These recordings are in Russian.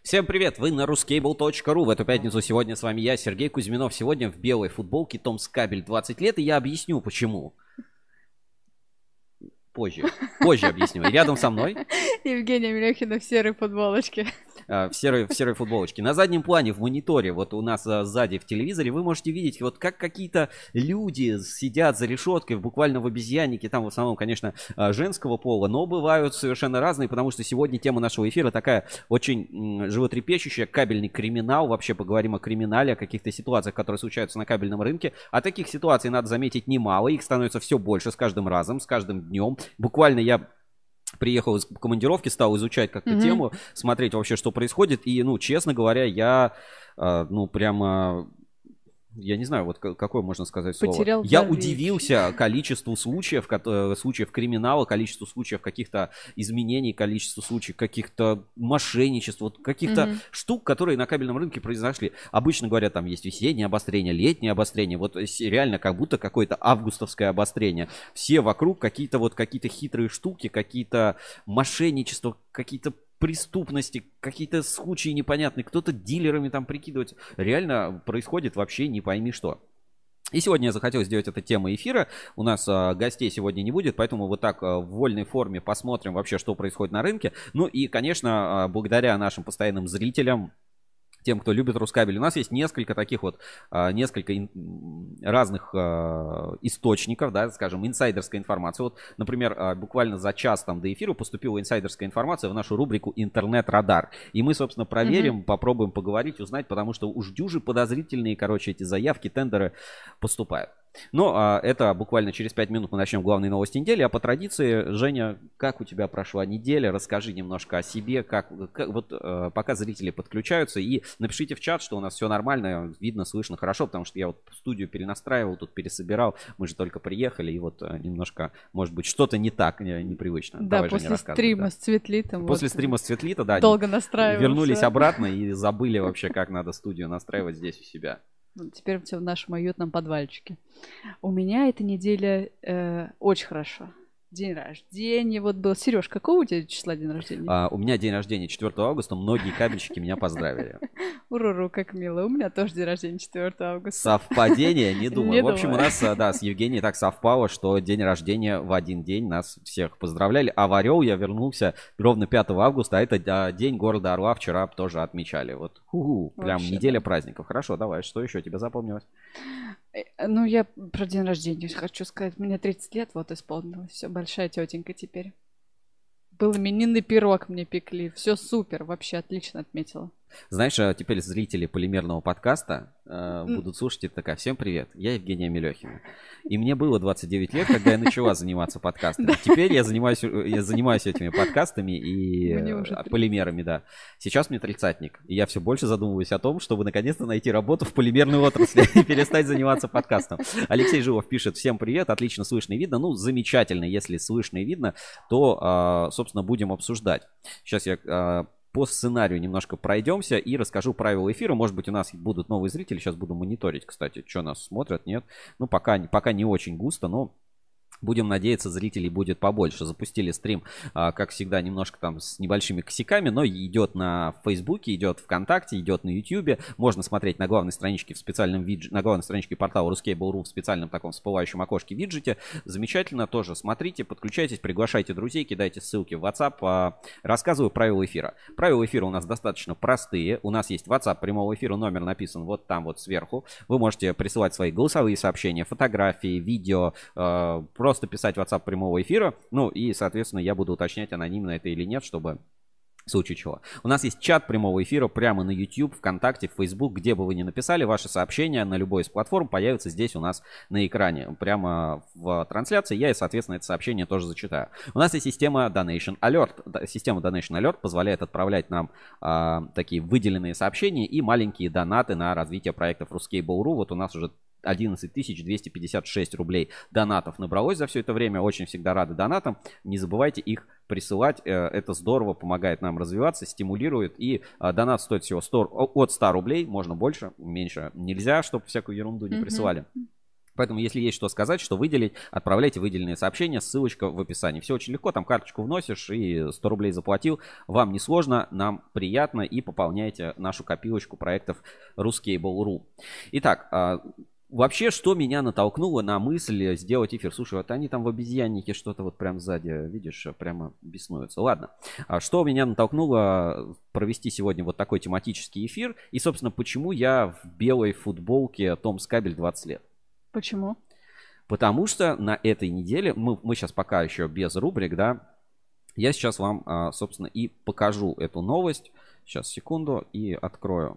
Всем привет, вы на ruscable.ru. В эту пятницу сегодня с вами я, Сергей Кузьминов. Сегодня в белой футболке Томскабель 20 лет, и я объясню, почему. Позже объясню. И рядом со мной Евгения Мелехина в серой футболочке. в серой футболочке. На заднем плане в мониторе, вот у нас сзади в телевизоре, вы можете видеть, вот как какие-то люди сидят за решеткой, буквально в обезьяннике, там в основном, конечно, женского пола, но бывают совершенно разные, потому что сегодня тема нашего эфира такая очень животрепещущая, кабельный криминал, вообще поговорим о криминале, о каких-то ситуациях, которые случаются на кабельном рынке. А таких ситуаций, надо заметить, немало, их становится все больше с каждым разом, с каждым днем. Буквально я приехал из командировки, стал изучать как-то тему, смотреть вообще, что происходит. И, ну, честно говоря, я, прямо... Я не знаю, вот какое можно сказать слово. Я удивился количеству случаев криминала, количеству случаев каких-то изменений, количеству случаев каких-то мошенничеств, вот каких-то штук, которые на кабельном рынке произошли. Обычно говорят, там есть весеннее обострение, летнее обострение. Вот реально как будто какое-то августовское обострение. Все вокруг какие-то хитрые штуки, какие-то мошенничества, какие-то преступности, какие-то случаи непонятные, кто-то дилерами там прикидывается. Реально происходит вообще не пойми что. И сегодня я захотел сделать эту тему эфира. У нас гостей сегодня не будет, поэтому вот так в вольной форме посмотрим вообще, что происходит на рынке. Ну и, конечно, благодаря нашим постоянным зрителям, тем, кто любит Рускабель, у нас есть несколько таких вот, несколько разных источников, да, скажем, инсайдерской информации. Вот, например, буквально за час там до эфира поступила инсайдерская информация в нашу рубрику «Интернет-радар». И мы, собственно, проверим, попробуем поговорить, узнать, потому что уж дюжи подозрительные, короче, эти заявки, тендеры поступают. Но это буквально через 5 минут мы начнем главные новости недели. А по традиции, Женя, как у тебя прошла неделя? Расскажи немножко о себе, пока зрители подключаются. И напишите в чат, что у нас все нормально, видно, слышно хорошо, потому что я вот студию перенастраивал, тут пересобирал. Мы же только приехали, и вот немножко, может быть, что-то не так, непривычно. Да, давай, после Женя, стрима с Цветлитом. После стрима с Цветлита, да. Долго настраивался. Вернулись обратно и забыли вообще, как надо студию настраивать здесь у себя. Теперь все в нашем уютном подвальчике. У меня эта неделя очень хорошо. День рождения вот был. Сереж, какого у тебя числа день рождения? У меня день рождения 4 августа. Многие кабельщики меня поздравили. Уруру, как мило. У меня тоже день рождения 4 августа. Совпадение? Не думаю. В общем, у нас, да, с Евгенией так совпало, что день рождения в один день нас всех поздравляли. А в Орел я вернулся ровно 5 августа. А это день города Орла. Вчера тоже отмечали. Вот, прям неделя праздников. Хорошо, давай. Что еще тебе запомнилось? Ну, я про день рождения хочу сказать. Мне 30 лет вот исполнилось. Все, большая тетенька теперь. Был именинный пирог мне пекли. Все супер, вообще отлично отметила. Знаешь, теперь зрители полимерного подкаста будут слушать и такая: всем привет, я Евгения Мелехина. И мне было 29 лет, когда я начала заниматься подкастами. Теперь я занимаюсь этими подкастами и полимерами, да. Сейчас мне тридцатник, и я все больше задумываюсь о том, чтобы наконец-то найти работу в полимерной отрасли и перестать заниматься подкастом. Алексей Живов пишет: всем привет, отлично слышно и видно. Ну, замечательно, если слышно и видно, то, собственно, будем обсуждать. Сейчас я по сценарию немножко пройдемся и расскажу правила эфира. Может быть, у нас будут новые зрители. Сейчас буду мониторить, кстати, что нас смотрят, нет. Ну, пока не очень густо, но будем надеяться, зрителей будет побольше. Запустили стрим, как всегда, немножко там с небольшими косяками, но идет на Фейсбуке, идет ВКонтакте, идет на Ютьюбе. Можно смотреть на главной страничке на главной страничке портала Ruscable.ru в специальном таком всплывающем окошке виджете. Замечательно, тоже смотрите, подключайтесь, приглашайте друзей, кидайте ссылки в WhatsApp. Рассказываю правила эфира. Правила эфира у нас достаточно простые. У нас есть WhatsApp прямого эфира, номер написан вот там вот сверху. Вы можете присылать свои голосовые сообщения, фотографии, видео, просто писать в WhatsApp прямого эфира. Ну и, соответственно, я буду уточнять, анонимно это или нет, чтобы в случае чего. У нас есть чат прямого эфира прямо на YouTube, ВКонтакте, в Facebook, где бы вы ни написали, ваши сообщения на любой из платформ появятся здесь у нас на экране, прямо в трансляции. Я и, соответственно, это сообщение тоже зачитаю. У нас есть система Donation Alert. Система Donation Alert позволяет отправлять нам такие выделенные сообщения и маленькие донаты на развитие проектов Ruscable.ru. Вот у нас уже 11 256 рублей донатов набралось за все это время. Очень всегда рады донатам. Не забывайте их присылать. Это здорово, помогает нам развиваться, стимулирует. И донат стоит всего от 100 рублей. Можно больше, меньше нельзя, чтобы всякую ерунду не присылали. Поэтому, если есть что сказать, что выделить, отправляйте выделенные сообщения, ссылочка в описании. Все очень легко, там карточку вносишь и 100 рублей заплатил. Вам не сложно, нам приятно, и пополняйте нашу копилочку проектов Ruscable.ru. Итак, вообще, что меня натолкнуло на мысль сделать эфир? Слушай, вот они там в обезьяннике что-то вот прям сзади, видишь, прямо беснуются. Ладно, что меня натолкнуло провести сегодня вот такой тематический эфир? И, собственно, почему я в белой футболке Томс Кабель 20 лет? Почему? Потому что на этой неделе, мы сейчас пока еще без рубрик, да, я сейчас вам, собственно, и покажу эту новость. Сейчас, секунду, и открою.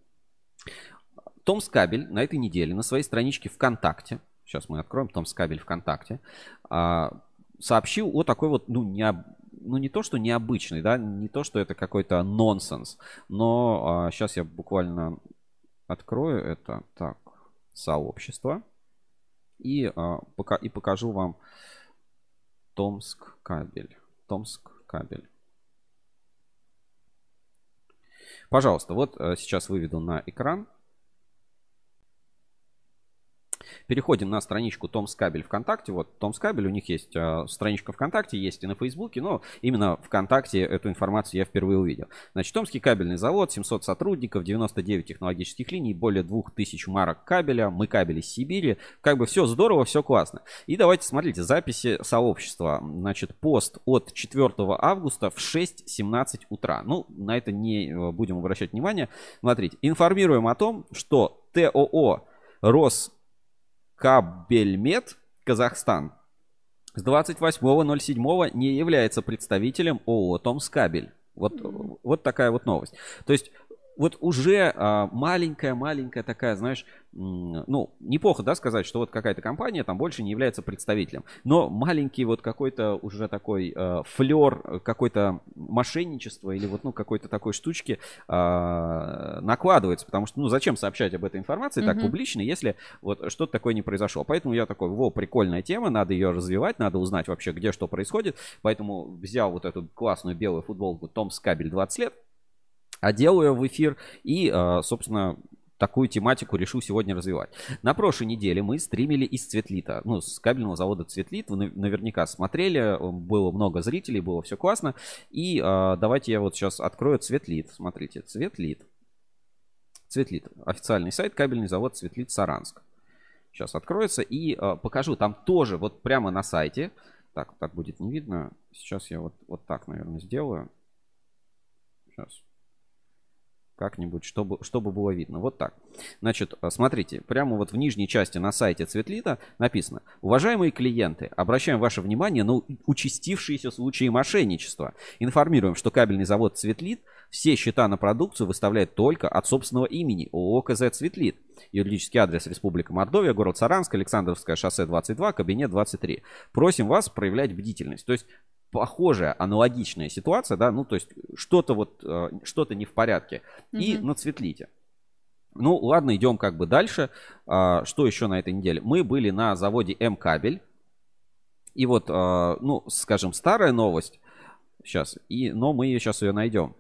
Томс Кабель на этой неделе на своей страничке ВКонтакте, сейчас мы откроем Томс Кабель ВКонтакте, сообщил о такой вот, не то, что необычный, да, не то, что это какой-то нонсенс, но сейчас я буквально открою это, так, сообщество. И покажу вам Томск Кабель. Томск Кабель. Пожалуйста, вот сейчас выведу на экран. Переходим на страничку Томс Кабель ВКонтакте. Вот Томс Кабель, у них есть страничка ВКонтакте, есть и на Фейсбуке, но именно ВКонтакте эту информацию я впервые увидел. Значит, Томский кабельный завод, 700 сотрудников, 99 технологических линий, более 2000 марок кабеля, мы кабель из Сибири. Как бы все здорово, все классно. И давайте, смотрите, записи сообщества. Значит, пост от 4 августа в 6:17 утра. Ну, на это не будем обращать внимание. Смотрите, информируем о том, что ТОО Роскабельмет Казахстан с 28.07 не является представителем ООО Томскабель. Вот такая вот новость. То есть вот уже маленькая такая, знаешь, ну, неплохо, да, сказать, что вот какая-то компания там больше не является представителем. Но маленький вот какой-то уже такой флер, какое-то мошенничество или вот, ну, какой-то такой штучки накладывается. Потому что, ну, зачем сообщать об этой информации так публично, если вот что-то такое не произошло. Поэтому я такой, прикольная тема, надо ее развивать, надо узнать вообще, где что происходит. Поэтому взял вот эту классную белую футболку Томс Кабель 20 лет. Одел ее в эфир и, собственно, такую тематику решил сегодня развивать. На прошлой неделе мы стримили из Цветлита, ну, с кабельного завода Цветлит. Вы наверняка смотрели, было много зрителей, было все классно. И давайте я вот сейчас открою Цветлит. Смотрите, Цветлит. Цветлит. Официальный сайт, кабельный завод Цветлит Саранск. Сейчас откроется и покажу. Там тоже вот прямо на сайте. Так будет не видно. Сейчас я вот так, наверное, сделаю. Сейчас. Как-нибудь, чтобы было видно. Вот так. Значит, смотрите, прямо вот в нижней части на сайте Цветлита написано: уважаемые клиенты, обращаем ваше внимание на участившиеся случаи мошенничества. Информируем, что кабельный завод Цветлит все счета на продукцию выставляет только от собственного имени ООО КЗ Цветлит. Юридический адрес: Республика Мордовия, город Саранск, Александровское шоссе 22, кабинет 23. Просим вас проявлять бдительность. То есть похожая, аналогичная ситуация, да, ну, то есть что-то не в порядке. И на Цветлите. Ну, ладно, идем как бы дальше. Что еще на этой неделе? Мы были на заводе М-Кабель. И вот, ну, скажем, старая новость. Сейчас. Но мы сейчас ее найдем.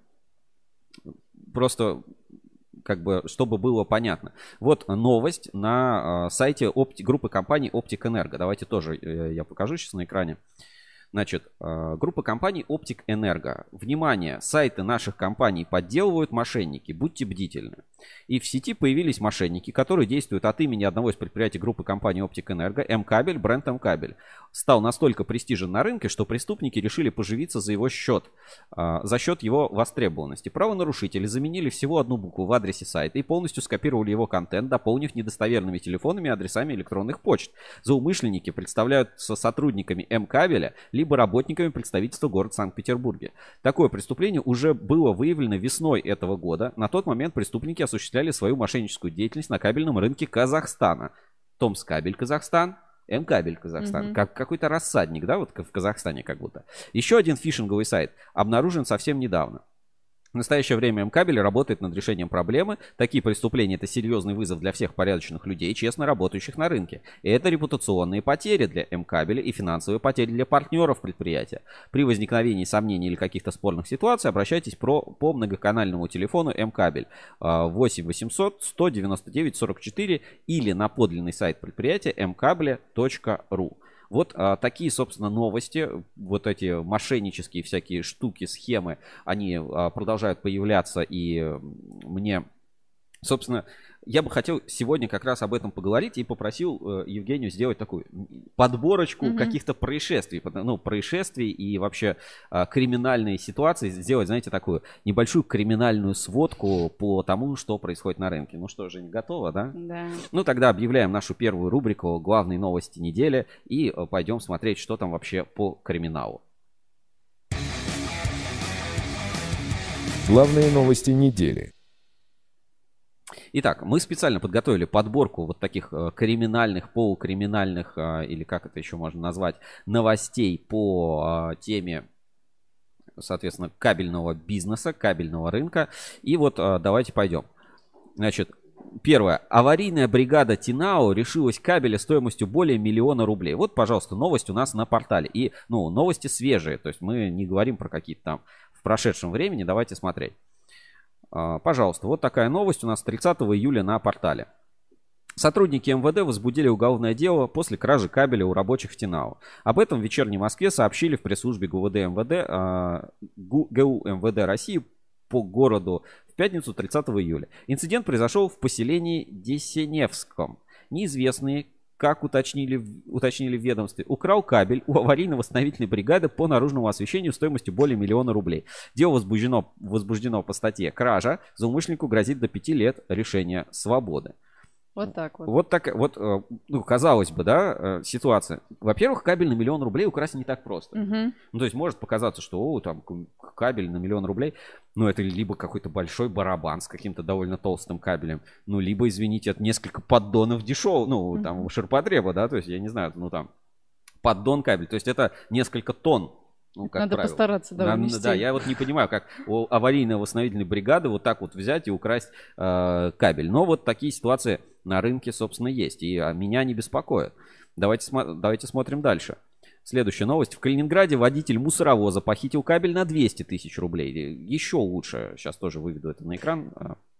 Просто, как бы, чтобы было понятно. Вот новость на сайте группы компаний Оптик Энерго. Давайте тоже я покажу сейчас на экране. Значит, группа компаний Оптик Энерго. Внимание, сайты наших компаний подделывают мошенники, будьте бдительны. И в сети появились мошенники, которые действуют от имени одного из предприятий группы компаний Оптик Энерго. М-Кабель, бренд М-Кабель стал настолько престижен на рынке, что преступники решили поживиться за его счет, за счет его востребованности. Правонарушители заменили всего одну букву в адресе сайта и полностью скопировали его контент, дополнив недостоверными телефонами и адресами электронных почт. Злоумышленники представляются сотрудниками М-Кабеля, либо работниками представительства города Санкт-Петербурге. Такое преступление уже было выявлено весной этого года. На тот момент преступники осуществляли свою мошенническую деятельность на кабельном рынке Казахстана. Томскабель Казахстан, М-Кабель Казахстан. Как какой-то рассадник, да, вот в Казахстане как будто. Еще один фишинговый сайт обнаружен совсем недавно. настоящее время М-кабель работает над решением проблемы. Такие преступления — это серьезный вызов для всех порядочных людей, честно работающих на рынке. И это репутационные потери для М-кабеля и финансовые потери для партнеров предприятия. При возникновении сомнений или каких-то спорных ситуаций обращайтесь по многоканальному телефону М-кабель 8 800 199 44 или на подлинный сайт предприятия mkable.ru. Вот такие, собственно, новости, вот эти мошеннические всякие штуки, схемы, они продолжают появляться, и мне, собственно, я бы хотел сегодня как раз об этом поговорить и попросил Евгению сделать такую подборочку каких-то происшествий, ну, происшествий и вообще криминальные ситуации, сделать, знаете, такую небольшую криминальную сводку по тому, что происходит на рынке. Ну что, Жень, готова, да? Да. Ну, тогда объявляем нашу первую рубрику «Главные новости недели» и пойдем смотреть, что там вообще по криминалу. Главные новости недели. Итак, мы специально подготовили подборку вот таких криминальных, полукриминальных, или как это еще можно назвать, новостей по теме, соответственно, кабельного бизнеса, кабельного рынка. И вот давайте пойдем. Значит, первое. Аварийная бригада Тинау решилась кабеля стоимостью более 1 миллиона рублей. Вот, пожалуйста, новость у нас на портале. И, ну, новости свежие. То есть мы не говорим про какие-то там в прошедшем времени. Давайте смотреть. Пожалуйста, вот такая новость у нас 30 июля на портале. Сотрудники МВД возбудили уголовное дело после кражи кабеля у рабочих в Тинау. Об этом в «Вечерней Москве» сообщили в пресс-службе ГУ МВД России по городу в пятницу 30 июля. Инцидент произошел в поселении Десеневском. Неизвестные, как уточнили в ведомстве, украл кабель у аварийно-восстановительной бригады по наружному освещению стоимостью более 1 миллиона рублей. Дело возбуждено по статье «Кража». Злоумышленнику грозит до 5 лет лишения свободы. Вот так вот. Вот так вот, ну, казалось бы, да, ситуация. Во-первых, кабель на 1 миллион рублей украсть не так просто. Ну, то есть может показаться, что, там, кабель на 1 миллион рублей, ну, это либо какой-то большой барабан с каким-то довольно толстым кабелем, ну, либо, извините, это несколько поддонов дешевого, ну, там, ширпотреба, да, то есть, я не знаю, ну, там, поддон кабель, то есть, это несколько тонн. Ну, как надо правило. постараться, да, унести. Да, я вот не понимаю, как у аварийно-восстановительной бригады вот так вот взять и украсть кабель. Но вот такие ситуации на рынке, собственно, есть. И меня не беспокоит. Давайте смотрим дальше. Следующая новость. В Калининграде водитель мусоровоза похитил кабель на 200 тысяч рублей. Еще лучше. Сейчас тоже выведу это на экран.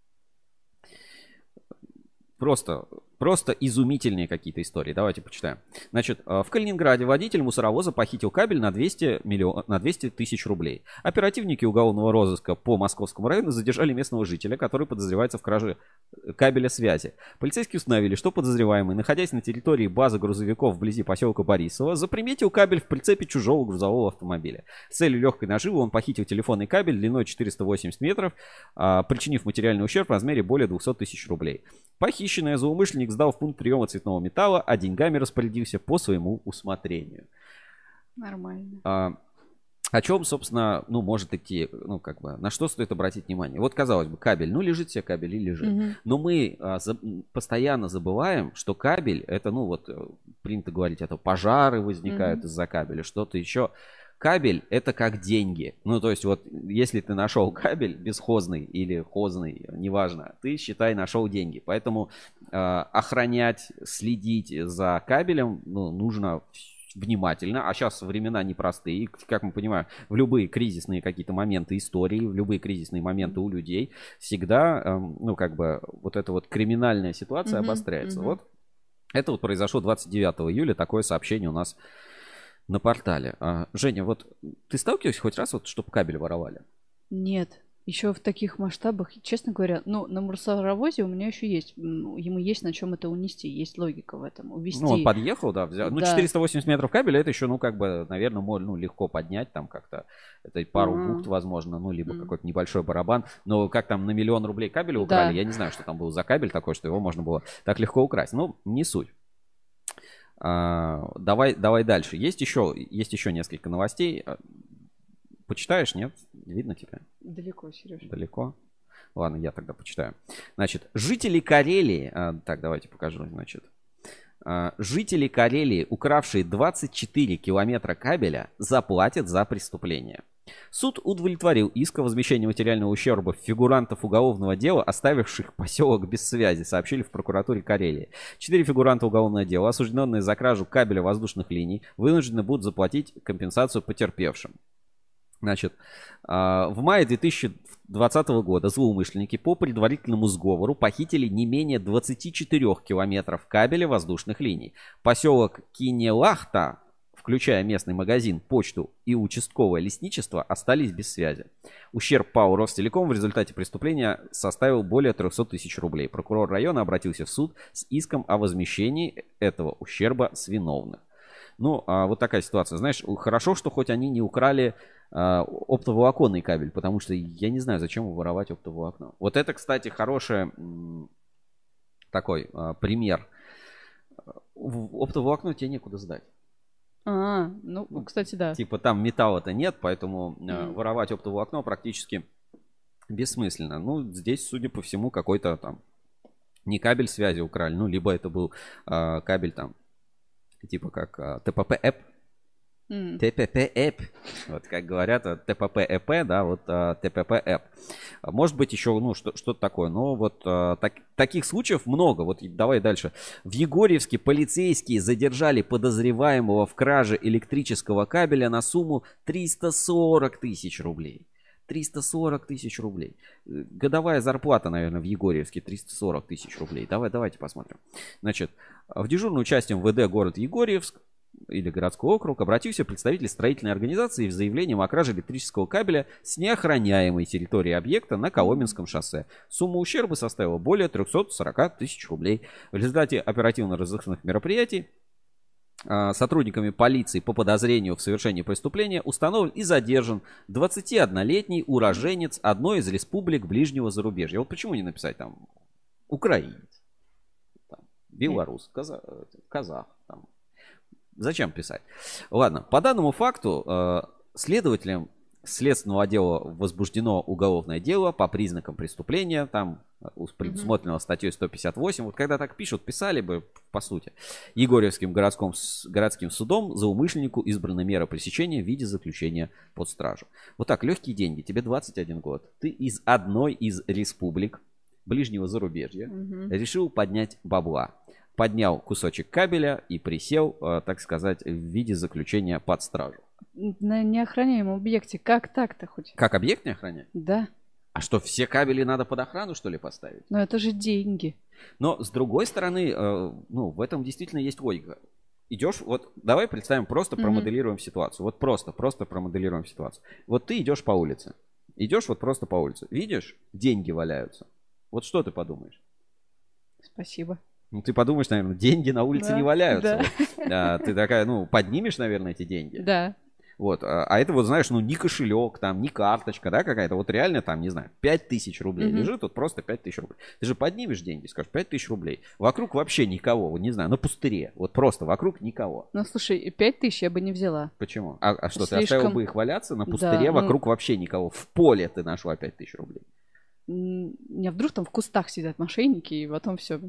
Просто изумительные какие-то истории. Давайте почитаем. Значит, в Калининграде водитель мусоровоза похитил кабель на 200 тысяч рублей. Оперативники уголовного розыска по Московскому району задержали местного жителя, который подозревается в краже кабеля связи. Полицейские установили, что подозреваемый, находясь на территории базы грузовиков вблизи поселка Борисово, заприметил кабель в прицепе чужого грузового автомобиля. С целью легкой наживы он похитил телефонный кабель длиной 480 метров, причинив материальный ущерб в размере более 200 тысяч рублей. Похищенное злоумышленник сдал в пункт приема цветного металла, а деньгами распорядился по своему усмотрению. Нормально. О чем, собственно, ну, может идти, ну, как бы, на что стоит обратить внимание? Вот, казалось бы, кабель, ну, лежит себе кабель и лежит. Но мы постоянно забываем, что кабель, это, ну, вот, принято говорить, это пожары возникают из-за кабеля, что-то еще. Кабель — это как деньги. Ну, то есть, вот, если ты нашел кабель бесхозный или хозный, неважно, ты, считай, нашел деньги. Поэтому охранять, следить за кабелем, ну, нужно внимательно. А сейчас времена непростые. И, как мы понимаем, в любые кризисные какие-то моменты истории, в любые кризисные моменты у людей всегда, ну, как бы, вот эта вот криминальная ситуация обостряется. Вот это вот произошло 29 июля. Такое сообщение у нас на портале. Женя, вот ты сталкивался хоть раз, вот, чтобы кабель воровали? Нет. Еще в таких масштабах, честно говоря, ну, на мусоровозе у меня еще есть, ему есть на чем это унести, есть логика в этом, увезти. Ну, он подъехал, да, взял. Ну, 480 метров кабеля, это еще, ну, как бы, наверное, можно, ну, легко поднять там как-то. Это пару бухт, возможно, ну, либо какой-то небольшой барабан. Но как там на 1 миллион рублей кабеля украли, я не знаю, что там был за кабель такой, что его можно было так легко украсть. Ну, не суть. Давай дальше. Есть еще несколько новостей. Почитаешь, нет? Видно тебя? Далеко, Сереж. Далеко? Ладно, я тогда почитаю. Значит, жители Карелии... Так, давайте покажу, значит. Жители Карелии, укравшие 24 километра кабеля, заплатят за преступление. Суд удовлетворил иск о возмещении материального ущерба фигурантов уголовного дела, оставивших поселок без связи, сообщили в прокуратуре Карелии. 4 фигуранта уголовного дела, осужденные за кражу кабеля воздушных линий, вынуждены будут заплатить компенсацию потерпевшим. Значит, в мае 2020 года злоумышленники по предварительному сговору похитили не менее 24 километров кабеля воздушных линий. Поселок Кинелахта, включая местный магазин, почту и участковое лесничество, остались без связи. Ущерб ПАО «Ростелеком» в результате преступления составил более 300 тысяч рублей. Прокурор района обратился в суд с иском о возмещении этого ущерба с виновных. Ну, вот такая ситуация. Знаешь, хорошо, что хоть они не украли оптоволоконный кабель, потому что я не знаю, зачем воровать оптоволокно. Вот это, кстати, хороший такой пример. Оптоволокно тебе некуда сдать. Ну, кстати, да. Типа там металла-то нет, поэтому воровать оптоволокно практически бессмысленно. Ну, здесь, судя по всему, какой-то там не кабель связи украли, ну, либо это был кабель там, типа как ТПП-эп. ТПП-эп. Вот как говорят, ТПП-эп, да, вот ТПП-эп. Может быть еще, ну, что-то такое. Но вот таких случаев много. Вот давай дальше. В Егорьевске полицейские задержали подозреваемого в краже электрического кабеля на сумму 340 тысяч рублей. 340 тысяч рублей. Годовая зарплата, наверное, в Егорьевске 340 тысяч рублей. Давайте посмотрим. Значит, в дежурную часть МВД город Егорьевск или городской округ обратился представитель строительной организации в заявлением о краже электрического кабеля с неохраняемой территории объекта на Коломенском шоссе. Сумма ущерба составила более 340 тысяч рублей. В результате оперативно-розыскных мероприятий сотрудниками полиции по подозрению в совершении преступления установлен и задержан 21-летний уроженец одной из республик ближнего зарубежья. Вот почему не написать там украинец, там, белорус, казах. Там. Зачем писать? Ладно, по данному факту следователям Следственного отдела возбуждено уголовное дело по признакам преступления, там предусмотрено статьей 158. Вот когда так пишут, писали бы, по сути. Егорьевским городским судом злоумышленнику избрана мера пресечения в виде заключения под стражу. Вот так, легкие деньги, тебе 21 год. Ты из одной из республик ближнего зарубежья решил поднять бабла. Поднял кусочек кабеля и присел, так сказать, в виде заключения под стражу. На неохраняемом объекте. Как так-то хоть? Как объект не охранять? Да. А что, все кабели надо под охрану, что ли, поставить? Но это же деньги. Но, с другой стороны, ну, в этом действительно есть логика. Идешь, вот, давай представим, просто промоделируем ситуацию. Вот просто промоделируем ситуацию. Вот ты идешь по улице. Идешь вот просто по улице. Видишь, деньги валяются. Вот что ты подумаешь? Спасибо. Ну, ты подумаешь, наверное, деньги на улице не валяются. Да. Вот. Ты такая, ну, поднимешь, наверное, эти деньги. Да. Вот, а это вот, знаешь, ну, не кошелек, там, не карточка, да, какая-то, вот реально там, не знаю, 5000 рублей лежит, тут просто 5000 рублей. Ты же поднимешь деньги, скажешь, 5000 рублей. Вокруг вообще никого, вот, не знаю, на пустыре, вот просто вокруг никого. Ну, слушай, 5000 я бы не взяла. Почему? А что, Слишком... ты оставил бы их валяться на пустыре, да, вокруг вообще никого? В поле ты нашла 5000 рублей. Не, вдруг там в кустах сидят мошенники, и потом все.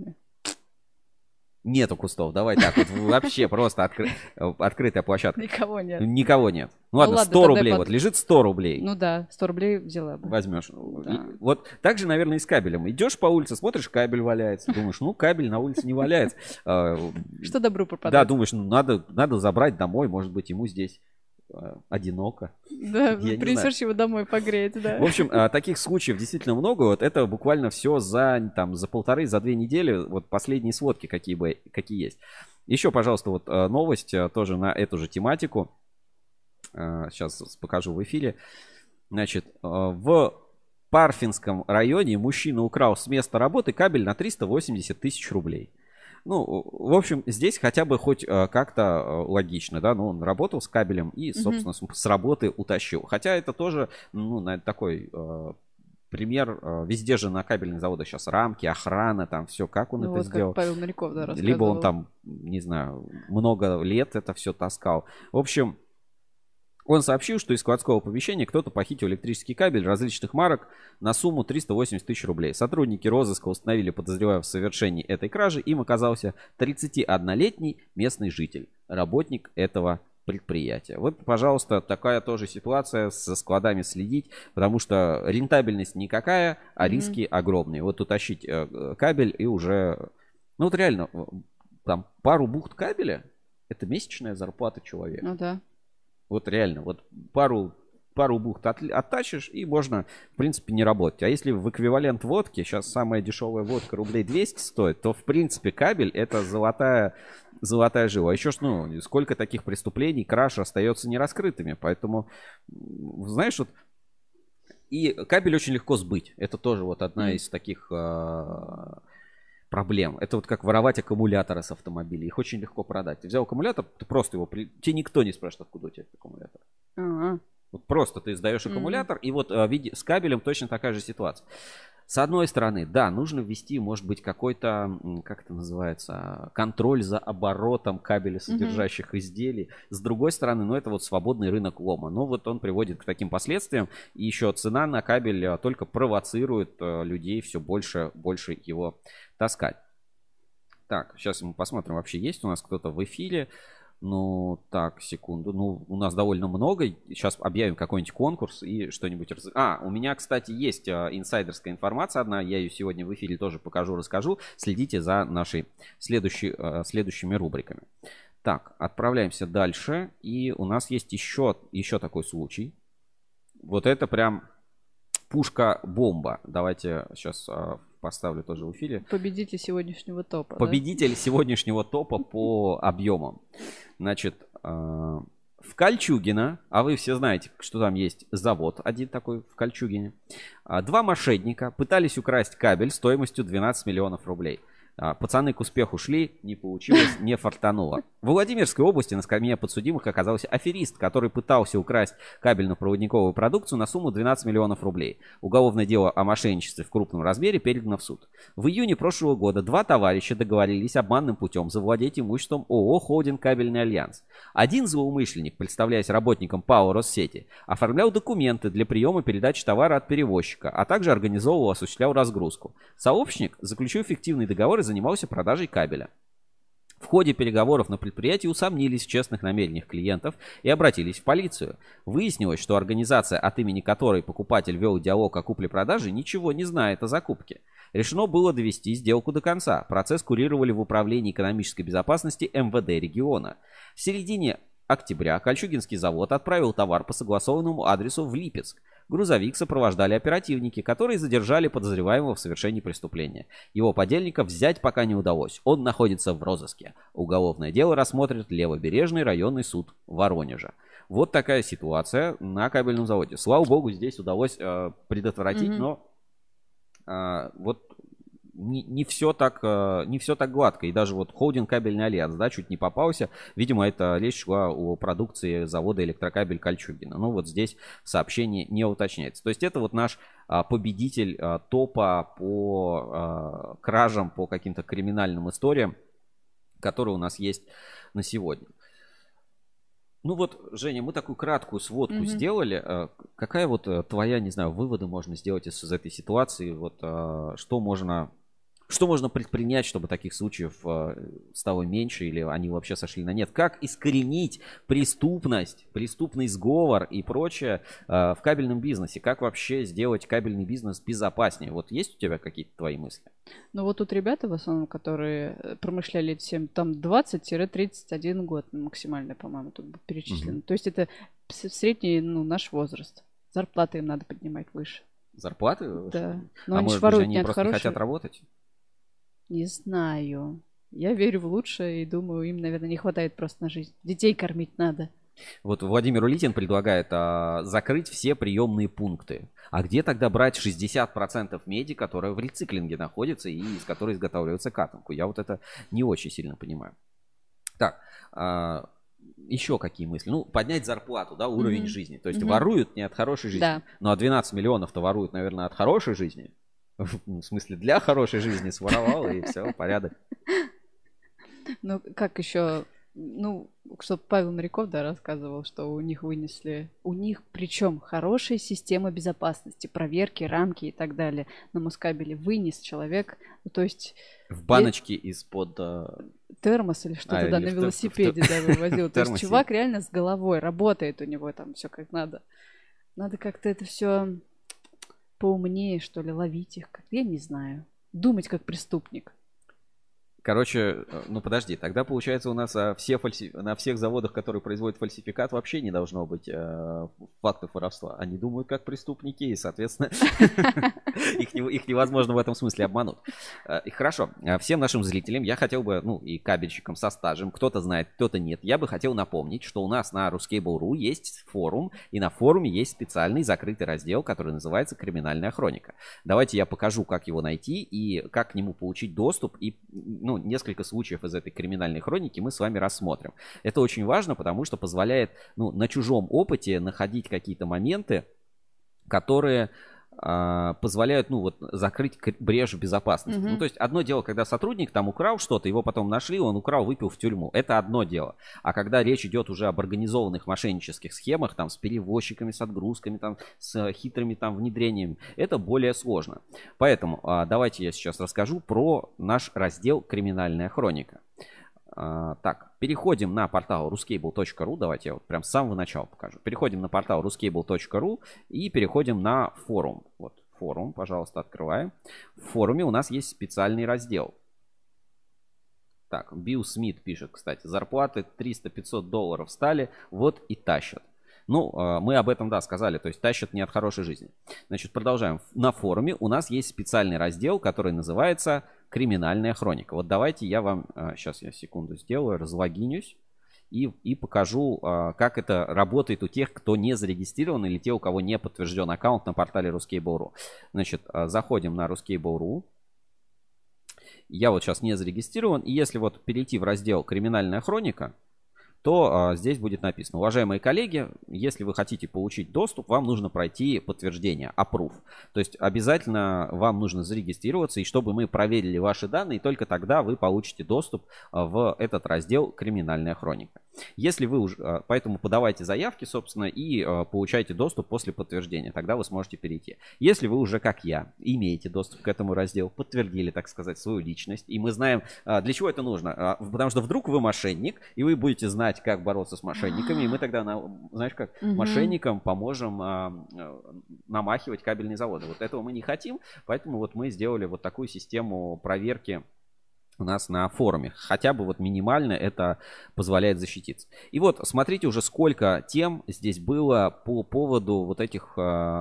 Нету кустов, давай так, вот вообще просто открытая площадка. Никого нет. Никого нет. Ну ладно, 100 рублей, вот лежит 100 рублей. Ну да, 100 рублей взяла бы. Возьмешь. Да. Вот так же, наверное, и с кабелем. Идешь по улице, смотришь, кабель валяется. Думаешь, ну кабель на улице не валяется. Что добру пропадать. Да, думаешь, ну надо забрать домой, может быть, ему здесь одиноко. Да, принесешь его домой погреть, да. В общем, таких случаев действительно много. Вот это буквально все за 1,5-2 недели. Вот последние сводки, какие есть. Еще, пожалуйста, вот новость тоже на эту же тематику. Сейчас покажу в эфире. Значит, в Парфинском районе мужчина украл с места работы кабель на 380 тысяч рублей. Ну, в общем, здесь хотя бы хоть как-то логично, да, ну, он работал с кабелем и, собственно, с работы утащил. Хотя это тоже, ну, такой пример, везде же на кабельных заводах сейчас рамки, охрана, там все, как он это сделал. Как Павел Моряков, да, рассказывал. Либо он там, не знаю, много лет это все таскал. В общем, он сообщил, что из складского помещения кто-то похитил электрический кабель различных марок на сумму 380 тысяч рублей. Сотрудники розыска установили подозреваемого в совершении этой кражи. Им оказался 31-летний местный житель, работник этого предприятия. Вот, пожалуйста, такая тоже ситуация со складами следить, потому что рентабельность никакая, а риски огромные. Вот утащить кабель и уже... Ну вот реально, там пару бухт кабеля — это месячная зарплата человека. Ну да. Вот реально, вот пару бухт оттащишь, и можно, в принципе, не работать. А если в эквивалент водки, сейчас самая дешевая водка рублей 200 стоит, то, в принципе, кабель — это золотая жила. А еще ж, ну, сколько таких преступлений, краж остается нераскрытыми. Поэтому, знаешь, вот, и кабель очень легко сбыть. Это тоже вот одна из таких проблем. Это вот как воровать аккумуляторы с автомобиля. Их очень легко продать. Ты взял аккумулятор, ты просто его... Тебе никто не спрашивает, откуда у тебя этот аккумулятор. Вот просто ты сдаешь аккумулятор, и вот с кабелем точно такая же ситуация. С одной стороны, да, нужно ввести, может быть, какой-то, как это называется, контроль за оборотом кабелесодержащих изделий. С другой стороны, ну, это вот свободный рынок лома. Но вот он приводит к таким последствиям. И еще цена на кабель только провоцирует людей все больше его таскать. Так, сейчас мы посмотрим, вообще есть у нас кто-то в эфире. Ну, так, секунду. Ну, у нас довольно много. Сейчас объявим какой-нибудь конкурс и что-нибудь... у меня, кстати, есть инсайдерская информация одна. Я ее сегодня в эфире тоже покажу, расскажу. Следите за нашей следующими рубриками. Так, отправляемся дальше. И у нас есть еще такой случай. Вот это прям пушка-бомба. Давайте сейчас... поставлю тоже в эфире. Победитель сегодняшнего топа. Победитель сегодняшнего топа по объемам. Значит, в Кольчугино, а вы все знаете, что там есть завод один такой в Кольчугине, 2 мошенника пытались украсть кабель стоимостью 12 миллионов рублей. Пацаны к успеху шли, не получилось, не фартануло. В Владимирской области на скамье подсудимых оказался аферист, который пытался украсть кабельно-проводниковую продукцию на сумму 12 миллионов рублей. Уголовное дело о мошенничестве в крупном размере передано в суд. В июне прошлого года 2 товарища договорились обманным путем завладеть имуществом ООО «Холдинг Кабельный Альянс». Один злоумышленник, представляясь работником ПАО «Россети», оформлял документы для приема и передачи товара от перевозчика, а также организовывал и осуществлял разгрузку. Сообщник, заключив фиктивный договор, занимался продажей кабеля. В ходе переговоров на предприятии усомнились в честных намерениях клиентов и обратились в полицию. Выяснилось, что организация, от имени которой покупатель вел диалог о купле-продаже, ничего не знает о закупке. Решено было довести сделку до конца. Процесс курировали в Управлении экономической безопасности МВД региона. В середине октября Кольчугинский завод отправил товар по согласованному адресу в Липецк. Грузовик сопровождали оперативники, которые задержали подозреваемого в совершении преступления. Его подельников взять пока не удалось. Он находится в розыске. Уголовное дело рассмотрит Левобережный районный суд Воронежа. Вот такая ситуация на кабельном заводе. Слава богу, здесь удалось предотвратить, но вот не все так гладко. И даже вот холдинг Кабельный Альянс, да, чуть не попался. Видимо, это речь шла о продукции завода Электрокабель Кольчугино. Но вот здесь сообщение не уточняется. То есть это вот наш победитель топа по кражам, по каким-то криминальным историям, которые у нас есть на сегодня. Ну вот, Женя, мы такую краткую сводку сделали. Какая вот твоя, не знаю, выводы можно сделать из этой ситуации? Вот что можно предпринять, чтобы таких случаев стало меньше или они вообще сошли на нет? Как искоренить преступность, преступный сговор и прочее в кабельном бизнесе? Как вообще сделать кабельный бизнес безопаснее? Вот есть у тебя какие-то твои мысли? Ну вот тут ребята в основном, которые промышляли всем, там 20-31 год максимально, по-моему, тут перечислено. То есть это средний, наш возраст. Зарплаты им надо поднимать выше. Зарплаты? Да. Но они может быть, они просто не хотят работать? Не знаю. Я верю в лучшее и думаю, им, наверное, не хватает просто на жизнь. Детей кормить надо. Вот Владимир Улитин предлагает закрыть все приемные пункты. А где тогда брать 60% меди, которая в рециклинге находится и из которой изготавливается катанку? Я вот это не очень сильно понимаю. Так, еще какие мысли? Ну, поднять зарплату, да, уровень жизни. То есть воруют не от хорошей жизни. Да. Ну, а 12 миллионов-то воруют, наверное, от хорошей жизни. В смысле, для хорошей жизни своровал, и все, порядок. Ну, как еще... Ну, что Павел Моряков, да, рассказывал, что у них вынесли, у них причем хорошая система безопасности, проверки, рамки и так далее. На Москабеле вынес человек, ну, то есть... В баночке из-под... термос или что-то, да, на велосипеде, да, вывозил. То есть чувак реально с головой работает, у него там все как надо. Надо как-то это все поумнее, что ли, ловить их, я не знаю. Думать как преступник. Короче, ну подожди, тогда получается у нас на всех заводах, которые производят фальсификат, вообще не должно быть фактов воровства. Они думают как преступники, и, соответственно, их невозможно в этом смысле обмануть. И хорошо, всем нашим зрителям я хотел бы, ну и кабельщикам со стажем, кто-то знает, кто-то нет, я бы хотел напомнить, что у нас на Ruskable.ru есть форум, и на форуме есть специальный закрытый раздел, который называется «Криминальная хроника». Давайте я покажу, как его найти и как к нему получить доступ, и ну, несколько случаев из этой криминальной хроники мы с вами рассмотрим. Это очень важно, потому что позволяет, ну, на чужом опыте находить какие-то моменты, которые позволяют, ну, вот, закрыть брешь в безопасности. Ну, то есть, одно дело, когда сотрудник там украл что-то, его потом нашли, он украл, выпил в тюрьму. Это одно дело. А когда речь идет уже об организованных мошеннических схемах, там, с перевозчиками, с отгрузками, там, с хитрыми там внедрениями, это более сложно. Поэтому давайте я сейчас расскажу про наш раздел «Криминальная хроника». Так, переходим на портал ruscable.ru. Давайте я вот прям с самого начала покажу. Переходим на портал ruscable.ru и переходим на форум. Вот форум, пожалуйста, открываем. В форуме у нас есть специальный раздел. Так, Билл Смит пишет, кстати, зарплаты 300-500 долларов стали, вот и тащат. Ну, мы об этом, да, сказали, то есть тащат не от хорошей жизни. Значит, продолжаем. На форуме у нас есть специальный раздел, который называется «Криминальная хроника». Вот давайте я вам, сейчас я секунду сделаю, разлогинюсь и покажу, как это работает у тех, кто не зарегистрирован или те, у кого не подтвержден аккаунт на портале Ruskable.ru. Значит, заходим на Ruskable.ru. Я вот сейчас не зарегистрирован, и если вот перейти в раздел «Криминальная хроника», то здесь будет написано: уважаемые коллеги, если вы хотите получить доступ, вам нужно пройти подтверждение, approve. То есть обязательно вам нужно зарегистрироваться, и чтобы мы проверили ваши данные, и только тогда вы получите доступ в этот раздел «Криминальная хроника». Если вы уже, поэтому подавайте заявки, собственно, и получайте доступ после подтверждения, тогда вы сможете перейти. Если вы уже, как я, имеете доступ к этому разделу, подтвердили, так сказать, свою личность, и мы знаем, для чего это нужно, потому что вдруг вы мошенник, и вы будете знать, как бороться с мошенниками, и мы тогда, знаешь как, мошенникам поможем намахивать кабельные заводы. Вот этого мы не хотим, поэтому вот мы сделали вот такую систему проверки у нас на форуме. Хотя бы вот минимально это позволяет защититься. И вот смотрите уже, сколько тем здесь было по поводу вот этих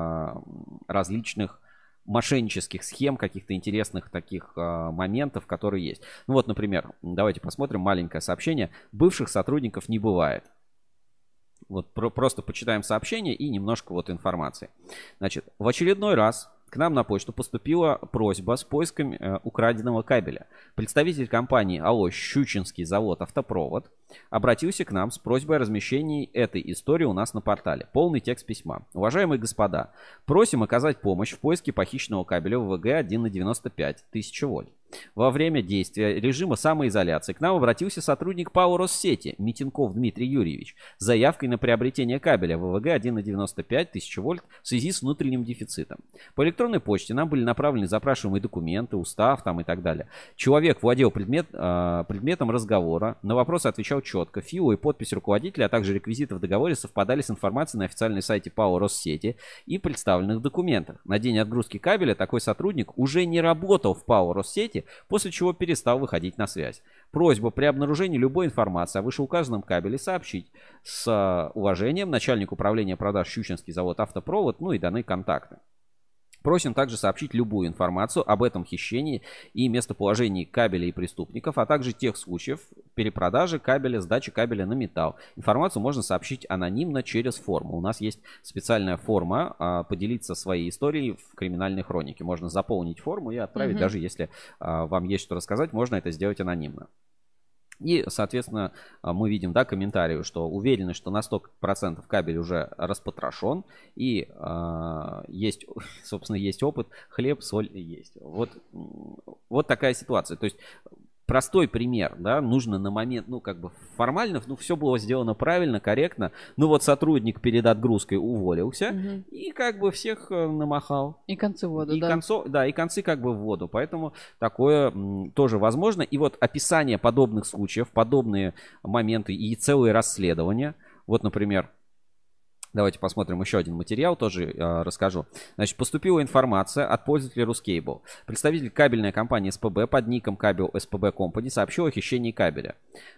различных мошеннических схем, каких-то интересных таких моментов, которые есть. Ну вот, например, давайте посмотрим маленькое сообщение. Бывших сотрудников не бывает. Вот просто почитаем сообщение и немножко вот информации. Значит, в очередной раз к нам на почту поступила просьба с поиском украденного кабеля. Представитель компании АО «Щучинский завод Автопровод» обратился к нам с просьбой о размещении этой истории у нас на портале. Полный текст письма. Уважаемые господа, просим оказать помощь в поиске похищенного кабеля ВВГ 1 на 95 1000 вольт. Во время действия режима самоизоляции к нам обратился сотрудник ПАО Россети Митенков Дмитрий Юрьевич с заявкой на приобретение кабеля ВВГ 1 на 95 1000 вольт в связи с внутренним дефицитом. По электронной почте нам были направлены запрашиваемые документы, устав там и так далее. Человек владел предметом разговора, на вопросы отвечал четко. ФИО и подпись руководителя, а также реквизиты в договоре совпадали с информацией на официальном сайте ПАО Россети и представленных документах. На день отгрузки кабеля такой сотрудник уже не работал в ПАО Россети, после чего перестал выходить на связь. Просьба при обнаружении любой информации о вышеуказанном кабеле сообщить с уважением начальник управления продаж Щучинский завод Автопровод, ну и даны контакты. Просим также сообщить любую информацию об этом хищении и местоположении кабеля и преступников, а также тех случаев перепродажи кабеля, сдачи кабеля на металл. Информацию можно сообщить анонимно через форму. У нас есть специальная форма поделиться своей историей в криминальной хронике. Можно заполнить форму и отправить, даже если вам есть что рассказать, можно это сделать анонимно. И, соответственно, мы видим, да, комментарии, что уверены, что на 100% кабель уже распотрошен. И есть, собственно, есть опыт. Хлеб, соль есть. Вот такая ситуация. То есть простой пример, да, нужно на момент, ну, как бы формально, ну, все было сделано правильно, корректно, ну, вот сотрудник перед отгрузкой уволился, и как бы всех намахал. И концы в воду, И да. да, и концы как бы в воду, поэтому такое тоже возможно. И вот описание подобных случаев, подобные моменты и целые расследования, вот, например, давайте посмотрим еще один материал, тоже расскажу. Значит, поступила информация от пользователя Ruscable. Представитель кабельной компании СПБ под ником Кабель СПБ Company сообщил о хищении кабеля.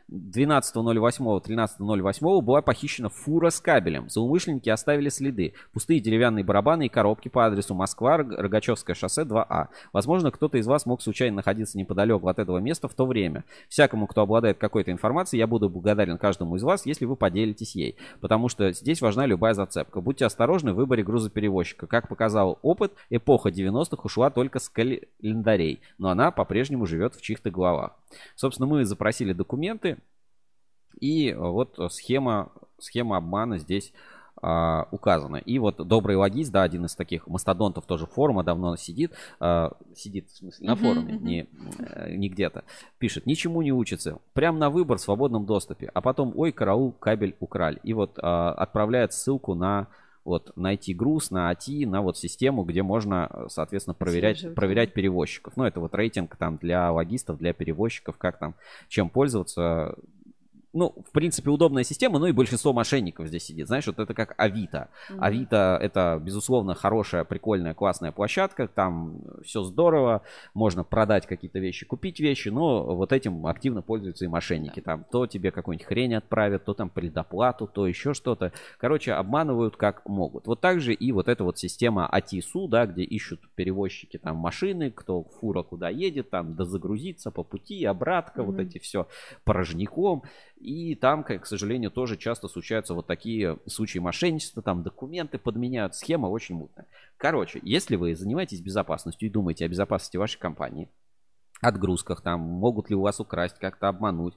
12.08-13.08 была похищена фура с кабелем. Злоумышленники оставили следы. Пустые деревянные барабаны и коробки по адресу Москва, Рогачевское шоссе 2А. Возможно, кто-то из вас мог случайно находиться неподалеку от этого места в то время. Всякому, кто обладает какой-то информацией, я буду благодарен каждому из вас, если вы поделитесь ей. Потому что здесь важна любая зацепка. Будьте осторожны в выборе грузоперевозчика. Как показал опыт, эпоха 90-х ушла только с календарей, но она по-прежнему живет в чьих-то головах. Собственно, мы запросили документы, и вот схема обмана здесь указана. И вот Добрый Логист, да, один из таких мастодонтов тоже форума, давно сидит, сидит в смысле на форуме, не где-то, пишет: ничему не учится, прям на выбор в свободном доступе, а потом, ой, караул, кабель украли. И вот отправляет ссылку на вот найти груз, на АТИ, на вот систему, где можно, соответственно, проверять перевозчиков. Ну, это вот рейтинг там для логистов, для перевозчиков, как там, чем пользоваться. Ну, в принципе, удобная система, ну и большинство мошенников здесь сидит. Знаешь, вот это как Авито. Авито — это, безусловно, хорошая, прикольная, классная площадка. Там все здорово, можно продать какие-то вещи, купить вещи, но вот этим активно пользуются и мошенники. Там то тебе какую-нибудь хрень отправят, то там предоплату, то еще что-то. Короче, обманывают как могут. Вот так же и вот эта вот система АТИСУ, да, где ищут перевозчики там машины, кто фура куда едет, там дозагрузиться по пути, обратка, вот эти все порожняком. И там, к сожалению, тоже часто случаются вот такие случаи мошенничества, там документы подменяют, схема очень мутная. Короче, если вы занимаетесь безопасностью и думаете о безопасности вашей компании, отгрузках, там, могут ли у вас украсть, как-то обмануть,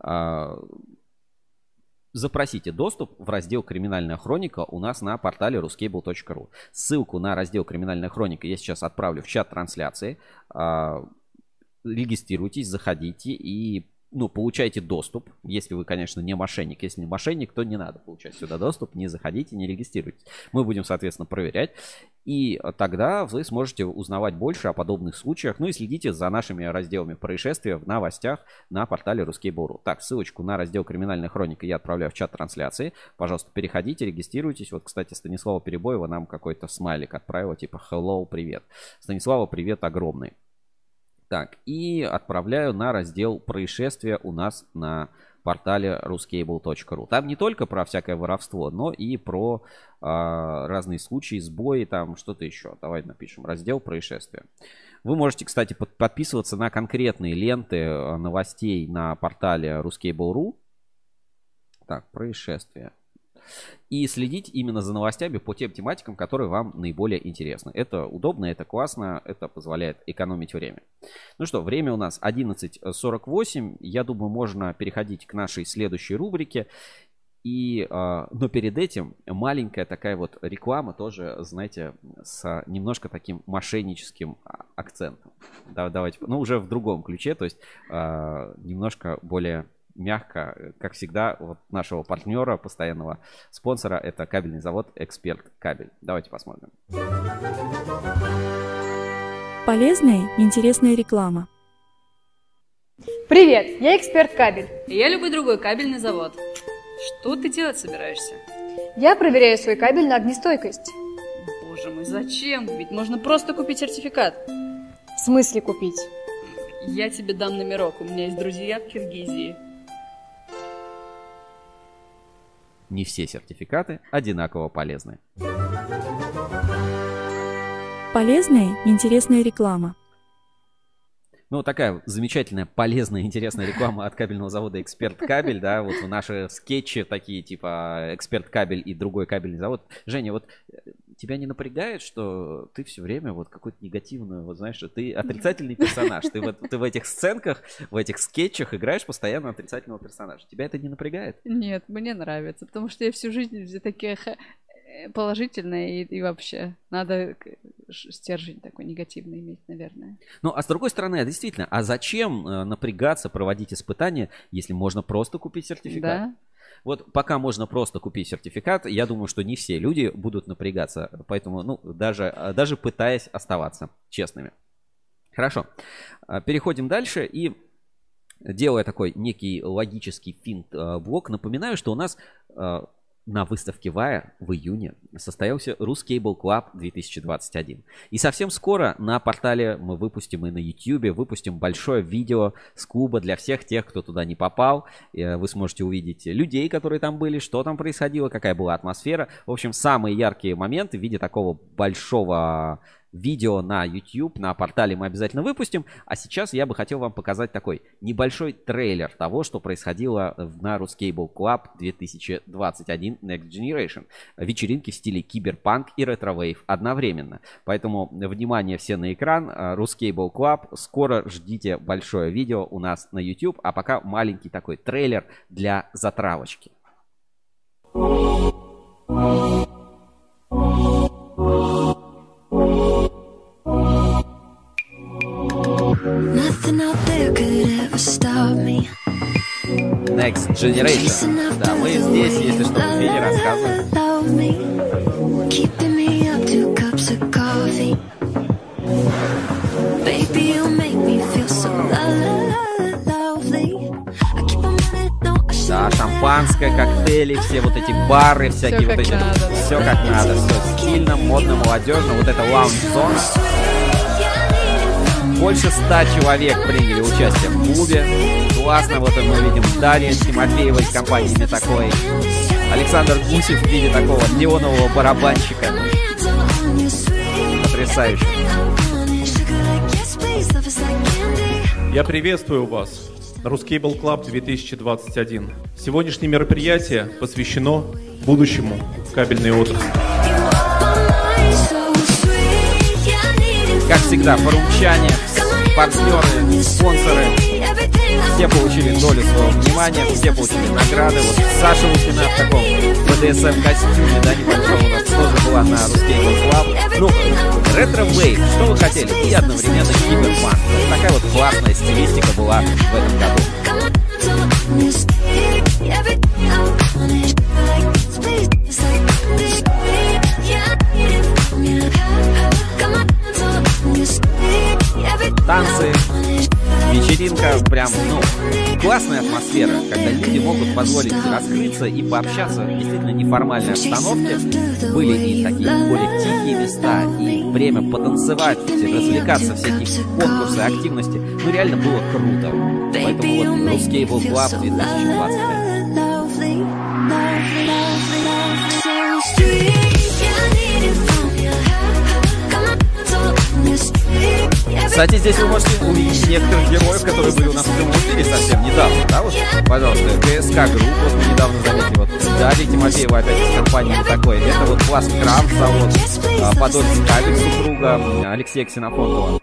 запросите доступ в раздел «Криминальная хроника» у нас на портале ruscable.ru. Ссылку на раздел «Криминальная хроника» я сейчас отправлю в чат трансляции. Регистрируйтесь, заходите и получайте доступ, если вы, конечно, не мошенник. Если не мошенник, то не надо получать сюда доступ, не заходите, не регистрируйтесь. Мы будем, соответственно, проверять. И тогда вы сможете узнавать больше о подобных случаях. Ну и следите за нашими разделами происшествия в новостях на портале Ruscable.ru. Так, ссылочку на раздел «Криминальная хроника» я отправляю в чат трансляции. Пожалуйста, переходите, регистрируйтесь. Вот, кстати, Станислава Перебоева нам какой-то смайлик отправила, типа «Hello, привет». Станислава, привет огромный. Так, и отправляю на раздел происшествия у нас на портале ruscable.ru. Там не только про всякое воровство, но и про разные случаи, сбои, там что-то еще. Давай напишем раздел происшествия. Вы можете, кстати, подписываться на конкретные ленты новостей на портале ruscable.ru. Так, происшествия. И следить именно за новостями по тем тематикам, которые вам наиболее интересны. Это удобно, это классно, это позволяет экономить время. Ну что, время у нас 11:48. Я думаю, можно переходить к нашей следующей рубрике. Но перед этим маленькая такая вот реклама тоже, знаете, с немножко таким мошенническим акцентом. Давайте, уже в другом ключе, то есть немножко более мягко, как всегда, вот нашего партнера, постоянного спонсора, это кабельный завод «Эксперт Кабель». Давайте посмотрим. Полезная и интересная реклама. Привет, я «Эксперт Кабель». И я любой другой кабельный завод. Что ты делать собираешься? Я проверяю свой кабель на огнестойкость. Боже мой, зачем? Ведь можно просто купить сертификат. В смысле купить? Я тебе дам номерок, у меня есть друзья в Киргизии. Не все сертификаты одинаково полезны. Полезная и интересная реклама. Такая замечательная, полезная, интересная реклама от кабельного завода «Эксперт Кабель», да, вот наши скетчи такие, типа «Эксперт Кабель» и другой кабельный завод. Женя, вот тебя не напрягает, что ты все время вот какой-то негативный, вот знаешь, ты отрицательный персонаж, ты в этих сценках, в этих скетчах играешь постоянно отрицательного персонажа. Тебя это не напрягает? Нет, мне нравится, потому что я всю жизнь такие положительная и вообще надо стержень такой негативный иметь, наверное. Ну, а с другой стороны, действительно, а зачем напрягаться, проводить испытания, если можно просто купить сертификат? Да. Вот пока можно просто купить сертификат, я думаю, что не все люди будут напрягаться. Поэтому, ну, даже пытаясь оставаться честными. Хорошо. Переходим дальше. И делая такой некий логический финт-блок, напоминаю, что у нас на выставке Wire в июне состоялся Ruscable Club 2021. И совсем скоро на портале мы выпустим и на YouTube, выпустим большое видео с клуба для всех тех, кто туда не попал. Вы сможете увидеть людей, которые там были, что там происходило, какая была атмосфера. В общем, самые яркие моменты в виде такого большого видео на YouTube, на портале мы обязательно выпустим. А сейчас я бы хотел вам показать такой небольшой трейлер того, что происходило на Ruscable Club 2021 Next Generation. Вечеринки в стиле киберпанк и ретро-вейв одновременно. Поэтому, внимание все на экран. Ruscable Club. Скоро ждите большое видео у нас на YouTube. А пока маленький такой трейлер для затравочки. Next Generation. Да, мы здесь, если что, в эфире рассказываем. Да, шампанское, коктейли, все вот эти бары, всякие вот эти. Все как надо, все стильно, модно, молодежно. Вот это лаунж-зона. Больше 100 человек приняли участие в клубе. Классно, вот мы видим Дарья Тимофеева из компании «Метакой». Александр Гусев в виде такого неонового барабанщика. Потрясающе. Я приветствую вас на Ruscable Club 2021. Сегодняшнее мероприятие посвящено будущему кабельной отрасли. Как всегда, форумчане, партнеры, спонсоры, все получили долю своего внимания, все получили награды. Вот Саша Лукина в таком БДСМ-костюме, да, небольшом, у нас тоже была на Ruscable Club. Ну, ретро-вейв, что вы хотели? И одновременно киберпанк. Вот такая вот классная стилистика была в этом году. Танцы, вечеринка, прям, ну, классная атмосфера, когда люди могут позволить раскрыться и пообщаться в действительно неформальной обстановке. Были и такие более тихие места, и время потанцевать, развлекаться, всякие конкурсы, активности. Ну, реально было круто. Поэтому вот Ruscable Club 2020. Кстати, здесь вы можете увидеть некоторых героев, которые были у нас в прямом эфире совсем недавно, да, вот, пожалуйста, КСК Групп, вот мы недавно заметили, вот, Дарья Тимофеева опять из компании такой, это вот Пласткрафт завод, Подольск Кабель супруга Алексея Ксенофонтова,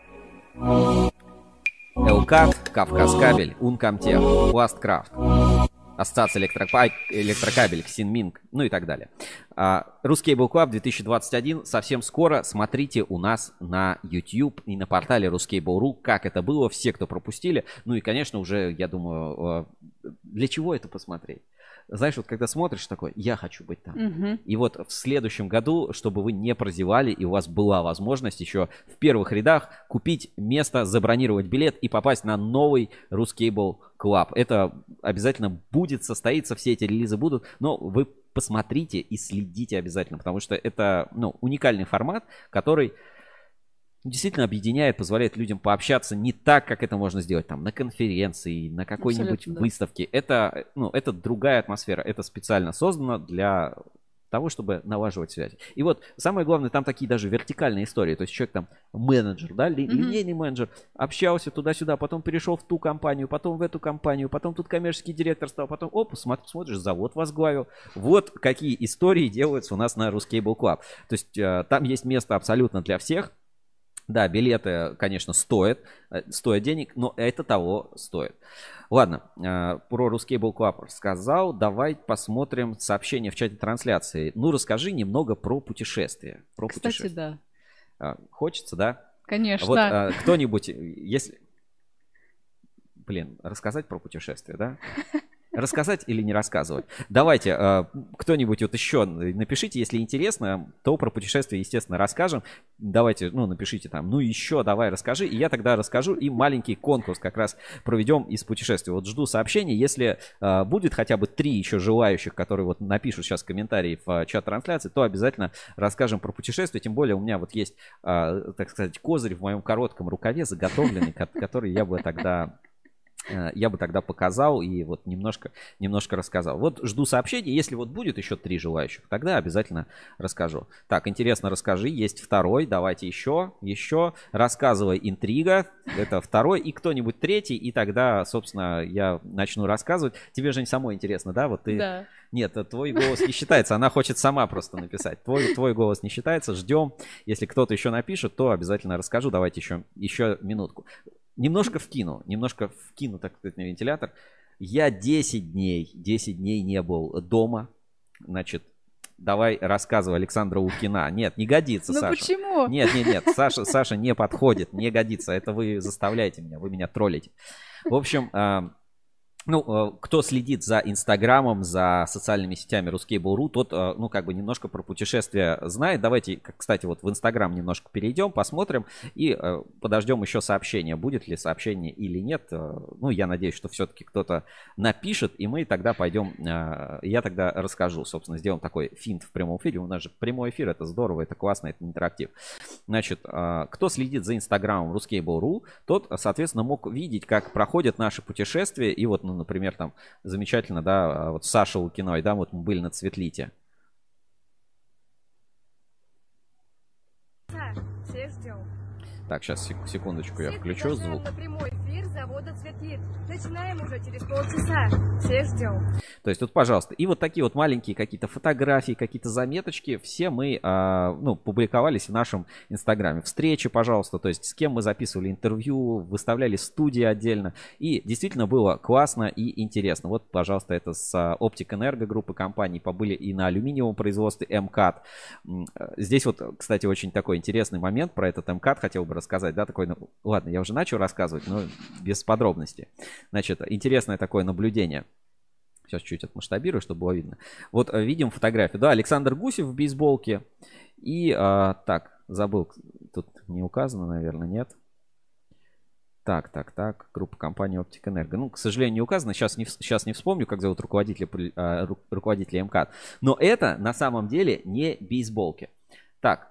ЛКАТ, Кавказ Кабель, Ункомтех, Пласткрафт. Ассоциация электрокабель, Ксинминг, ну и так далее. Ruscable Club 2021 совсем скоро. Смотрите у нас на YouTube и на портале Ruscable.ru, как это было, все, кто пропустили. Ну и, конечно, уже, я думаю, для чего это посмотреть? Знаешь, вот когда смотришь такой, я хочу быть там. И вот в следующем году, чтобы вы не прозевали, и у вас была возможность еще в первых рядах купить место, забронировать билет и попасть на новый Ruscable Club. Это обязательно будет состоиться, все эти релизы будут, но вы посмотрите и следите обязательно, потому что это, ну, уникальный формат, который действительно объединяет, позволяет людям пообщаться не так, как это можно сделать там на конференции, на какой-нибудь выставке. Это, ну, это другая атмосфера. Это специально создано для того, чтобы налаживать связи. И вот самое главное, там такие даже вертикальные истории. То есть человек там менеджер, да, линейный менеджер, общался туда-сюда, потом перешел в ту компанию, потом в эту компанию, потом тут коммерческий директор стал, потом, оп, смотришь, завод возглавил. Вот какие истории делаются у нас на Ruscable Club. То есть там есть место абсолютно для всех. Да, билеты, конечно, стоят денег, но это того стоит. Ладно, про Ruscable Club рассказал. Давай посмотрим сообщение в чате трансляции. Ну, расскажи немного про путешествия. Кстати, да. Хочется, да? Конечно. Вот кто-нибудь, если... Блин, рассказать про путешествие, да? Рассказать или не рассказывать? Давайте, кто-нибудь вот еще напишите, если интересно, то про путешествие, естественно, расскажем. Давайте, напишите там, еще давай расскажи, и я тогда расскажу, и маленький конкурс как раз проведем из путешествия. Вот жду сообщений, если будет хотя бы 3 еще желающих, которые вот напишут сейчас комментарии в чат трансляции, то обязательно расскажем про путешествие. Тем более у меня вот есть, так сказать, козырь в моем коротком рукаве заготовленный, который я бы тогда показал и вот немножко рассказал. Вот жду сообщений. Если вот будет еще 3 желающих, тогда обязательно расскажу. Так, интересно, расскажи. Есть второй. Давайте еще. Рассказывай, интрига. Это второй. И кто-нибудь третий. И тогда, собственно, я начну рассказывать. Тебе, Жень, самой интересно, да? Вот ты... Да. Нет, твой голос не считается. Она хочет сама просто написать. Твой голос не считается. Ждем. Если кто-то еще напишет, то обязательно расскажу. Давайте еще минутку. Немножко вкину, так сказать, на вентилятор. Я 10 дней не был дома. Значит, давай рассказывай, Александра Лукина. Нет, не годится, Саша. Почему? Нет, Саша не подходит, не годится. Это вы заставляете меня, вы меня троллите. В общем, кто следит за Инстаграмом, за социальными сетями Ruscable.ru, тот, немножко про путешествия знает. Давайте, кстати, вот в Инстаграм немножко перейдем, посмотрим и подождем еще сообщения. Будет ли сообщение или нет. Я надеюсь, что все-таки кто-то напишет, и мы тогда пойдем, я тогда расскажу, собственно, сделаем такой финт в прямом эфире. У нас же прямой эфир, это здорово, это классно, это интерактив. Значит, кто следит за Инстаграмом Ruscable.ru, тот, соответственно, мог видеть, как проходят наши путешествия, и вот, например, там замечательно, да, вот Саша Лукиной, да, вот мы были на Цветлите. Всех ждем. Так, сейчас, секундочку, я включу звук. На прямой эфир завода «Цветлит». Начинаем уже через полчаса. Всех ждем. То есть, вот, пожалуйста, и вот такие вот маленькие какие-то фотографии, какие-то заметочки, все мы, публиковались в нашем Инстаграме. Встречи, пожалуйста, то есть, с кем мы записывали интервью, выставляли студии отдельно. И действительно было классно и интересно. Вот, пожалуйста, это с Optic Energo группы компаний. Побыли и на алюминиевом производстве МКАД. Здесь вот, кстати, очень такой интересный момент про этот МКАД хотел бы рассказать, да, такой, ладно, я уже начал рассказывать, но без подробностей. Значит, интересное такое наблюдение. Сейчас чуть отмасштабирую, чтобы было видно. Вот видим фотографию, да, Александр Гусев в бейсболке. И, так, забыл, тут не указано, наверное, нет. Так, группа компании Optic Energo. К сожалению, не указано, сейчас не вспомню, как зовут руководителя МКАД. Но это на самом деле не бейсболки. Так.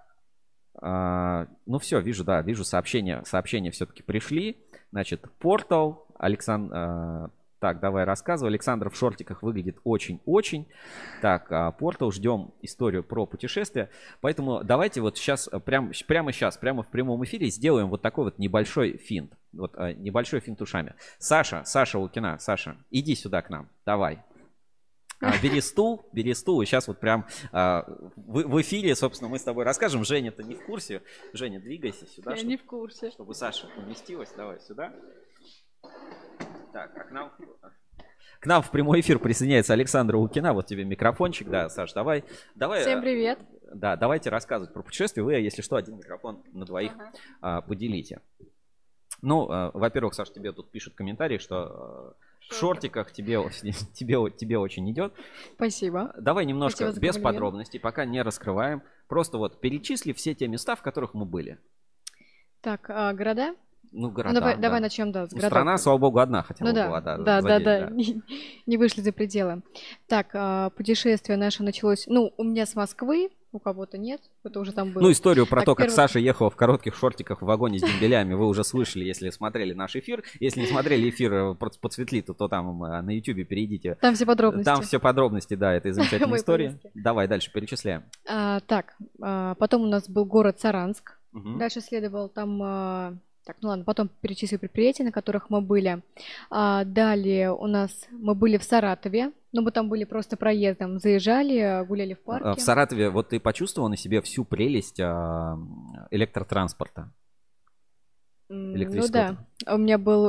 Все, вижу сообщения все-таки пришли. Значит, портал, Александр, так, давай рассказывай. Александр в шортиках выглядит очень-очень. Так, портал, ждем историю про путешествие. Поэтому давайте вот сейчас, прямо в прямом эфире сделаем вот такой вот небольшой финт. Вот небольшой финт ушами. Саша Лукина, Саша, иди сюда к нам, давай. Бери стул, и сейчас вот прям в эфире, собственно, мы с тобой расскажем. Женя-то не в курсе. Женя, двигайся сюда. Я не в курсе. Чтобы Саша уместилась. Давай сюда. Так, к нам в прямой эфир присоединяется Александра Лукина. Вот тебе микрофончик. Да, Саш, давай. Всем привет. Да, давайте рассказывать про путешествие. Вы, если что, один микрофон на двоих поделите. Во-первых, Саш, тебе тут пишут комментарии, что в шортиках тебе очень идет. Спасибо. Давай немножко без подробностей, пока не раскрываем. Просто вот перечисли все те места, в которых мы были. Так, города? Города. Давай начнем, с городов. Страна, слава богу, одна хотя бы была. Да. Не вышли за пределы. Так, путешествие наше началось, у меня с Москвы, у кого-то нет, это уже там было. Историю про то, как Саша ехала в коротких шортиках в вагоне с дембелями, вы уже слышали, если смотрели наш эфир. Если не смотрели эфир по Цветлиту, то там на YouTube перейдите. Там все подробности. Там все подробности, да, этой замечательной истории. Давай дальше перечисляем. Потом у нас был город Саранск. Дальше следовал там... потом перечислю предприятия, на которых мы были. Далее мы были в Саратове. Мы там были просто проездом. Заезжали, гуляли в парке. В Саратове вот ты почувствовал на себе всю прелесть электротранспорта? Да. У меня был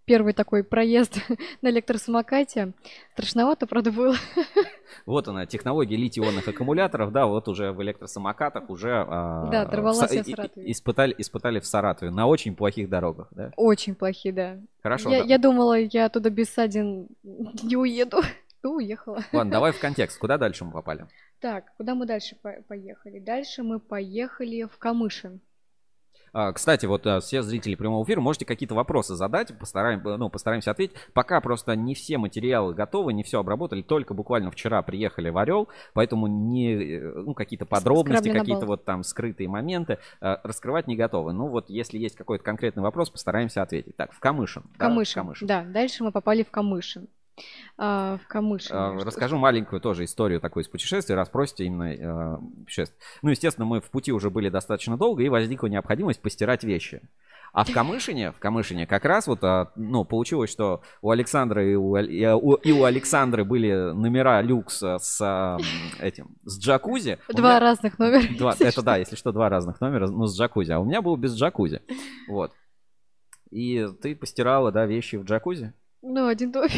первый такой проезд на электросамокате. Страшновато, правда, было. Вот она, технология литий-ионных аккумуляторов, да, вот уже в электросамокатах уже Да, оторвалась я в Саратове. испытали в Саратове на очень плохих дорогах, да? Очень плохие, да. Хорошо. Да. Я думала, я туда без ссадин не уеду. Ну, уехала. Ладно, давай в контекст. Куда дальше мы попали? Так, куда мы дальше поехали? Дальше мы поехали в Камышин. Кстати, вот все зрители прямого эфира, можете какие-то вопросы задать, постараемся ответить. Пока просто не все материалы готовы, не все обработали, только буквально вчера приехали в Орел, поэтому какие-то подробности, какие-то вот там скрытые моменты раскрывать не готовы. Ну вот если есть какой-то конкретный вопрос, постараемся ответить. Так, в Камышин. Камышин. Да, дальше мы попали в Камышин. В Камышин. Расскажу маленькую тоже историю такой из путешествия, раз просите именно путешествие. Ну, естественно, мы в пути уже были достаточно долго, и возникла необходимость постирать вещи. А в Камышине как раз вот, получилось, что у Александра и у Александры были номера люкс с джакузи. Два разных номера. Это да, если что, два разных номера, с джакузи. А у меня был без джакузи. Вот. И ты постирала, да, вещи в джакузи? Ну, один дофиг.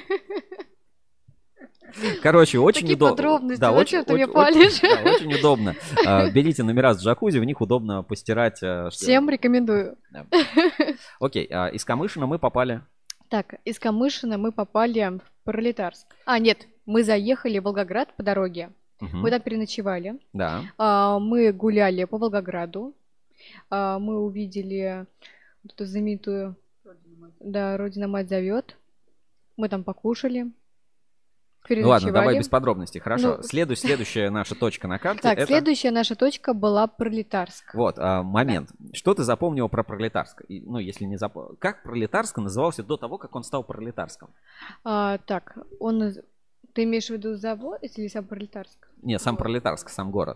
Короче, очень такие удобно. Подробности. Да, Зачем ты мне палишь? Да, очень удобно. Берите номера с джакузи, в них удобно постирать. Всем рекомендую. Да. Окей, из Камышина мы попали. Так, из Камышина мы попали в Пролетарск. Нет, мы заехали в Волгоград по дороге. Мы там переночевали. Да. Мы гуляли по Волгограду. Мы увидели вот эту знаменитую... Да, Родина-мать зовет. Мы там покушали. Ну ладно, давай без подробностей, хорошо. Следующая наша точка на карте. Так, следующая наша точка была Пролетарск. Вот, момент. Что ты запомнила про Пролетарск? Ну, если не запомнил. Как Пролетарск назывался до того, как он стал Пролетарском? Так, ты имеешь в виду завод или сам Пролетарск? Нет, сам Пролетарск, сам город.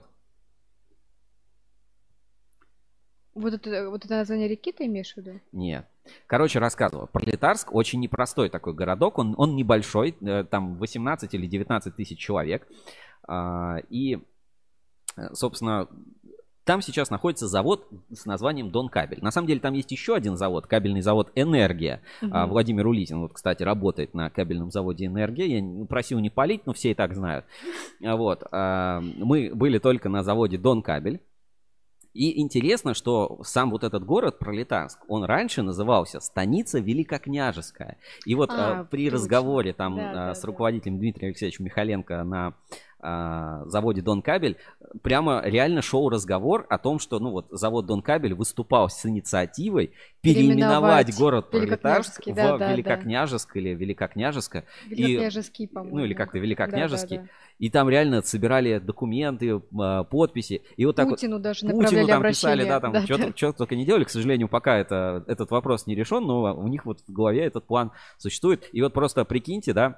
Вот это название реки ты имеешь в виду? Нет. Короче, рассказываю. Пролетарск очень непростой такой городок. Он небольшой, там 18 или 19 тысяч человек. И, собственно, там сейчас находится завод с названием Донкабель. На самом деле там есть еще один завод, кабельный завод «Энергия». Владимир Улитин, вот, кстати, работает на кабельном заводе «Энергия». Я просил не палить, но все и так знают. Вот. Мы были только на заводе Донкабель. И интересно, что сам вот этот город Пролетарск, он раньше назывался Станица Великокняжеская. И вот при разговоре там с руководителем Дмитрием Алексеевичем Михаленко на заводе Донкабель прямо реально шел разговор о том, что завод Донкабель выступал с инициативой переименовать город Пролетарск в Великокняжеск или Великокняжеское. Великокняжеский, по-моему. Ну или как-то Великокняжеский. Да. И там реально собирали документы, подписи. И вот так Путину вот, даже направляли там обращение. писали, да, там что только не делали. К сожалению, пока этот вопрос не решен, но у них вот в голове этот план существует. И вот просто прикиньте, да,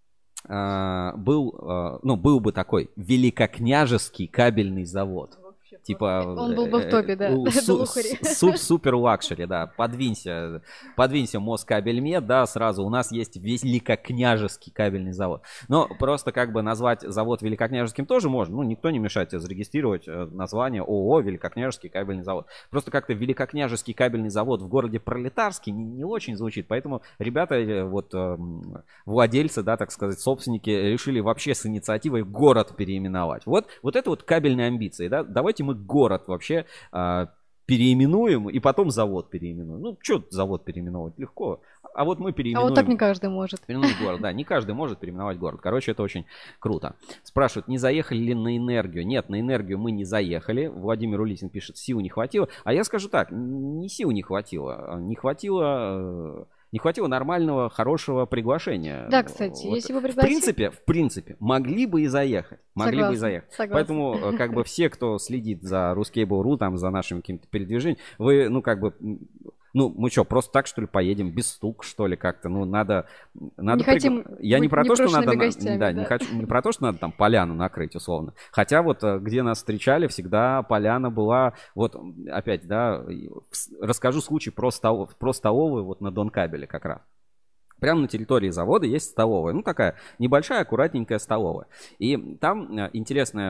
был бы такой великокняжеский кабельный завод. Типа, он был бы в топе, да. Супер лакшери, да. Подвинься Москабельмет, да, сразу у нас есть великокняжеский кабельный завод. Но просто как бы назвать завод великокняжеским тоже можно. Ну, никто не мешает тебе зарегистрировать название ООО «Великокняжеский кабельный завод». Просто как-то великокняжеский кабельный завод в городе Пролетарске не очень звучит. Поэтому ребята, вот владельцы, да, так сказать, собственники решили вообще с инициативой город переименовать. Вот это вот кабельные амбиции, да. Давайте мы город вообще переименуем и потом завод переименуем. Ну, что завод переименовать? Легко. А вот мы переименуем... А вот так не каждый может. Переименовать город, да. Не каждый может переименовать город. Короче, это очень круто. Спрашивают, не заехали ли на энергию? Нет, на энергию мы не заехали. Владимир Улитин пишет, сил не хватило. А я скажу так, не сил не хватило. Не хватило нормального, хорошего приглашения. Да, кстати, вот. Если бы пригласили... В принципе, могли бы и заехать. Согласна. Поэтому, как бы, все, кто следит за Ruskable.ru, там, за нашими какими-то передвижениями, вы, мы что, просто так, что ли, поедем без стук, что ли, как-то? Надо... Не хотим Я не про то, что надо... Гостями, да. Не про то, что надо там поляну накрыть, условно. Хотя вот, где нас встречали, всегда поляна была... Вот, опять, да, расскажу случай про столовую вот на Донкабеле как раз. Прямо на территории завода есть столовая. Ну, такая небольшая, аккуратненькая столовая. И там интересная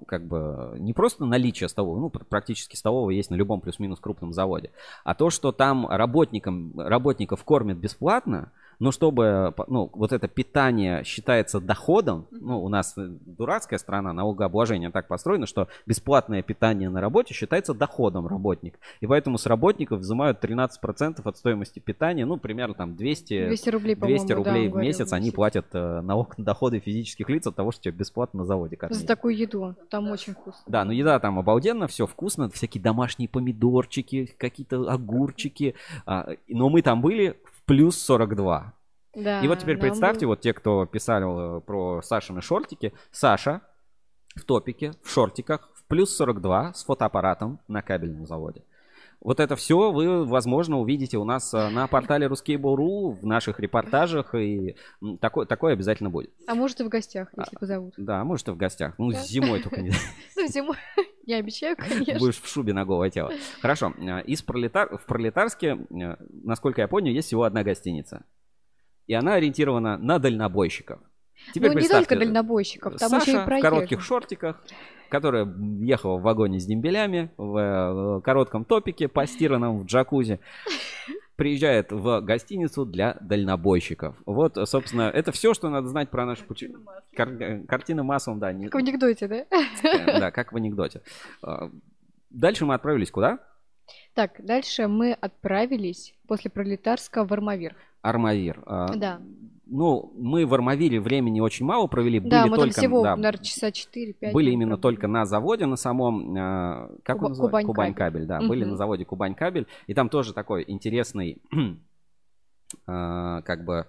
как бы не просто наличие столовой, ну, практически столовая есть на любом плюс-минус крупном заводе, а то, что там работников кормят бесплатно, но чтобы, ну, вот это питание считается доходом, ну, у нас дурацкая страна, налогообложение так построено, что бесплатное питание на работе считается доходом работника. И поэтому с работников взимают 13% от стоимости питания, ну, примерно там 200 рублей, 200 рублей в месяц они платят налог на доходы физических лиц от того, что тебе бесплатно на заводе кормят. За такую еду, там очень вкусно. Да, ну еда там обалденно, все вкусно, всякие домашние помидорчики, какие-то огурчики, но мы там были плюс 42. Да, и вот теперь представьте, вот те, кто писали про Сашины шортики. Саша в топике, в шортиках, в плюс 42 с фотоаппаратом на кабельном заводе. Вот это все вы, возможно, увидите у нас на портале Ruskable.ru, в наших репортажах, и такое обязательно будет. А может и в гостях, если позовут. Да, может и в гостях. Ну, зимой только не. Ну, зимой. Я обещаю, конечно. Будешь в шубе на голое тело. Хорошо. В Пролетарске, насколько я понял, есть всего одна гостиница. И она ориентирована на дальнобойщиков. Теперь ну, не только дальнобойщиков, там Саша еще и проезжих. в коротких шортиках, которая ехала в вагоне с дембелями, в коротком топике, постиранном в джакузи, приезжает в гостиницу для дальнобойщиков. Вот, собственно, это все, что надо знать про наш путь. Картина маслом, да. Как в анекдоте, да? Да, как в анекдоте. Дальше мы отправились куда? Так, дальше мы отправились после Пролетарска в Армавир. Армавир. Да. Ну, мы в Армавире времени очень мало провели. Да, были мы только, там всего, да, наверное, часа 4-5. были именно только на заводе, на самом, как он называется? Кубань-кабель, да, были на заводе Кубань-кабель. И там тоже такой интересный, как бы,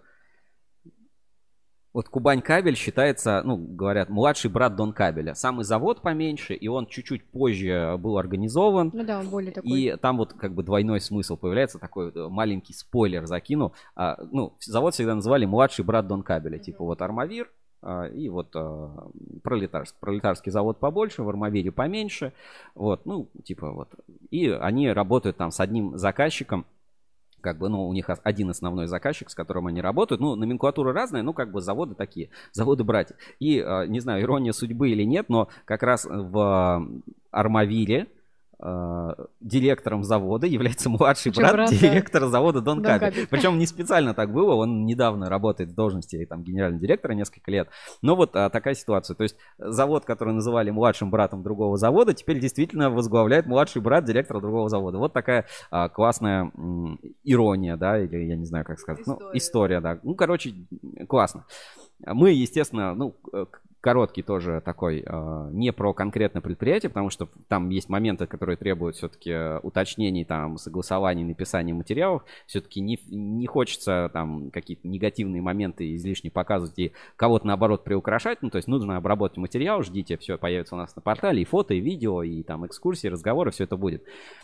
вот Кубань-кабель считается, ну, говорят, младший брат Донкабеля. Самый завод поменьше, и он чуть-чуть позже был организован. Ну да, он более такой. И там вот как бы двойной смысл появляется, такой маленький спойлер закину. Ну, завод всегда называли младший брат Донкабеля. Типа вот Армавир и вот Пролетарск. Пролетарский завод побольше, в Армавире поменьше. Вот, ну, типа вот. И они работают там с одним заказчиком. Как бы, ну, у них один основной заказчик, с которым они работают. Ну, номенклатура разная, ну, как бы заводы такие, заводы-братья. И, не знаю, ирония судьбы или нет, но как раз в Армавире директором завода является младший брат директора завода Донкабель. Причем не специально так было, он недавно работает в должности там генерального директора несколько лет. Но вот такая ситуация. То есть завод, который называли младшим братом другого завода, теперь действительно возглавляет младший брат директора другого завода. Вот такая классная ирония, да, или я не знаю, как сказать. История, да. Ну, короче, классно. Мы, естественно, ну, короткий тоже такой, не про конкретное предприятие, потому что там есть моменты, которые требуют все-таки уточнений, там, согласований, написания материалов. Все-таки не хочется там какие-то негативные моменты излишне показывать и кого-то, наоборот, приукрашать. Ну, то есть нужно обработать материал, ждите, все появится у нас на портале, и фото, и видео, и там экскурсии, разговоры, все это будет.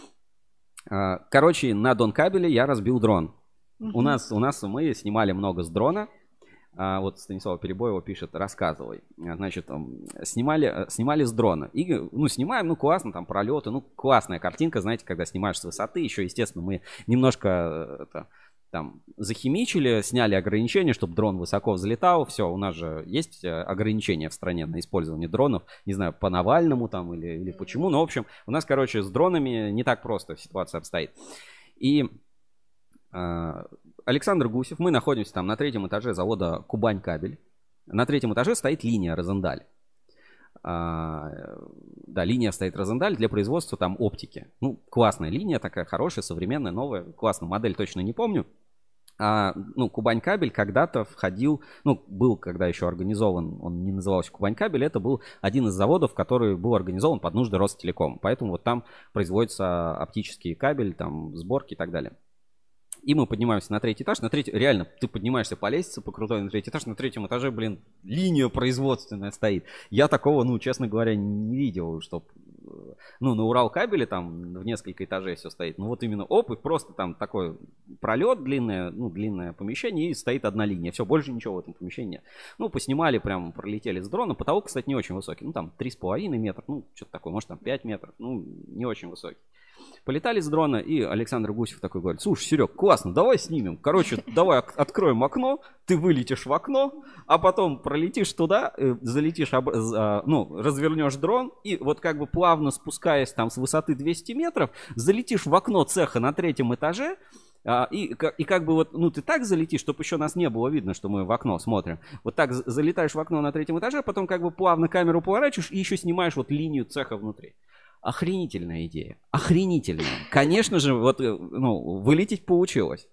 Короче, на Донкабеле я разбил дрон. У нас мы снимали много с дрона. Вот Станислав Перебоева пишет, рассказывай. Значит, снимали с дрона. И, ну, снимаем, ну, классно, там, пролеты, ну, классная картинка, знаете, когда снимаешь с высоты. Еще, естественно, мы немножко там захимичили, сняли ограничения, чтобы дрон высоко взлетал. Все, у нас же есть ограничения в стране на использование дронов. Не знаю, по Навальному там или почему. Но, в общем, у нас, короче, с дронами не так просто ситуация обстоит. И Александр Гусев, мы находимся там на 3-м этаже завода Кубань-кабель. На 3-м этаже стоит линия Розенталь. Да, линия стоит Розенталь для производства там оптики. Ну, классная линия, такая хорошая, современная, новая. Классная модель, точно не помню. Ну, Кубань-кабель когда-то входил, ну, был когда еще организован, он не назывался Кубань-кабель, это был один из заводов, который был организован под нужды Ростелеком. Поэтому вот там производится оптический кабель, там сборки и так далее. И мы поднимаемся на 3-й этаж. Реально, ты поднимаешься по лестнице, по крутой на 3-й этаж. На 3-м этаже, блин, линия производственная стоит. Я такого, ну, честно говоря, не видел, чтоб... Ну, на Уралкабеле там в несколько этажей все стоит. Ну, вот именно и просто там такой пролет, длинное помещение, и стоит одна линия. Все, больше ничего в этом помещении нет. Ну, поснимали, прям пролетели с дрона. Потолок, кстати, не очень высокий. Ну, там 3,5 метра, ну, что-то такое, может, там 5 метров. Ну, не очень высокий. Полетали с дрона, и Александр Гусев такой говорит: слушай, Серег, классно, давай снимем. Короче, давай откроем окно, ты вылетишь в окно, а потом пролетишь туда, залетишь, развернешь дрон, и вот как бы плавно спускаясь там с высоты 200 метров, залетишь в окно цеха на 3-м этаже. И как бы вот, ты так залетишь, чтобы еще нас не было видно, что мы в окно смотрим. Вот так залетаешь в окно на 3-м этаже, потом как бы плавно камеру поворачиваешь и еще снимаешь вот линию цеха внутри. Охренительная идея. Охренительная. Конечно же, вот, вылететь получилось.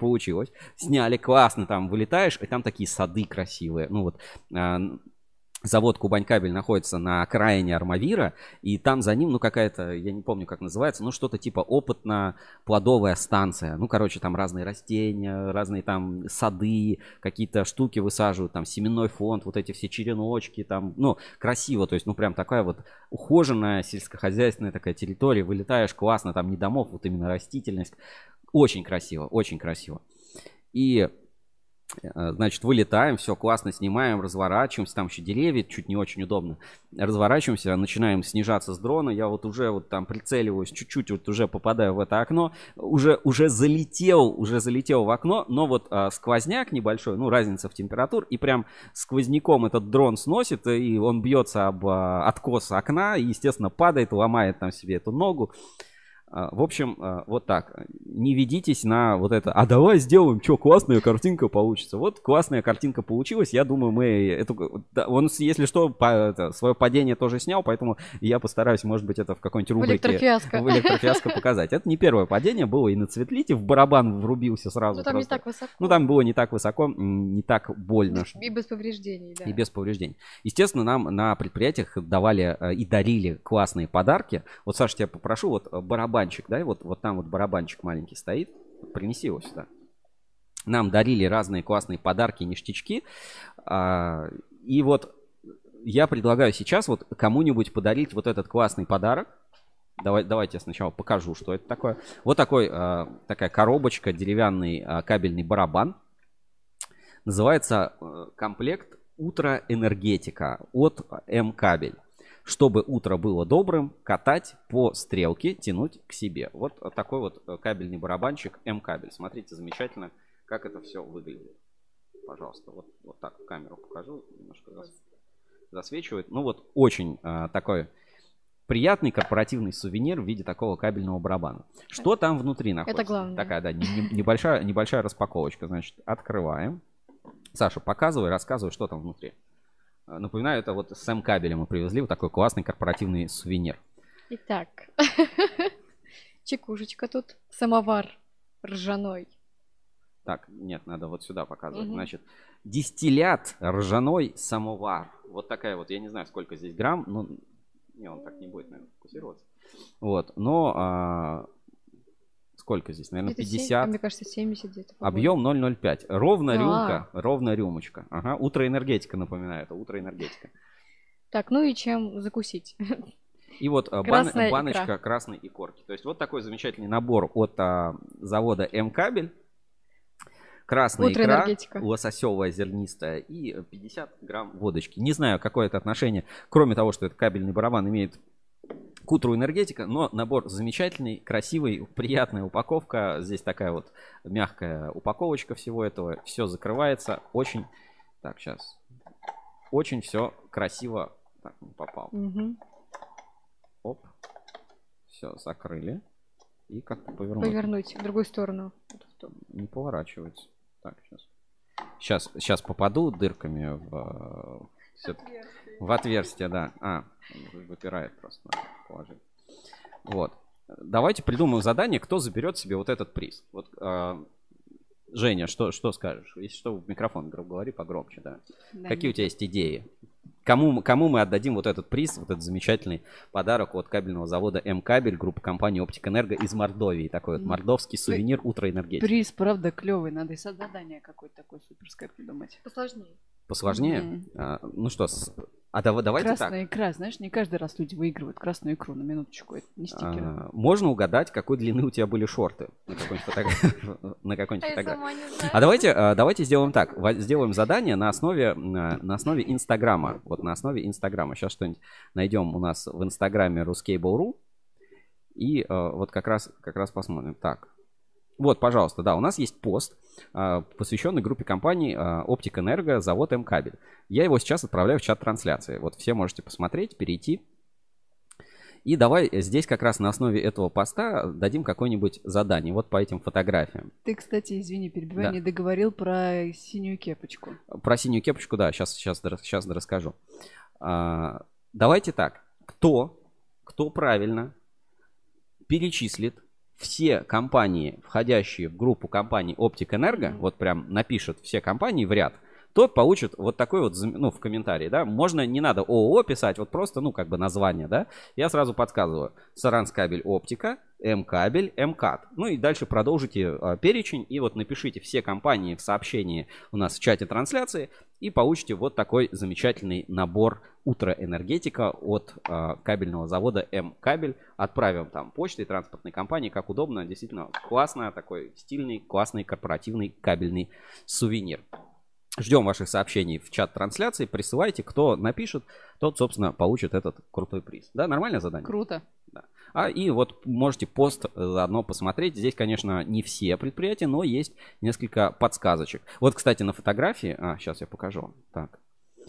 Сняли классно, там вылетаешь, и там такие сады красивые. Завод Кубань-Кабель находится на окраине Армавира, и там за ним, какая-то, я не помню, как называется, что-то типа опытно-плодовая станция. Там разные растения, разные там сады, какие-то штуки высаживают, там семенной фонд, вот эти все череночки, там, красиво, то есть, прям такая вот ухоженная сельскохозяйственная такая территория, вылетаешь, классно, там не домов, вот именно растительность. Очень красиво, очень красиво. И значит, вылетаем, все классно снимаем, разворачиваемся, там еще деревья, чуть не очень удобно. Разворачиваемся, начинаем снижаться с дрона, я вот уже вот там прицеливаюсь, чуть-чуть вот уже попадаю в это окно, уже залетел в окно, но вот сквозняк небольшой, разница в температуре, и прям сквозняком этот дрон сносит, и он бьется об откос окна, и, естественно, падает, ломает там себе эту ногу. В общем, вот так. Не ведитесь на вот это. А давай сделаем, что классная картинка получится. Вот классная картинка получилась. Я думаю, он, если что, свое падение тоже снял, поэтому я постараюсь, может быть, это в какой-нибудь рубрике в электрофиаско показать. Это не первое падение, было и на Цветлите. В барабан врубился сразу. Там просто не так высоко. Там было не так высоко, не так больно. И без повреждений, да. И без повреждений. Естественно, нам на предприятиях давали и дарили классные подарки. Вот, Саша, тебя попрошу, вот барабанчик, да, вот там вот барабанчик маленький стоит, принеси его сюда. Нам дарили разные классные подарки, ништячки. И вот я предлагаю сейчас вот кому-нибудь подарить вот этот классный подарок. Давайте я сначала покажу, что это такое. Вот такая коробочка, деревянный кабельный барабан. Называется комплект «Утроэнергетика» от М-Кабель. Чтобы утро было добрым, катать по стрелке, тянуть к себе. Вот такой вот кабельный барабанчик М-Кабель. Смотрите, замечательно, как это все выглядит. Пожалуйста, вот так в камеру покажу. Немножко засвечивает. Очень такой приятный корпоративный сувенир в виде такого кабельного барабана. Что там внутри находится? Это главное. Такая, да, небольшая распаковочка. Значит, открываем. Саша, показывай, рассказывай, что там внутри. Напоминаю, это вот с М-Кабеля мы привезли вот такой классный корпоративный сувенир. Итак, чекушечка тут, самовар ржаной. Так, нет, надо вот сюда показывать. Значит, дистиллят ржаной самовар. Вот такая вот, я не знаю, сколько здесь грамм, он так не будет, наверное, фокусироваться. Вот, но сколько здесь? Наверное, 50. Мне кажется, 70 где-то. Объем 0,05. Ровно рюмочка. Ага, утроэнергетика, напоминаю, это утроэнергетика. Так, и чем закусить? И вот баночка красной икорки. То есть вот такой замечательный набор от завода М-Кабель. Красная икра, лососевая зернистая и 50 грамм водочки. Не знаю, какое это отношение, кроме того, что это кабельный барабан имеет к утроэнергетика, но набор замечательный, красивый, приятная упаковка. Здесь такая вот мягкая упаковочка всего этого. Все закрывается. Очень... Так, сейчас. Очень все красиво. Так, он попал. Оп. Все, закрыли. И как-то повернуть. Повернуть в другую сторону. Не поворачивается. Так, сейчас попаду дырками в отверстие, да. Выпирает просто. Надо положить. Вот. Давайте придумаем задание, кто заберет себе вот этот приз. Вот, Женя, что скажешь? Если что, в микрофон говори погромче, да. Какие у тебя есть идеи? Кому мы отдадим вот этот приз, вот этот замечательный подарок от кабельного завода М-Кабель, группы компании Оптик-Энерго из Мордовии. Такой вот мордовский сувенир утроэнергетики. Приз, правда, клевый. Надо и задание какое-то такое суперское придумать. Посложнее. Ну что, давайте красная икра, знаешь, не каждый раз люди выигрывают красную икру, на минуточку, это не стикеры. Можно угадать, какой длины у тебя были шорты на какой-нибудь фотографии. Давайте сделаем так. Сделаем задание на основе Инстаграма. Вот на основе Инстаграма. Сейчас что-нибудь найдем у нас в Инстаграме Ruscable.ru. И вот как раз посмотрим. Так. Вот, пожалуйста, да, у нас есть пост, посвященный группе компаний Оптик Энерго, завод М-Кабель. Я его сейчас отправляю в чат трансляции. Вот все можете посмотреть, перейти. И давай здесь как раз на основе этого поста дадим какое-нибудь задание. Вот по этим фотографиям. Ты, кстати, извини, перебивай, Да. не договорил про синюю кепочку. Про синюю кепочку, да, сейчас расскажу. Давайте так. Кто правильно перечислит все компании, входящие в группу компаний Оптик Энерго, вот прям напишет все компании в ряд, тот получит вот такой вот, ну, в комментарии, да, можно, не надо ООО писать, вот просто, ну, как бы название, да, я сразу подсказываю: Саранскабель Оптика, М-Кабель, МКАД. Ну и дальше продолжите перечень и вот напишите все компании в сообщении у нас в чате трансляции и получите вот такой замечательный набор «Утроэнергетика» от кабельного завода М-Кабель. Отправим там почтой, транспортной компании, как удобно, действительно классно, такой стильный, классный корпоративный кабельный сувенир. Ждем ваших сообщений в чат трансляции, присылайте, кто напишет, тот, собственно, получит этот крутой приз. Да, нормальное задание? Круто. Да. И вот можете пост заодно посмотреть. Здесь, конечно, не все предприятия, но есть несколько подсказочек. Вот, кстати, на фотографии... сейчас я покажу. Так.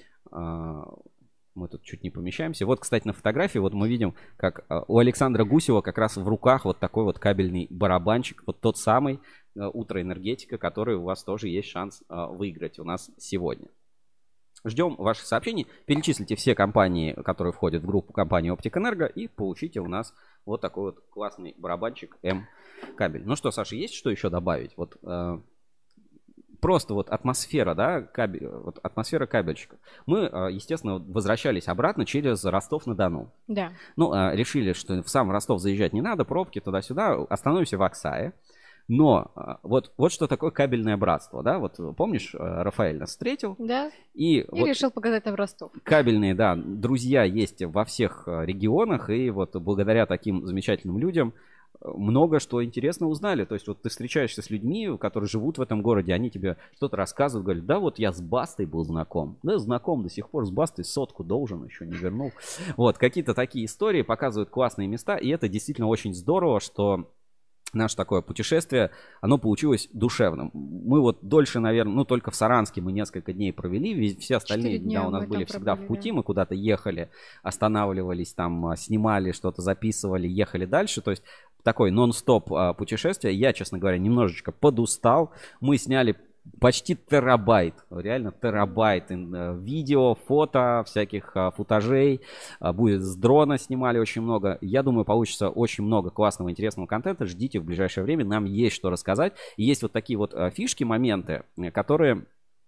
Мы тут чуть не помещаемся. Вот, кстати, на фотографии вот мы видим, как у Александра Гусева как раз в руках вот такой вот кабельный барабанчик. Вот тот самый «Утроэнергетика», который у вас тоже есть шанс выиграть у нас сегодня. Ждем ваших сообщений. Перечислите все компании, которые входят в группу компании Оптик Энерго, и получите у нас вот такой вот классный барабанчик М-Кабель. Ну что, Саша, есть что еще добавить? Вот просто вот атмосфера, да, вот атмосфера кабельщика. Мы, естественно, возвращались обратно через Ростов-на-Дону. Да. Ну, решили, что в сам Ростов заезжать не надо, пробки туда-сюда, остановимся в Аксае. Но вот что такое кабельное братство, да? Вот помнишь, Рафаэль нас встретил. Да. И вот решил показать нам Ростов. Кабельные, да, друзья есть во всех регионах. И вот благодаря таким замечательным людям много что интересно узнали. То есть вот ты встречаешься с людьми, которые живут в этом городе, они тебе что-то рассказывают, говорят: да вот я с Бастой был знаком. Да, знаком до сих пор с Бастой, 100 должен, еще не вернул. Вот, какие-то такие истории показывают классные места. И это действительно очень здорово, что наше такое путешествие, оно получилось душевным. Мы вот дольше, наверное, ну только в Саранске мы несколько дней провели, все остальные дня у нас были всегда в пути, да. Мы куда-то ехали, останавливались там, снимали, что-то записывали, ехали дальше, то есть такой нон-стоп путешествие. Я, честно говоря, немножечко подустал. Мы сняли почти терабайт, реально терабайт видео, фото, всяких футажей. Будет с дрона снимали очень много. Я думаю, получится очень много классного, интересного контента. Ждите в ближайшее время, нам есть что рассказать. И есть вот такие вот фишки, моменты, которые,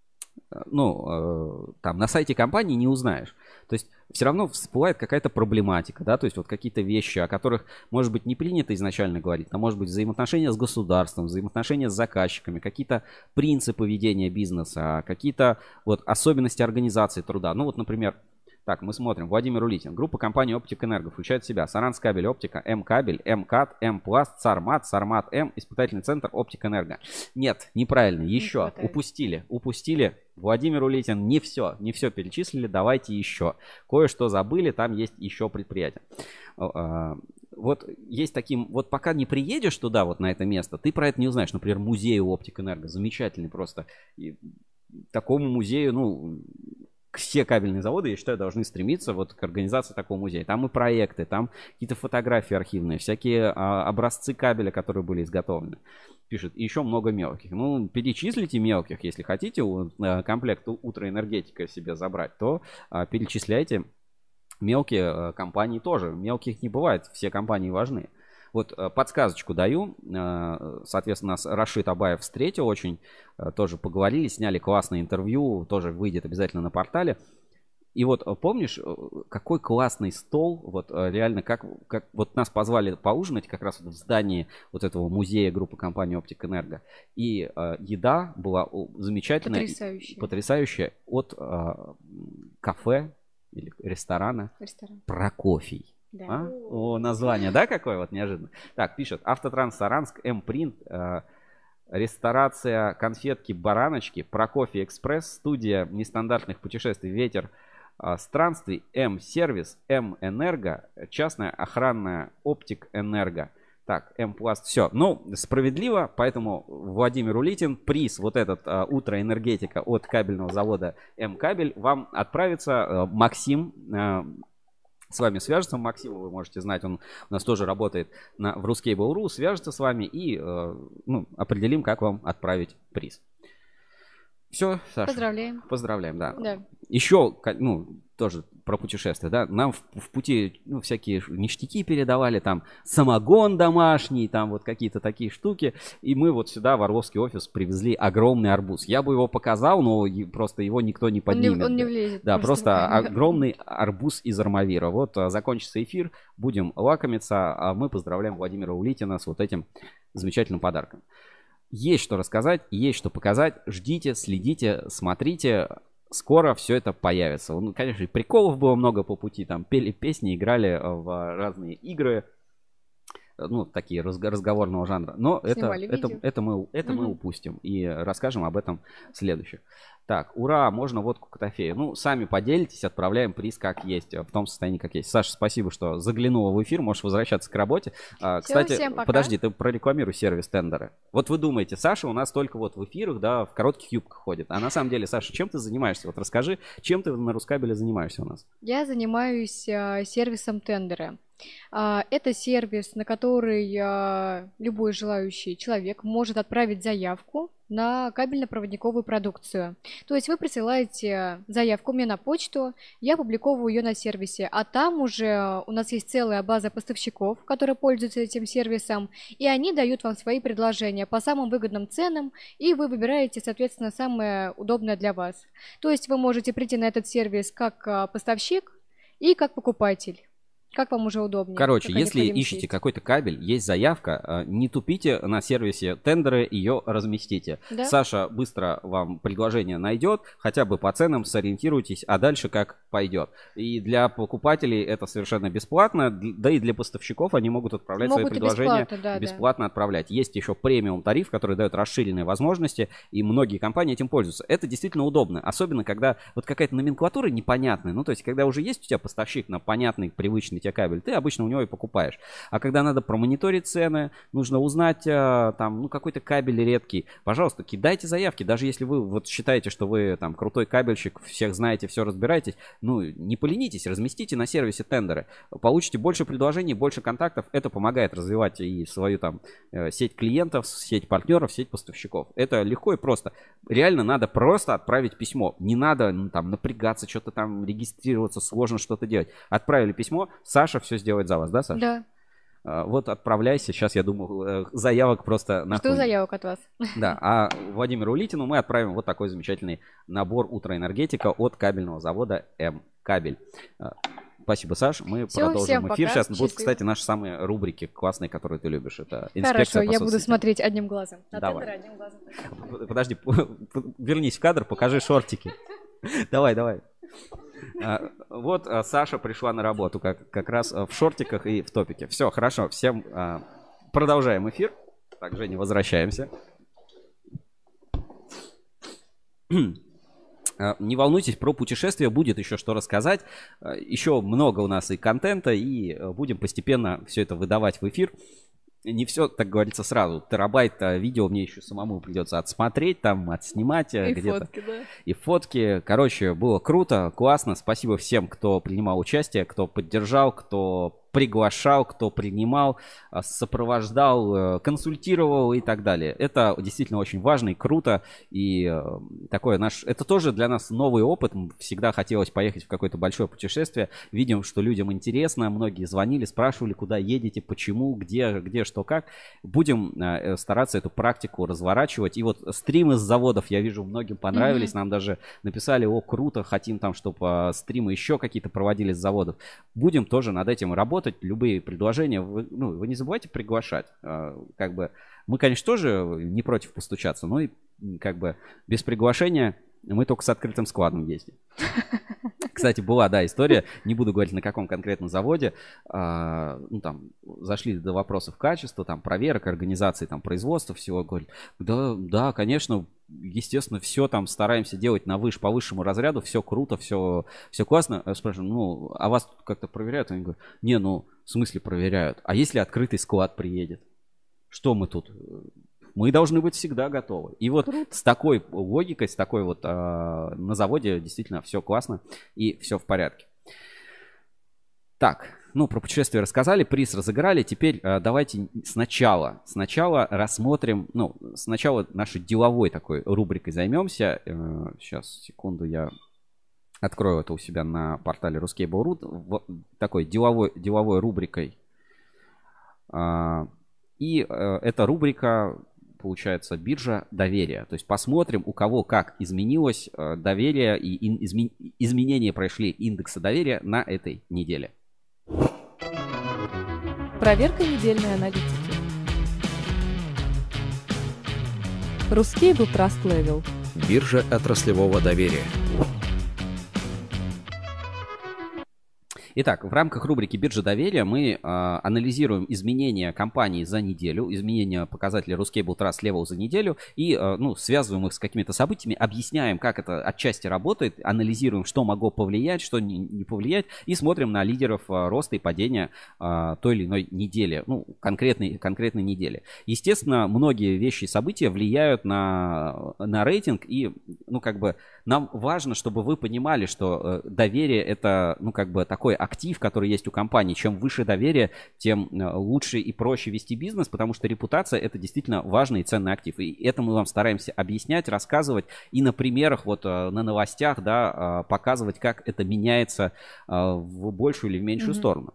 ну, там на сайте компании не узнаешь. То есть все равно всплывает какая-то проблематика, да, то есть вот какие-то вещи, о которых, может быть, не принято изначально говорить, а может быть, взаимоотношения с государством, взаимоотношения с заказчиками, какие-то принципы ведения бизнеса, какие-то вот особенности организации труда. Ну вот, например, так, мы смотрим. Владимир Улитин. Группа компании Оптик Энерго включает в себя Саранскабель Оптика, М-Кабель, М-Кад, М-Пласт, Сармат, Сармат М, испытательный центр Оптик Энерго. Нет, неправильно. Еще упустили. Владимир Улитин, не все перечислили. Давайте еще. Кое-что забыли, там есть еще предприятия. Вот есть таким, вот пока не приедешь туда, вот на это место, ты про это не узнаешь. Например, музей Оптик Энерго. Замечательный просто. И такому музею, ну... Все кабельные заводы, я считаю, должны стремиться вот к организации такого музея. Там и проекты, там какие-то фотографии архивные, всякие образцы кабеля, которые были изготовлены. Пишет, и еще много мелких. Ну, перечислите мелких, если хотите комплект «Утроэнергетика» себе забрать, то перечисляйте мелкие компании тоже. Мелких не бывает, все компании важны. Вот подсказочку даю. Соответственно, нас Рашид Абаев встретил очень. Тоже поговорили, сняли классное интервью. Тоже выйдет обязательно на портале. И вот помнишь, какой классный стол. Вот реально, как вот нас позвали поужинать как раз вот в здании вот этого музея группы компании Оптик Энерго. И еда была замечательная. Потрясающая от кафе или ресторана Прокофий. Да. О, название, да, какое вот неожиданно. Так, пишет: Автотранс Саранск, М-Принт, ресторация конфетки Бараночки, Прокофий Экспресс, студия нестандартных путешествий Ветер странствий, М-сервис, М-энерго, частная охранная Оптик Энерго. Так, М-пласт, все. Ну, справедливо, поэтому Владимир Улитин, приз вот этот «Утроэнергетика» от кабельного завода М-кабель вам отправится. Максим с вами свяжется. Максима вы можете знать, он у нас тоже работает в Ruscable.ru, свяжется с вами и определим, как вам отправить приз. Все, Саша. Поздравляем. Поздравляем, да. Да. Еще, тоже про путешествия, да, нам в пути, всякие ништяки передавали, там, самогон домашний, там, вот какие-то такие штуки, и мы вот сюда, в Орловский офис, привезли огромный арбуз. Я бы его показал, но просто его никто не поднимет. Он не влезет. Да, просто огромный арбуз из Армавира. Вот, закончится эфир, будем лакомиться, а мы поздравляем Владимира Улитина с вот этим замечательным подарком. Есть что рассказать, есть что показать. Ждите, следите, смотрите. Скоро все это появится. Ну, конечно, и приколов было много по пути. Там пели песни, играли в разные игры. Такие разговорного жанра. Но это мы упустим. И расскажем об этом в следующих. Так, ура, можно водку Котофея. Сами поделитесь, отправляем приз как есть, в том состоянии, как есть. Саша, спасибо, что заглянула в эфир, можешь возвращаться к работе. Кстати, всем пока. Подожди, ты прорекламируй сервис тендеры. Вот вы думаете, Саша у нас только вот в эфирах, да, в коротких юбках ходит. А на самом деле, Саша, чем ты занимаешься? Вот расскажи, чем ты на Рускабеле занимаешься у нас? Я занимаюсь сервисом тендера. Это сервис, на который любой желающий человек может отправить заявку на кабельно-проводниковую продукцию. То есть вы присылаете заявку мне на почту, я публиковываю ее на сервисе, а там уже у нас есть целая база поставщиков, которые пользуются этим сервисом, и они дают вам свои предложения по самым выгодным ценам, и вы выбираете, соответственно, самое удобное для вас. То есть вы можете прийти на этот сервис как поставщик и как покупатель. Как вам уже удобнее? Короче, если ищете какой-то кабель, есть заявка, не тупите на сервисе тендеры, ее разместите. Да? Саша быстро вам предложение найдет, хотя бы по ценам сориентируйтесь, а дальше как пойдет. И для покупателей это совершенно бесплатно, да и для поставщиков они могут отправлять свои предложения бесплатно отправлять. Есть еще премиум тариф, который дает расширенные возможности, и многие компании этим пользуются. Это действительно удобно, особенно когда вот какая-то номенклатура непонятная, то есть когда уже есть у тебя поставщик на понятный, привычный тебе кабель, ты обычно у него и покупаешь. А когда надо промониторить цены, нужно узнать какой-то кабель редкий, пожалуйста, кидайте заявки, даже если вы вот считаете, что вы там крутой кабельщик, всех знаете, все разбираетесь, не поленитесь, разместите на сервисе тендеры, получите больше предложений, больше контактов, это помогает развивать и свою там сеть клиентов, сеть партнеров, сеть поставщиков. Это легко и просто. Реально надо просто отправить письмо, не надо напрягаться, что-то там регистрироваться, сложно что-то делать. Отправили письмо, Саша все сделает за вас, да, Саша? Да. Вот отправляйся, сейчас, я думаю, заявок просто нахуй. Жду заявок от вас. Да, а Владимиру Улитину мы отправим вот такой замечательный набор «Утроэнергетика» от кабельного завода М-кабель. Спасибо, Саш. Мы продолжим эфир. Сейчас будут, кстати, наши самые рубрики классные, которые ты любишь. Это инспекция. Хорошо, я буду смотреть одним глазом. Давай. Одним глазом. Подожди, вернись в кадр, покажи шортики. Давай. Вот Саша пришла на работу как раз в шортиках и в топике. Все, хорошо. Всем продолжаем эфир. Так, Женя, возвращаемся. Не волнуйтесь, про путешествия будет еще что рассказать. Еще много у нас и контента, и будем постепенно все это выдавать в эфир. Не все, так говорится, сразу. Терабайт видео мне еще самому придется отсмотреть, там, отснимать и где-то. Фотки, да. И фотки. Короче, было круто, классно. Спасибо всем, кто принимал участие, кто поддержал, кто приглашал, кто принимал, сопровождал, консультировал и так далее. Это действительно очень важно и круто. И такое это тоже для нас новый опыт. Всегда хотелось поехать в какое-то большое путешествие. Видим, что людям интересно. Многие звонили, спрашивали, куда едете, почему, где, что, как. Будем стараться эту практику разворачивать. И вот стримы с заводов, я вижу, многим понравились. Нам даже написали, круто, хотим там, чтобы стримы еще какие-то проводились с заводов. Будем тоже над этим работать. Любые предложения, вы не забывайте приглашать. Мы, конечно, тоже не против постучаться, но и без приглашения мы только с открытым складом ездим. Кстати, была, да, история, не буду говорить, на каком конкретном заводе, ну, там, зашли до вопросов качества, там, проверок, организации, там, производства, всего, говорят, да, конечно, естественно, все там стараемся делать по высшему разряду, все круто, все классно. Я спрашиваю, ну, а вас тут как-то проверяют? Они говорят, не, ну, в смысле проверяют? А если открытый склад приедет? Что мы тут? Мы должны быть всегда готовы. И вот с такой логикой, с такой вот на заводе действительно все классно и все в порядке. Так, ну, про путешествие рассказали, приз разыграли. Теперь давайте сначала рассмотрим, ну, сначала нашей деловой такой рубрикой займемся. Сейчас, секунду, я открою это у себя на портале Ruscable.ru. Такой деловой рубрикой. И эта рубрика, получается, биржа доверия. То есть посмотрим, у кого как изменилось доверие и изменения прошли индекса доверия на этой неделе. Проверка недельной аналитики. Ruscable Trust Level. Биржа отраслевого доверия. Итак, в рамках рубрики «Биржа доверия» мы анализируем изменения компании за неделю, изменения показателей Ruscable Trust Level за неделю и ну, связываем их с какими-то событиями, объясняем, как это отчасти работает, анализируем, что могло повлиять, что не повлиять, и смотрим на лидеров роста и падения той или иной недели, ну, конкретной недели. Естественно, многие вещи и события влияют на рейтинг, и, ну, как бы, нам важно, чтобы вы понимали, что доверие — это, ну, как бы, такой актив, который есть у компании. Чем выше доверие, тем лучше и проще вести бизнес, потому что репутация — это действительно важный и ценный актив. И это мы вам стараемся объяснять, рассказывать и на примерах, вот на новостях, да, показывать, как это меняется в большую или в меньшую сторону.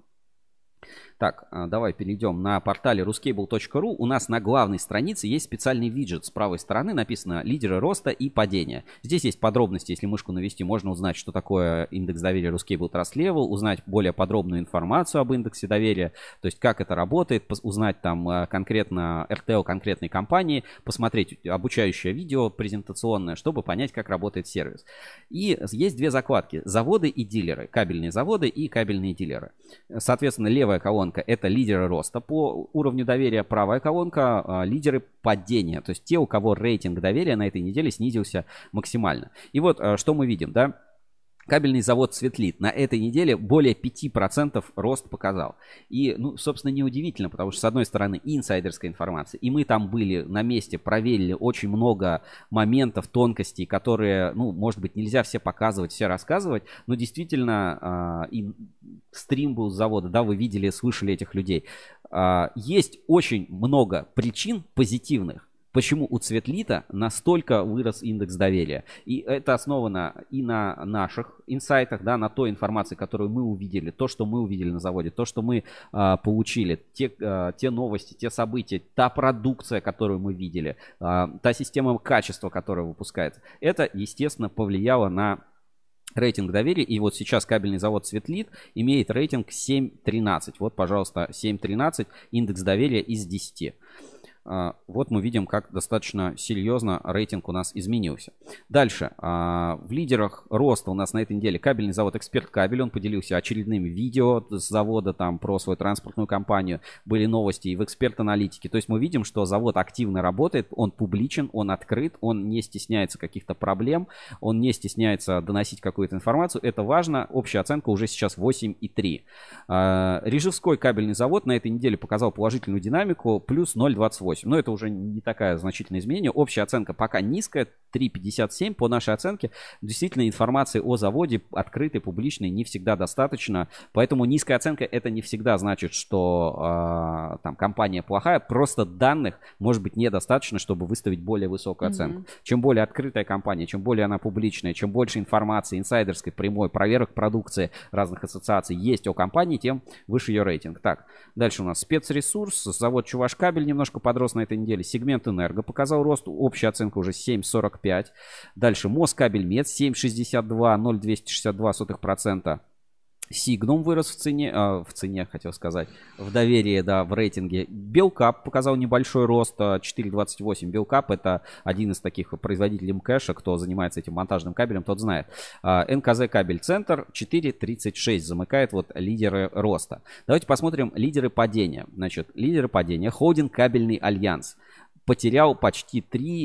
Так, давай перейдем на портале ruscable.ru. У нас на главной странице есть специальный виджет. С правой стороны написано «Лидеры роста и падения». Здесь есть подробности, если мышку навести, можно узнать, что такое индекс доверия Ruscable Trust Level, узнать более подробную информацию об индексе доверия, то есть как это работает, узнать там конкретно RTL конкретной компании, посмотреть обучающее видео презентационное, чтобы понять, как работает сервис. И есть две закладки: заводы и дилеры, кабельные заводы и кабельные дилеры. Соответственно, левая колонка — это лидеры роста по уровню доверия, правая колонка — лидеры падения, то есть те, у кого рейтинг доверия на этой неделе снизился максимально. И вот что мы видим, да? Кабельный завод «Светлит» на этой неделе более 5% рост показал. И, ну, собственно, неудивительно, потому что, с одной стороны, инсайдерская информация, и мы там были на месте, проверили очень много моментов, тонкостей, которые, ну, может быть, нельзя все показывать, все рассказывать, но действительно, и стрим был с завода, да, вы видели, слышали этих людей. Есть очень много причин позитивных, почему у Светлита настолько вырос индекс доверия. И это основано и на наших инсайтах, да, на той информации, которую мы увидели, то, что мы увидели на заводе, то, что мы получили, те новости, те события, та продукция, которую мы видели, та система качества, которая выпускается. Это, естественно, повлияло на рейтинг доверия. И вот сейчас кабельный завод «Светлит» имеет рейтинг 7.13. Вот, пожалуйста, 7.13, индекс доверия из 10. Вот мы видим, как достаточно серьезно рейтинг у нас изменился. Дальше. В лидерах роста у нас на этой неделе кабельный завод «Эксперт Кабель». Он поделился очередными видео с завода там про свою транспортную компанию. Были новости и в «Эксперт-аналитике». То есть мы видим, что завод активно работает, он публичен, он открыт, он не стесняется каких-то проблем, он не стесняется доносить какую-то информацию. Это важно. Общая оценка уже сейчас 8,3. Рижевской кабельный завод на этой неделе показал положительную динамику, плюс 0,28. Но это уже не такая значительное изменение. Общая оценка пока низкая, 3,57 по нашей оценке. Действительно, информации о заводе открытой, публичной не всегда достаточно. Поэтому низкая оценка — это не всегда значит, что там компания плохая. Просто данных может быть недостаточно, чтобы выставить более высокую оценку. Чем более открытая компания, чем более она публичная, чем больше информации инсайдерской, прямой, проверок продукции разных ассоциаций есть о компании, тем выше ее рейтинг. Так, дальше у нас спецресурс. Завод «Чувашкабель» немножко подрос на этой неделе. Сегмент «Энерго» показал рост. Общая оценка уже 7,45. Дальше Москабельмет 7,62, 0,262%. Сигнум вырос в цене, хотел сказать, в доверии, да, в рейтинге. Белкап показал небольшой рост, 4.28. Белкап — это один из таких производителей МКэша, кто занимается этим монтажным кабелем, тот знает. НКЗ Кабель Центр 4.36 замыкает вот лидеры роста. Давайте посмотрим лидеры падения. Значит, лидеры падения. Холдинг Кабельный Альянс потерял почти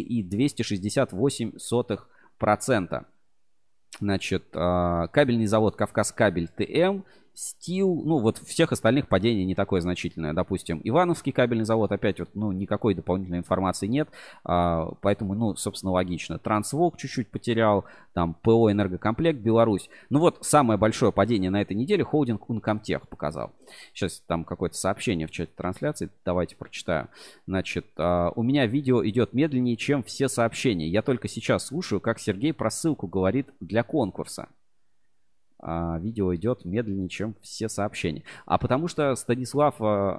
3,268%. Значит, кабельный завод Кавказкабель ТМ, Стил, ну вот всех остальных падение не такое значительное. Допустим, Ивановский кабельный завод, опять вот, ну, никакой дополнительной информации нет, поэтому, ну, собственно, логично. Трансволк чуть-чуть потерял, там, ПО Энергокомплект, Беларусь. Ну вот, самое большое падение на этой неделе холдинг Ункомтех показал. Сейчас там какое-то сообщение в чате трансляции, давайте прочитаю. Значит, у меня видео идет медленнее, чем все сообщения. Я только сейчас слушаю, как Сергей про ссылку говорит для конкурса. Видео идет медленнее, чем все сообщения. Потому что Станислав,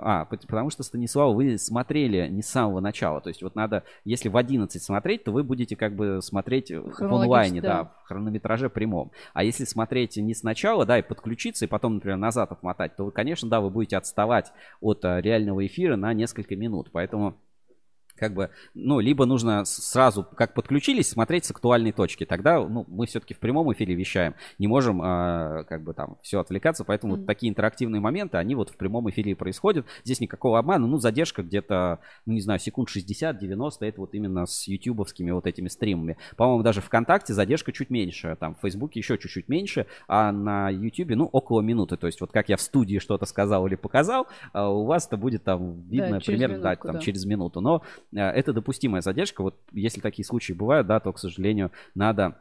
вы смотрели не с самого начала. То есть вот надо, если в 11 смотреть, то вы будете как бы смотреть в онлайне, да, в хронометраже прямом. А если смотреть не сначала, да, и подключиться, и потом, например, назад отмотать, то вы, конечно, да, вы будете отставать от реального эфира на несколько минут. Поэтому как бы, ну, либо нужно сразу, как подключились, смотреть с актуальной точки. Тогда, ну, мы все-таки в прямом эфире вещаем. Не можем, как бы там, все отвлекаться. Поэтому вот такие интерактивные моменты, они вот в прямом эфире и происходят. Здесь никакого обмана. Ну, задержка где-то, ну, не знаю, секунд 60-90. Это вот именно с ютубовскими вот этими стримами. По-моему, даже ВКонтакте задержка чуть меньше. Там в Фейсбуке еще чуть-чуть меньше. А на Ютубе, ну, около минуты. То есть вот как я в студии что-то сказал или показал, у вас это будет там видно, да, примерно, минутку, да, там, через минуту. Но это допустимая задержка. Вот если такие случаи бывают, да, то, к сожалению, надо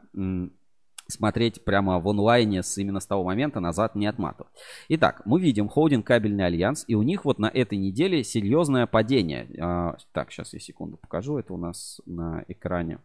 смотреть прямо в онлайне именно с того момента, назад не отматывать. Итак, мы видим холдинг Кабельный Альянс, и у них вот на этой неделе серьезное падение. Так, сейчас я секунду покажу, это у нас на экране.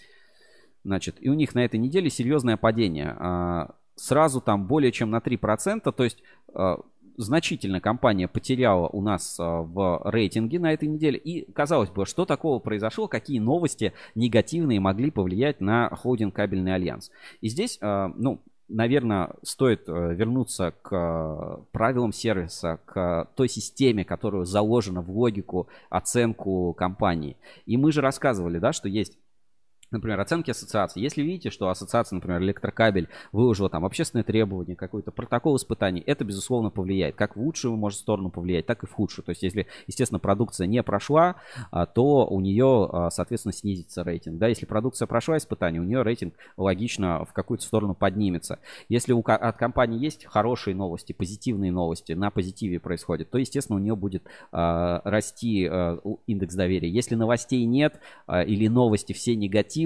Значит, и у них на этой неделе серьезное падение. Сразу там более чем на 3%, то есть значительно компания потеряла у нас в рейтинге на этой неделе. И, казалось бы, что такого произошло, какие новости негативные могли повлиять на холдинг Кабельный Альянс. И здесь, ну, наверное, стоит вернуться к правилам сервиса, к той системе, которая заложена в логику, оценку компании. И мы же рассказывали, да, что есть, например, оценки ассоциации. Если видите, что ассоциация, например, Электрокабель выложила там общественное требование, какой-то протокол испытаний, это, безусловно, повлияет. Как в лучшую может сторону повлиять, так и в худшую. То есть, если, естественно, продукция не прошла, то у нее, соответственно, снизится рейтинг. Да, если продукция прошла испытание, у нее рейтинг логично в какую-то сторону поднимется. Если от компании есть хорошие новости, позитивные новости, на позитиве происходит, то, естественно, у нее будет расти индекс доверия. Если новостей нет или новости все негативные,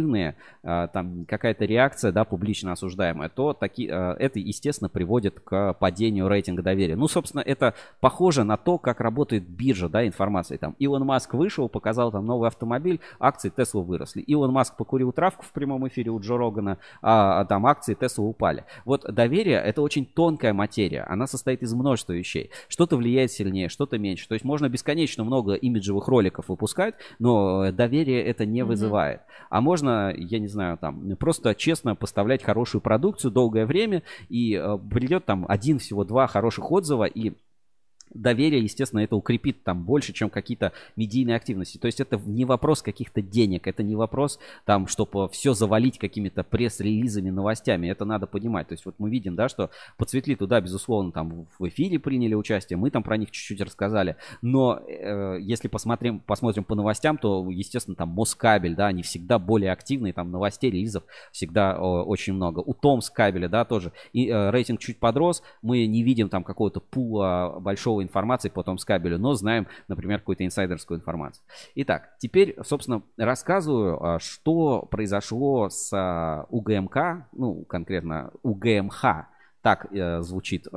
там какая-то реакция, да, публично осуждаемая, то это, естественно, приводит к падению рейтинга доверия. Ну, собственно, это похоже на то, как работает биржа, да, информации. Там Илон Маск вышел, показал там новый автомобиль, акции Tesla выросли. Илон Маск покурил травку в прямом эфире у Джо Рогана, а там акции Tesla упали. Вот доверие — это очень тонкая материя. Она состоит из множества вещей. Что-то влияет сильнее, что-то меньше. То есть можно бесконечно много имиджевых роликов выпускать, но доверие это не вызывает. А можно, я не знаю, там просто честно поставлять хорошую продукцию долгое время, и придет там один, всего два хороших отзыва, и доверие, естественно, это укрепит там больше, чем какие-то медийные активности. То есть это не вопрос каких-то денег, это не вопрос там, чтобы все завалить какими-то пресс-релизами, новостями. Это надо понимать. То есть вот мы видим, да, что Подсветлиту, да, безусловно, там в эфире приняли участие, мы там про них чуть-чуть рассказали. Но если посмотрим по новостям, то, естественно, там Москабель, да, они всегда более активные, там новостей, релизов всегда очень много. У Томскабеля, да, тоже. И рейтинг чуть подрос, мы не видим там какого-то пула большого информации по Томскабелю, но знаем, например, какую-то инсайдерскую информацию. Итак, теперь, собственно, рассказываю, что произошло с УГМК, ну, конкретно УГМХ, так звучит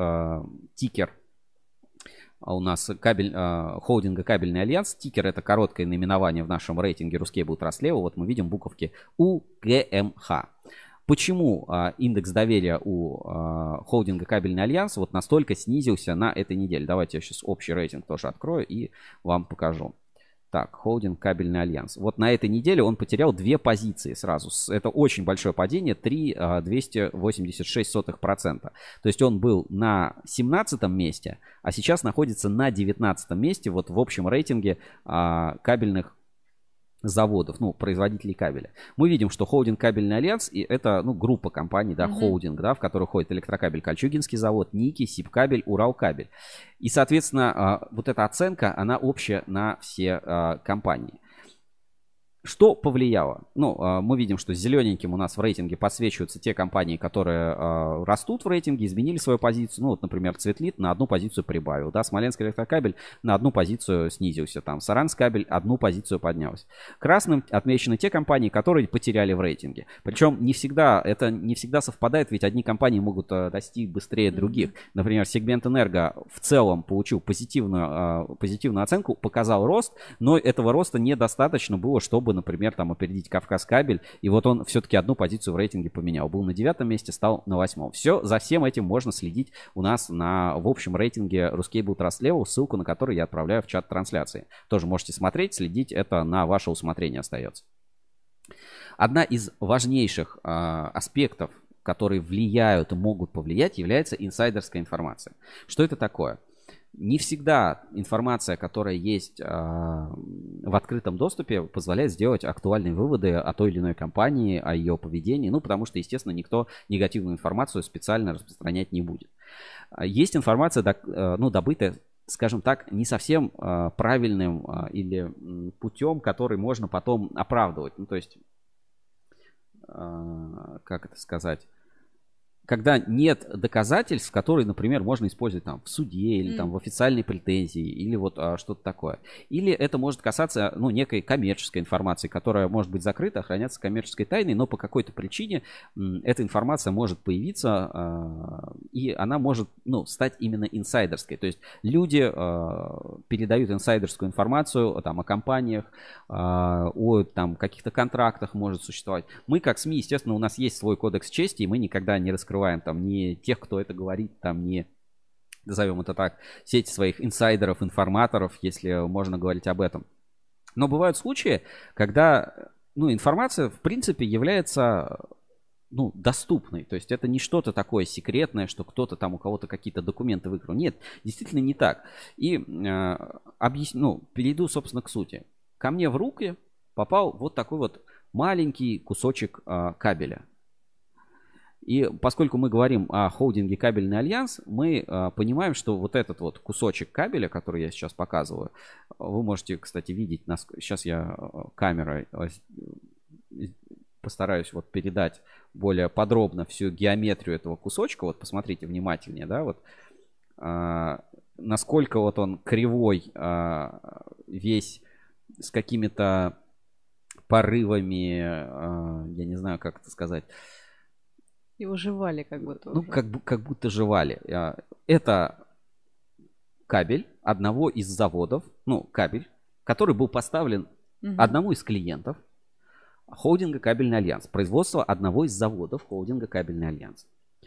тикер у нас холдинга Кабельный Альянс. Тикер — это короткое наименование в нашем рейтинге Ruscable Trust Level. Вот мы видим буковки УГМХ. Почему индекс доверия у холдинга Кабельный Альянс вот настолько снизился на этой неделе? Давайте я сейчас общий рейтинг тоже открою и вам покажу. Так, холдинг Кабельный Альянс. Вот на этой неделе он потерял 2 позиции сразу. Это очень большое падение, 3,286%. То есть он был на 17 месте, а сейчас находится на 19 месте вот в общем рейтинге кабельных заводов, ну, производителей кабеля. Мы видим, что холдинг Кабельный Альянс, и это, ну, группа компаний, да, холдинг, да, в которую входит Электрокабель Кольчугинский завод, Ники, Сибкабель, Уралкабель. И, соответственно, вот эта оценка, она общая на все компании. Что повлияло? Ну, мы видим, что зелененьким у нас в рейтинге подсвечиваются те компании, которые растут в рейтинге, изменили свою позицию. Ну, вот, например, Цветлит на 1 позицию прибавил, да, Смоленский Электрокабель на 1 позицию снизился, там, Саранскабель 1 позицию поднялся. Красным отмечены те компании, которые потеряли в рейтинге. Причем это не всегда совпадает, ведь одни компании могут расти быстрее других. Например, сегмент Энерго в целом получил позитивную оценку, показал рост, но этого роста недостаточно было, чтобы, например, там опередить Кавказкабель, и вот он все-таки 1 позицию в рейтинге поменял. Был на 9 месте, стал на 8. Все, за всем этим можно следить у нас в общем рейтинге Ruscable Trust Level, ссылку на который я отправляю в чат трансляции. Тоже можете смотреть, следить, это на ваше усмотрение остается. Одна из важнейших аспектов, которые влияют и могут повлиять, является инсайдерская информация. Что это такое? Не всегда информация, которая есть в открытом доступе, позволяет сделать актуальные выводы о той или иной компании, о ее поведении. Ну, потому что, естественно, никто негативную информацию специально распространять не будет. Есть информация, добытая, скажем так, не совсем правильным или путем, который можно потом оправдывать. Ну, то есть, как это сказать? Когда нет доказательств, которые, например, можно использовать там в суде или там в официальной претензии или вот что-то такое. Или это может касаться, ну, некой коммерческой информации, которая может быть закрыта, охраняться коммерческой тайной, но по какой-то причине эта информация может появиться, и она может, ну, стать именно инсайдерской. То есть люди передают инсайдерскую информацию там о компаниях, о там каких-то контрактах может существовать. Мы как СМИ, естественно, у нас есть свой кодекс чести, и мы никогда не раскрываем там не тех, кто это говорит, там не, назовем это так, сеть своих инсайдеров, информаторов, если можно говорить об этом. Но бывают случаи, когда, ну, информация, в принципе, является, ну, доступной. То есть это не что-то такое секретное, что кто-то там, у кого-то какие-то документы выкрал. Нет, действительно не так. И перейду, собственно, к сути. Ко мне в руки попал вот такой вот маленький кусочек кабеля. И поскольку мы говорим о холдинге Кабельный Альянс, мы понимаем, что вот этот вот кусочек кабеля, который я сейчас показываю, вы можете, кстати, видеть, сейчас я камерой постараюсь вот передать более подробно всю геометрию этого кусочка. Вот посмотрите внимательнее, да, вот насколько вот он кривой, весь с какими-то порывами, я не знаю, как это сказать. Его жевали как будто. Ну, как будто жевали. Это кабель одного из заводов, ну, кабель, который был поставлен одному из клиентов холдинга Кабельный Альянс. Производство одного из заводов холдинга Кабельный Альянс.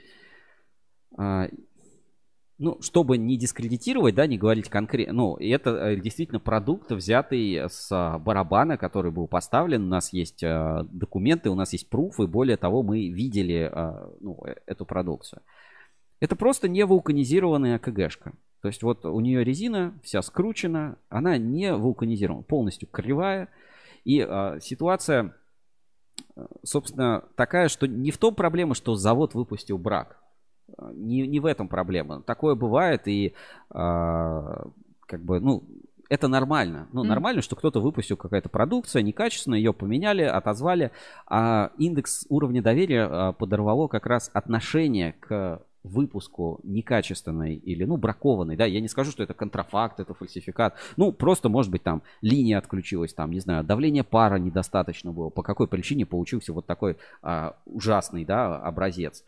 Ну, чтобы не дискредитировать, да, не говорить конкретно, ну, это действительно продукт, взятый с барабана, который был поставлен. У нас есть документы, у нас есть пруфы, более того, мы видели эту продукцию. Это просто не вулканизированная АКГшка. То есть вот у нее резина вся скручена, она не вулканизирована, полностью кривая. И ситуация, собственно, такая, что не в том проблема, что завод выпустил брак. Не в этом проблема. Такое бывает, и это нормально. Ну, нормально, что кто-то выпустил какая-то продукция некачественная, ее поменяли, отозвали, а индекс уровня доверия подорвало как раз отношение к выпуску некачественной или, ну, бракованной, да, я не скажу, что это контрафакт, это фальсификат, ну, просто, может быть, там линия отключилась, там, не знаю, давление пара недостаточно было, по какой причине получился вот такой ужасный, да, образец.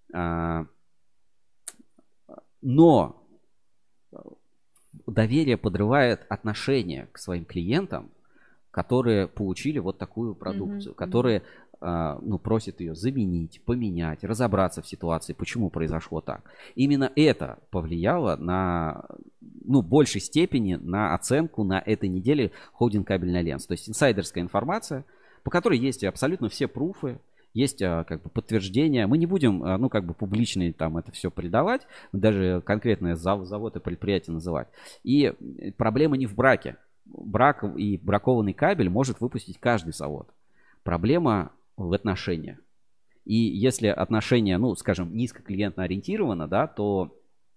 Но доверие подрывает отношение к своим клиентам, которые получили вот такую продукцию, которые просят ее заменить, поменять, разобраться в ситуации, почему произошло так. Именно это повлияло на большей степени на оценку на этой неделе Holding Кабельный Альянс. То есть инсайдерская информация, по которой есть абсолютно все пруфы, есть как бы подтверждения. Мы не будем, публично там это все придавать, даже конкретные заводы и предприятия называть. И проблема не в браке. Брак и бракованный кабель может выпустить каждый завод. Проблема в отношениях. И если отношения, низкоклиентно ориентировано, да, то,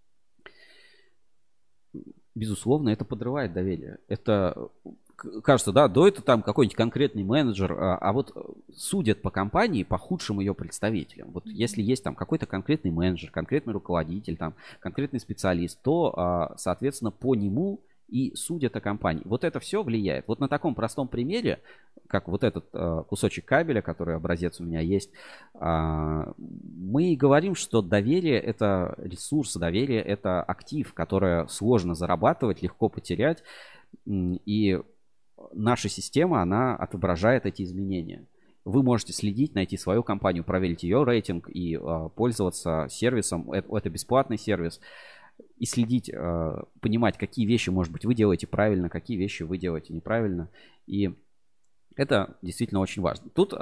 безусловно, это подрывает доверие. Это, кажется, да, до этого там какой-нибудь конкретный менеджер, а вот судят по компании по худшим ее представителям. Вот если есть там какой-то конкретный менеджер, конкретный руководитель, там, конкретный специалист, то, соответственно, по нему и судят о компании. Вот это все влияет. Вот на таком простом примере, как вот этот кусочек кабеля, который образец у меня есть, мы говорим, что доверие — это ресурс, доверие — это актив, который сложно зарабатывать, легко потерять. И наша система, она отображает эти изменения. Вы можете следить, найти свою компанию, проверить ее рейтинг и пользоваться сервисом. Это бесплатный сервис. И следить, понимать, какие вещи, может быть, вы делаете правильно, какие вещи вы делаете неправильно. И это действительно очень важно. Тут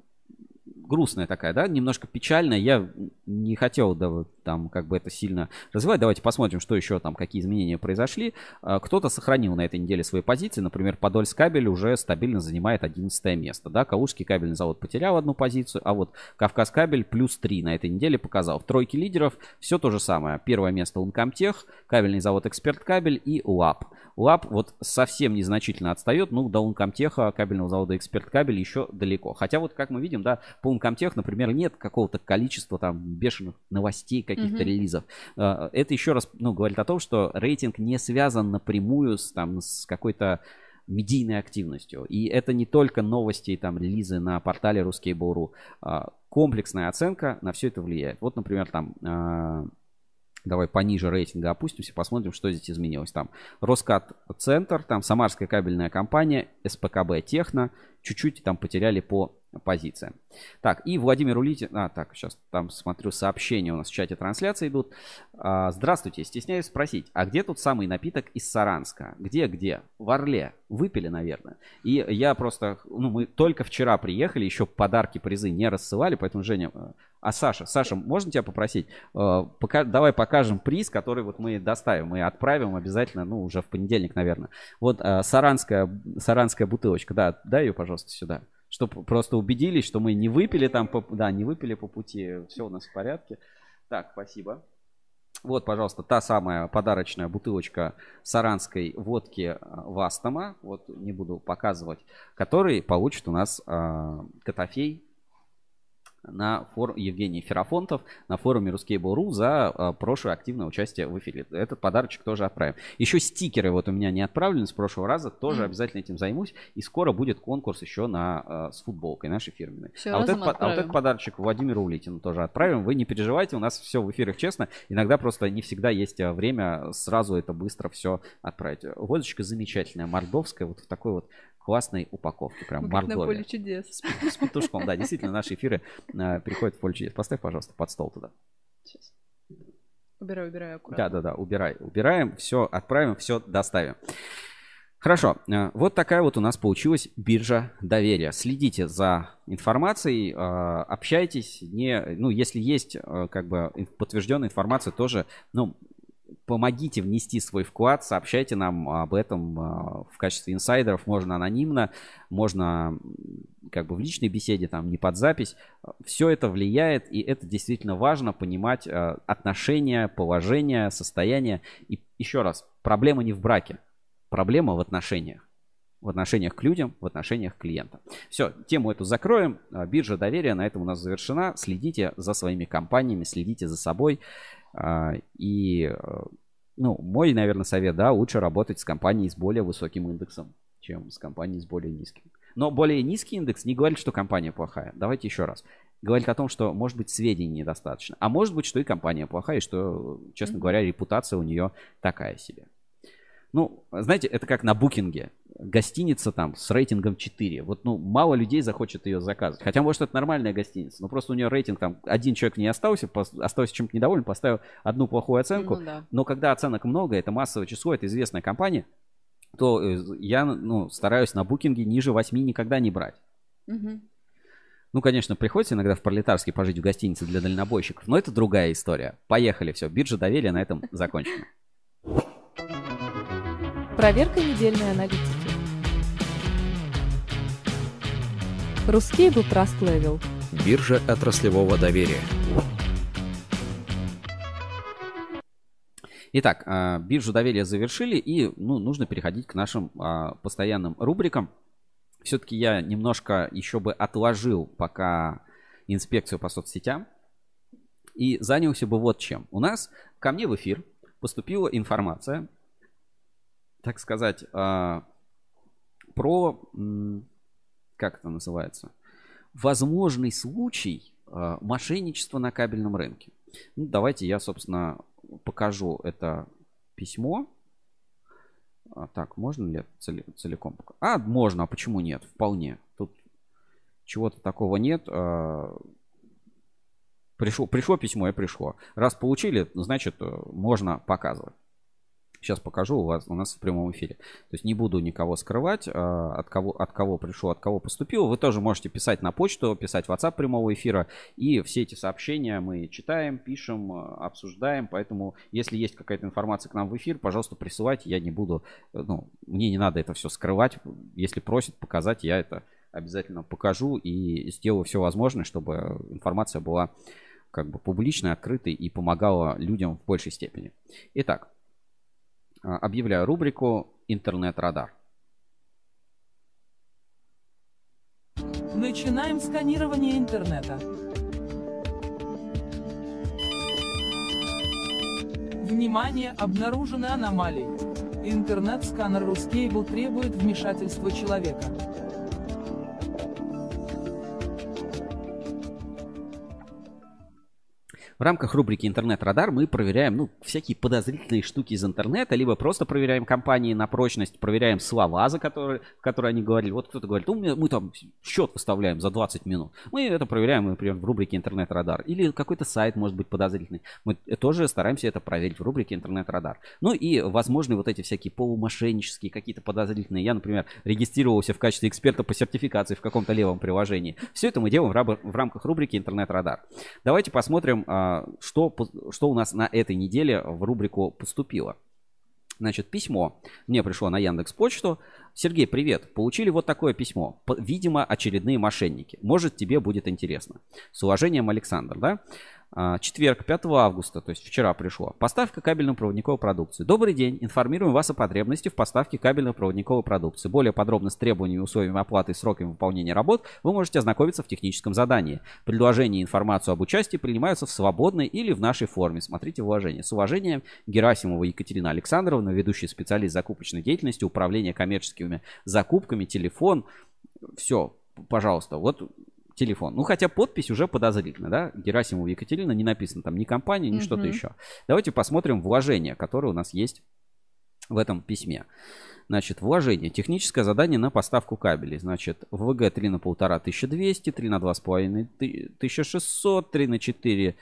грустная такая, да, немножко печальная. Я не хотел, да, там, как бы это сильно развивать. Давайте посмотрим, что еще там, какие изменения произошли. Кто-то сохранил на этой неделе свои позиции. Например, Подольскабель уже стабильно занимает 11 место. Да? Калужский кабельный завод потерял одну позицию, а вот Кавказкабель плюс 3 на этой неделе показал. В тройке лидеров все то же самое. Первое место Ункомтех, кабельный завод Эксперткабель и УАП. УАП вот совсем незначительно отстает. До Ункомтеха, кабельного завода Эксперткабель, еще далеко. Хотя вот, как мы видим, да, по Ункомтех, например, нет какого-то количества там бешеных новостей, каких-то релизов. Это еще раз говорит о том, что рейтинг не связан напрямую с какой-то медийной активностью. И это не только новости, там, релизы на портале Ruskable.ru. Комплексная оценка на все это влияет. Вот, например, там... Давай пониже рейтинга опустимся, посмотрим, что здесь изменилось. Там Роскат-центр, там Самарская кабельная компания, СПКБ Техно, чуть-чуть там потеряли по позициям. Так, и Владимир Улитин... сейчас там смотрю, сообщения у нас в чате трансляции идут. Здравствуйте, стесняюсь спросить, а где тут самый напиток из Саранска? Где? В Орле. Выпили, наверное. И я просто... мы только вчера приехали, еще подарки, призы не рассылали, поэтому, Женя... Саша, можно тебя попросить? Давай покажем приз, который вот мы доставим. Мы отправим обязательно, уже в понедельник, наверное. Вот саранская бутылочка. Да, ее, пожалуйста, сюда. Чтобы просто убедились, что мы не выпили там, не выпили по пути. Все у нас в порядке. Так, спасибо. Вот, пожалуйста, та самая подарочная бутылочка саранской водки Вастома. Вот, не буду показывать. Который получит у нас Котофей на форуме Евгений Ферапонтов на форуме Ruskable.ru за прошлое активное участие в эфире. Этот подарочек тоже отправим. Еще стикеры вот у меня не отправлены с прошлого раза. Тоже обязательно этим займусь. И скоро будет конкурс еще с футболкой нашей фирменной. А вот этот подарочек Владимиру Улитину тоже отправим. Вы не переживайте, у нас все в эфирах честно. Иногда просто не всегда есть время сразу это быстро все отправить. Водочка замечательная, мордовская, вот в такой вот классной упаковке. Прям Мордовия. На поле чудес. С петушком, да, действительно, наши эфиры переходят в поле чудес. Поставь, пожалуйста, под стол туда. Сейчас. Убираю аккуратно. Да, убираем, все отправим, все доставим. Хорошо, вот такая вот у нас получилась биржа доверия. Следите за информацией, общайтесь. Если есть подтвержденная информация, тоже, помогите внести свой вклад, сообщайте нам об этом в качестве инсайдеров. Можно анонимно, можно в личной беседе, там, не под запись. Все это влияет, и это действительно важно понимать отношения, положение, состояние. И еще раз, проблема не в браке, проблема в отношениях. В отношениях к людям, в отношениях к клиентам. Все, тему эту закроем. Биржа доверия на этом у нас завершена. Следите за своими компаниями, следите за собой. И, мой, наверное, совет, лучше работать с компанией с более высоким индексом, чем с компанией с более низким. Но более низкий индекс не говорит, что компания плохая. Давайте еще раз. Говорит о том, что, может быть, сведений недостаточно. А может быть, что и компания плохая, и что, честно говоря, репутация у нее такая себе. Знаете, это как на букинге. гостиница там с рейтингом 4. Вот, ну, мало людей захочет ее заказывать. Хотя, может, это нормальная гостиница, но просто у нее рейтинг там, один человек не остался чем-то недоволен, поставил одну плохую оценку. Ну да. Но когда оценок много, это массовое число, это известная компания, то я, ну, стараюсь на букинге ниже 8 никогда не брать. Мгм. Ну, конечно, приходится иногда в Пролетарске пожить в гостинице для дальнобойщиков, но это другая история. Поехали, все, биржа доверия на этом закончена. Проверка недельной аналитики. Ruscable Trust Level. Биржа отраслевого доверия. Итак, биржу доверия завершили, и нужно переходить к нашим постоянным рубрикам. Все-таки я немножко еще бы отложил пока инспекцию по соцсетям и занялся бы вот чем. У нас ко мне в эфир поступила информация, так сказать, про, как это называется, возможный случай мошенничества на кабельном рынке. Ну, давайте я, собственно, покажу это письмо. Так, можно ли это целиком показать? Можно, а почему нет? Вполне. Тут чего-то такого нет. Пришло письмо, и пришло. Раз получили, значит, можно показывать. Сейчас покажу у нас в прямом эфире. То есть не буду никого скрывать, от кого пришло, от кого поступило. Вы тоже можете писать на почту, писать в WhatsApp прямого эфира. И все эти сообщения мы читаем, пишем, обсуждаем. Поэтому, если есть какая-то информация к нам в эфир, пожалуйста, присылайте. Я не буду, мне не надо это все скрывать. Если просят показать, я это обязательно покажу и сделаю все возможное, чтобы информация была как бы публичной, открытой и помогала людям в большей степени. Итак. Объявляю рубрику «Интернет-радар». Начинаем сканирование интернета. Внимание, обнаружены аномалии. Интернет-сканер Ruscable требует вмешательства человека. В рамках рубрики «Интернет-радар» мы проверяем, всякие подозрительные штуки из интернета, либо просто проверяем компании на прочность, проверяем слова, в которые они говорили. Вот кто-то говорит, мы там счет выставляем за 20 минут. Мы это проверяем, например, в рубрике «Интернет-радар». Или какой-то сайт может быть подозрительный. Мы тоже стараемся это проверить в рубрике «Интернет-радар». Ну и возможны вот эти всякие полумошеннические, какие-то подозрительные. Я, например, регистрировался в качестве эксперта по сертификации в каком-то левом приложении. Все это мы делаем в рамках рубрики «Интернет-радар». Давайте посмотрим, что у нас на этой неделе в рубрику поступило. Значит, письмо мне пришло на Яндекс.Почту. Сергей, привет. Получили вот такое письмо. Видимо, очередные мошенники. Может, тебе будет интересно. С уважением, Александр, да? Четверг, 5 августа, то есть вчера пришло. Поставка кабельно-проводниковой продукции. Добрый день. Информируем вас о потребности в поставке кабельно-проводниковой продукции. Более подробно с требованиями, условиями оплаты и сроками выполнения работ вы можете ознакомиться в техническом задании. Предложения и информацию об участии принимаются в свободной или в нашей форме. Смотрите вложение. С уважением, Герасимова Екатерина Александровна, ведущий специалист закупочной деятельности, управления коммерческими закупками, телефон. Все, пожалуйста, вот телефон. Хотя подпись уже подозрительна, да? Герасимова Екатерина, не написано там ни компания, ни что-то еще. Давайте посмотрим вложения, которые у нас есть в этом письме. Значит, вложение. Техническое задание на поставку кабелей. Значит, ВВГ 3 на 1,5 1200, 3 на 2,5 1600, 3 на 4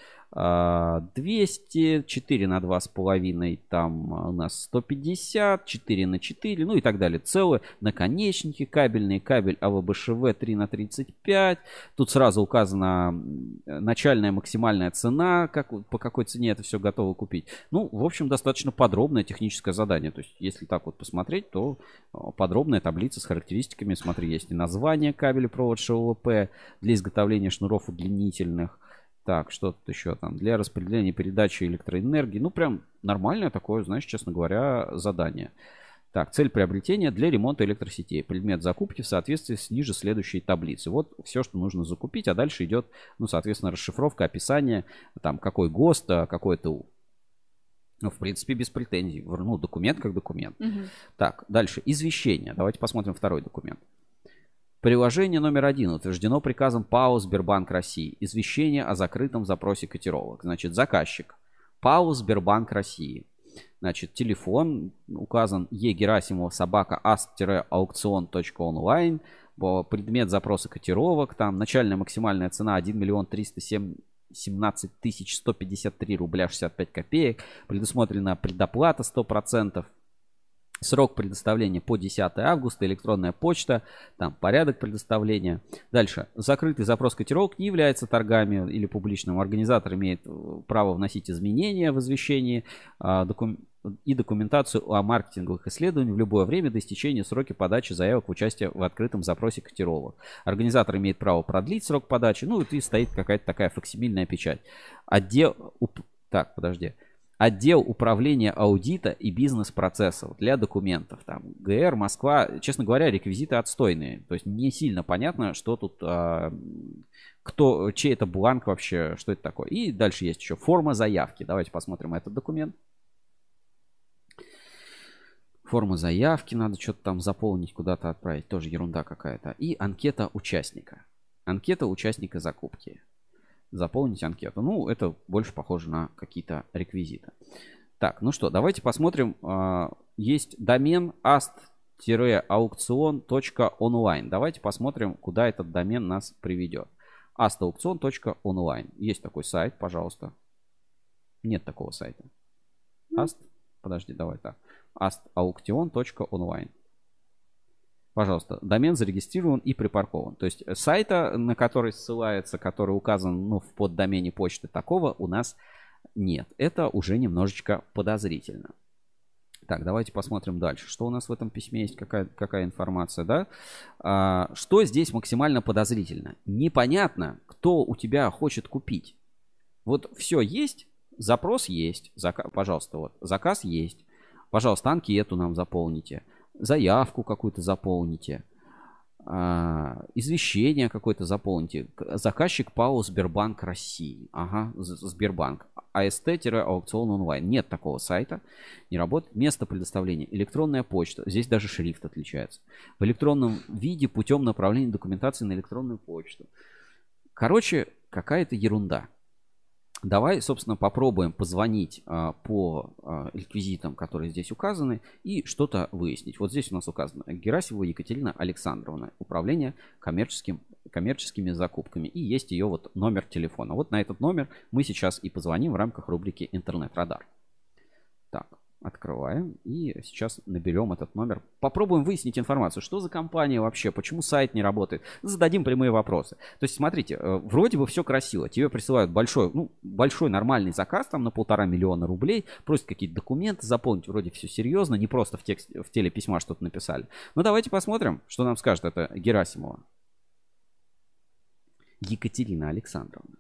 200, 4 на 2,5 там у нас 150, 4 на 4, ну и так далее. Целые наконечники кабельные, кабель АВБШВ 3 на 35. Тут сразу указана начальная максимальная цена, по какой цене это все готово купить. В общем, достаточно подробное техническое задание. То есть, если так вот посмотреть, то подробная таблица с характеристиками. Смотри, есть и название кабеля, провод ШВП для изготовления шнуров удлинительных. Так, что тут еще там? Для распределения передачи электроэнергии. Прям нормальное такое, знаешь, честно говоря, задание. Так, цель приобретения для ремонта электросетей. Предмет закупки в соответствии с ниже следующей таблицей. Вот все, что нужно закупить, а дальше идет, соответственно, расшифровка, описание, там, какой ГОСТ, какой ТУ. В принципе, без претензий. Документ как документ. Так, дальше. Извещение. Давайте посмотрим второй документ. Приложение номер 1 утверждено приказом ПАО «Сбербанк России». Извещение о закрытом запросе котировок. Значит, заказчик ПАО «Сбербанк России». Значит, телефон указан Герасимова собака ast-аукцион.онлайн. Предмет запроса котировок. Там начальная максимальная цена 1 миллион 317 тысяч 153 рубля 65 копеек. Предусмотрена предоплата 100%. Срок предоставления по 10 августа, электронная почта, там порядок предоставления. Дальше. Закрытый запрос котировок не является торгами или публичным. Организатор имеет право вносить изменения в извещении и документацию о маркетинговых исследованиях в любое время до истечения срока подачи заявок в участие в открытом запросе котировок. Организатор имеет право продлить срок подачи. Ну, и стоит какая-то такая факсимильная печать. Отдел управления аудита и бизнес-процессов для документов. Там ГР, Москва. Честно говоря, реквизиты отстойные. То есть не сильно понятно, что тут, чей это бланк вообще, что это такое. И дальше есть еще форма заявки. Давайте посмотрим этот документ. Форма заявки. Надо что-то там заполнить, куда-то отправить. Тоже ерунда какая-то. И анкета участника. Анкета участника закупки. Заполнить анкету. Ну, это больше похоже на какие-то реквизиты. Так, ну что, давайте посмотрим. Есть домен ast-аукцион.онлайн. Давайте посмотрим, куда этот домен нас приведет. ast-аукцион.онлайн. Есть такой сайт, пожалуйста. Нет такого сайта. Подожди, давай так. ast-аукцион.онлайн. Пожалуйста, домен зарегистрирован и припаркован. То есть сайта, на который ссылается, который указан в поддомене почты, такого у нас нет. Это уже немножечко подозрительно. Так, давайте посмотрим дальше. Что у нас в этом письме есть? Какая информация, да? Что здесь максимально подозрительно? Непонятно, кто у тебя хочет купить. Вот все есть, запрос есть. Пожалуйста, вот заказ есть. Пожалуйста, анкету нам заполните. Заявку какую-то заполните. Извещение какое-то заполните. Заказчик ПАО Сбербанк России. Ага, Сбербанк. АСТ-аукцион онлайн. Нет такого сайта. Не работает. Место предоставления. Электронная почта. Здесь даже шрифт отличается. В электронном виде путем направления документации на электронную почту. Короче, какая-то ерунда. Давай, собственно, попробуем позвонить по реквизитам, которые здесь указаны, и что-то выяснить. Вот здесь у нас указано Герасимова Екатерина Александровна, управление коммерческими закупками. И есть ее вот номер телефона. Вот на этот номер мы сейчас и позвоним в рамках рубрики «Интернет-радар». Так, открываем. И сейчас наберем этот номер. Попробуем выяснить информацию. Что за компания вообще? Почему сайт не работает? Зададим прямые вопросы. То есть, смотрите, вроде бы все красиво. Тебе присылают большой нормальный заказ там на 1,5 миллиона рублей. Просят какие-то документы заполнить. Вроде все серьезно. Не просто в теле письма что-то написали. Ну, давайте посмотрим, что нам скажет это Герасимова Екатерина Александровна.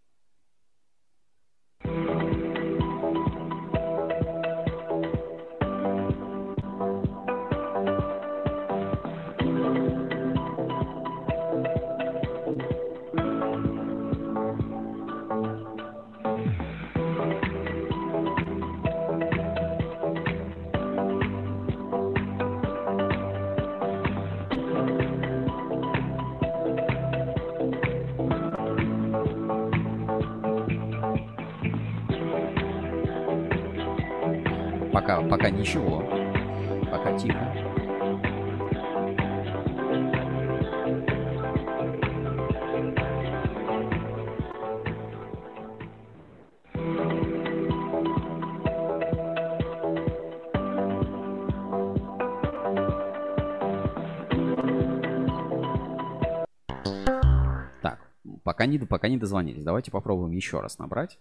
Пока ничего. Пока тихо. Так, пока не дозвонились. Давайте попробуем еще раз набрать.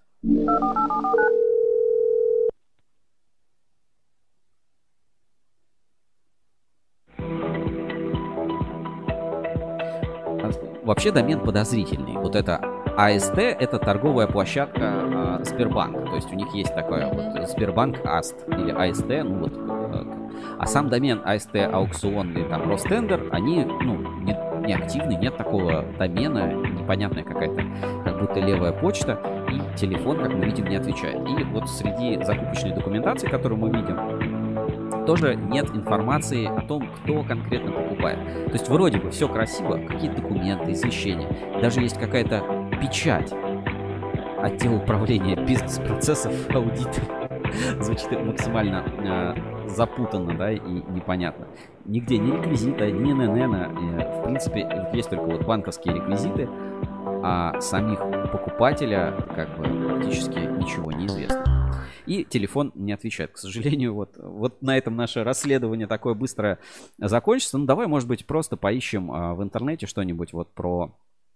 Вообще домен подозрительный. Вот это АСТ, это торговая площадка Сбербанка. То есть у них есть такое вот Сбербанк Аст или АСТ. Ну вот, а сам домен АСТ аукцион или там Ростендер, они не активны, нет такого домена, непонятная какая-то, как будто левая почта, и телефон, как мы видим, не отвечает. И вот среди закупочной документации, которую мы видим, тоже нет информации о том, кто конкретно покупает. То есть вроде бы все красиво, какие-то документы, извещения. Даже есть какая-то печать. Отдел управления бизнес-процессов аудита Звучит максимально запутанно, да, и непонятно. Нигде ни реквизита, ни ННН. В принципе, есть только вот банковские реквизиты, а самих покупателя как бы практически ничего не известно. И телефон не отвечает. К сожалению, вот на этом наше расследование такое быстрое закончится. Ну, давай, может быть, просто поищем в интернете что-нибудь вот про...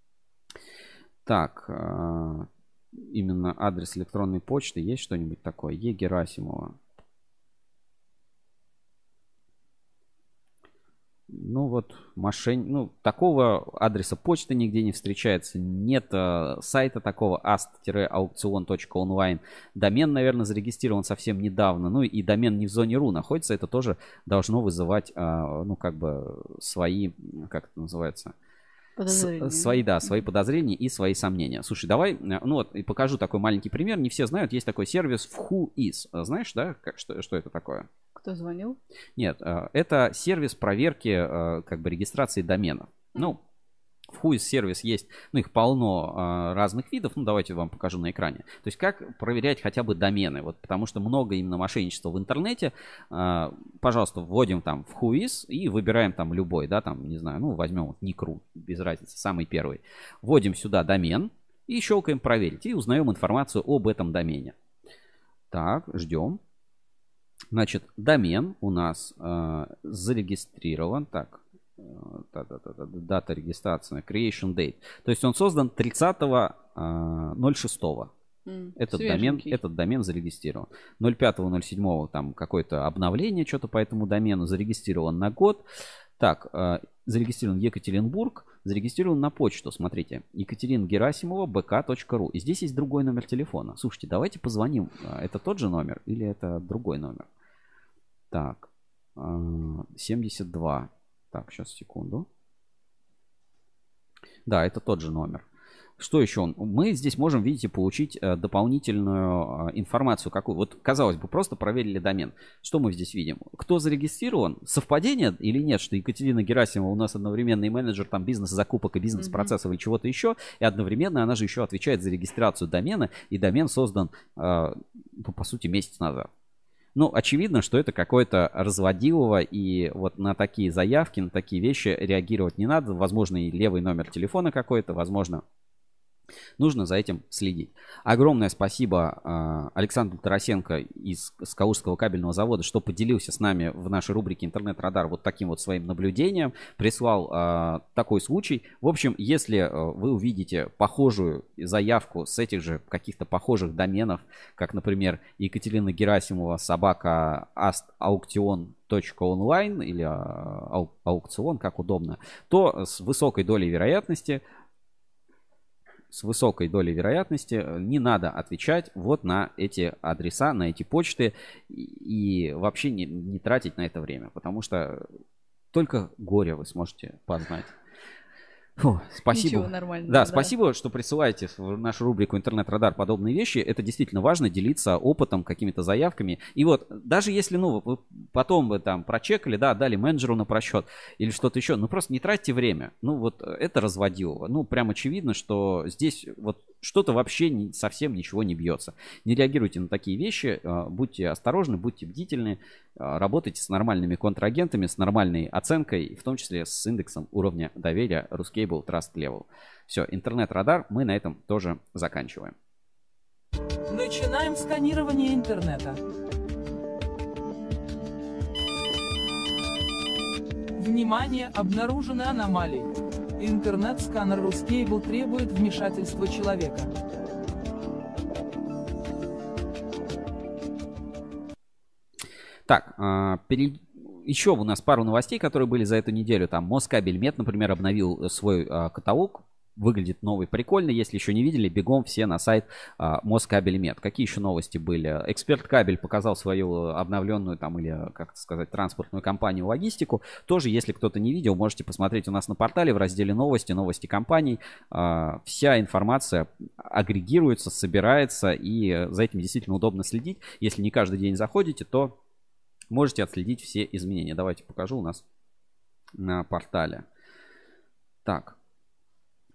Так, именно адрес электронной почты. Есть что-нибудь такое? Е. Герасимова. Ну вот, такого адреса почты нигде не встречается. Нет сайта такого ast-аукцион.онлайн. Домен, наверное, зарегистрирован совсем недавно. Ну и домен не в зоне .ру находится. Это тоже должно вызывать, свои, как это называется... Свои подозрения и свои сомнения. Слушай, давай, и покажу такой маленький пример. Не все знают, есть такой сервис Whois. Знаешь, да, что это такое? Кто звонил? Нет, это сервис проверки, регистрации доменов. В Whois сервис есть, их полно разных видов. Давайте вам покажу на экране. То есть, как проверять хотя бы домены. Вот, потому что много именно мошенничества в интернете. Пожалуйста, вводим там в Whois и выбираем там любой, да, там, не знаю, возьмем Ник.ру, без разницы, самый первый. Вводим сюда домен и щелкаем проверить. И узнаем информацию об этом домене. Так, ждем. Значит, домен у нас зарегистрирован. Так. Дата регистрации, creation date. То есть он создан 30.06. Этот домен зарегистрирован. 05.07 там какое-то обновление, что-то по этому домену. Зарегистрирован на год. Так, зарегистрирован Екатеринбург. Зарегистрирован на почту. Смотрите, Екатерина Герасимова, bk.ru. И здесь есть другой номер телефона. Слушайте, давайте позвоним. Это тот же номер или это другой номер? Так, 72. Так, сейчас, секунду. Да, это тот же номер. Что еще? Мы здесь можем, видите, получить дополнительную информацию. Какую? Вот, казалось бы, просто проверили домен. Что мы здесь видим? Кто зарегистрирован? Совпадение или нет, что Екатерина Герасимова у нас одновременно и менеджер там бизнес-закупок и бизнес-процессов или чего-то еще, и одновременно она же еще отвечает за регистрацию домена, и домен создан, по сути, месяц назад. Очевидно, что это какое-то разводилово, и вот на такие заявки, на такие вещи реагировать не надо. Возможно, и левый номер телефона какой-то, возможно, нужно за этим следить. Огромное спасибо Александру Тарасенко из Калужского кабельного завода, что поделился с нами в нашей рубрике «Интернет-радар» вот таким вот своим наблюдением. Прислал такой случай. В общем, если вы увидите похожую заявку с этих же каких-то похожих доменов, как, например, Екатерина Герасимова, собака ast-аукцион.онлайн или аукцион, как удобно, то с высокой долей вероятности не надо отвечать вот на эти адреса, на эти почты и вообще не тратить на это время, потому что только горе вы сможете познать. Спасибо. Ничего, нормально. Да, спасибо, что присылаете в нашу рубрику «Интернет-радар» подобные вещи. Это действительно важно, делиться опытом, какими-то заявками. И вот, даже если, вы потом вы там прочекали, да, дали менеджеру на просчет или что-то еще, просто не тратьте время. Это разводилово. Прям очевидно, что здесь вот что-то вообще совсем ничего не бьется. Не реагируйте на такие вещи, будьте осторожны, будьте бдительны, работайте с нормальными контрагентами, с нормальной оценкой, в том числе с индексом уровня доверия Ruscable Trust Level. Все, интернет-радар, мы на этом тоже заканчиваем. Начинаем сканирование интернета. Внимание, обнаружены аномалии. Интернет-сканер Ruscable требует вмешательства человека. Так, еще у нас пару новостей, которые были за эту неделю. Там Москабельмет, например, обновил свой каталог. Выглядит новый, прикольно. Если еще не видели, бегом все на сайт Москабельмет. Какие еще новости были? Эксперт Кабель показал свою обновленную там, или, как это сказать, транспортную компанию «Логистику». Тоже, если кто-то не видел, можете посмотреть у нас на портале в разделе «Новости», «Новости компаний». Вся информация агрегируется, собирается, и за этим действительно удобно следить. Если не каждый день заходите, то можете отследить все изменения. Давайте покажу у нас на портале. Так.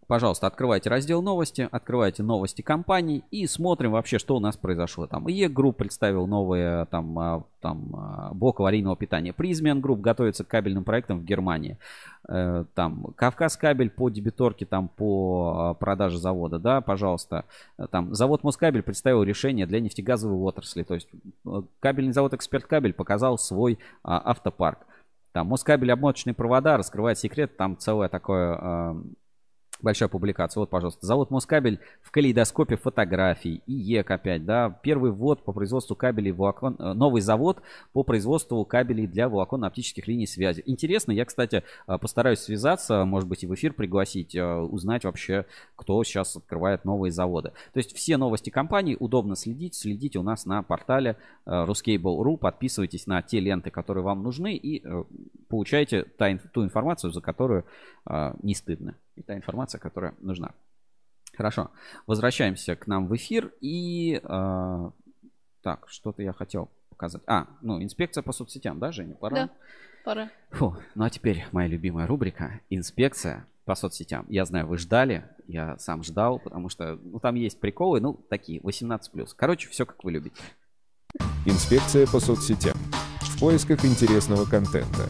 Пожалуйста, открывайте раздел новости, открывайте новости компаний и смотрим вообще, что у нас произошло. Там ИЕ Групп представил новые блок аварийного питания. Призмен Групп готовится к кабельным проектам в Германии. Там Кавказ кабель по дебиторке, там по продаже завода, да, пожалуйста. Там завод Москабель представил решение для нефтегазовой отрасли. То есть кабельный завод Эксперт Кабель показал свой автопарк. Там Москабель обмоточные провода раскрывает секрет, там целое такое... Большая публикация. Вот, пожалуйста. Завод Москабель в калейдоскопе фотографий. ИЕК опять, да. Первый ввод по производству кабелей волокон... Новый завод по производству кабелей для волоконно-оптических линий связи. Интересно. Я, кстати, постараюсь связаться, может быть, и в эфир пригласить, узнать вообще, кто сейчас открывает новые заводы. То есть все новости компании удобно следить. Следите у нас на портале Ruscable.ru. Подписывайтесь на те ленты, которые вам нужны, и получайте ту информацию, за которую не стыдно. И та информация, которая нужна. Хорошо. Возвращаемся к нам в эфир. И так, что-то я хотел показать. Инспекция по соцсетям, да, Женя? Пора? Да, пора. Ну а теперь моя любимая рубрика. Инспекция по соцсетям. Я знаю, вы ждали. Я сам ждал, потому что там есть приколы, такие, 18+. Короче, все как вы любите. Инспекция по соцсетям. В поисках интересного контента.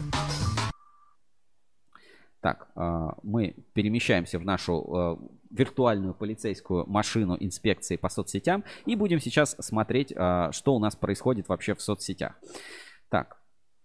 Так, мы перемещаемся в нашу виртуальную полицейскую машину инспекции по соцсетям и будем сейчас смотреть, что у нас происходит вообще в соцсетях. Так,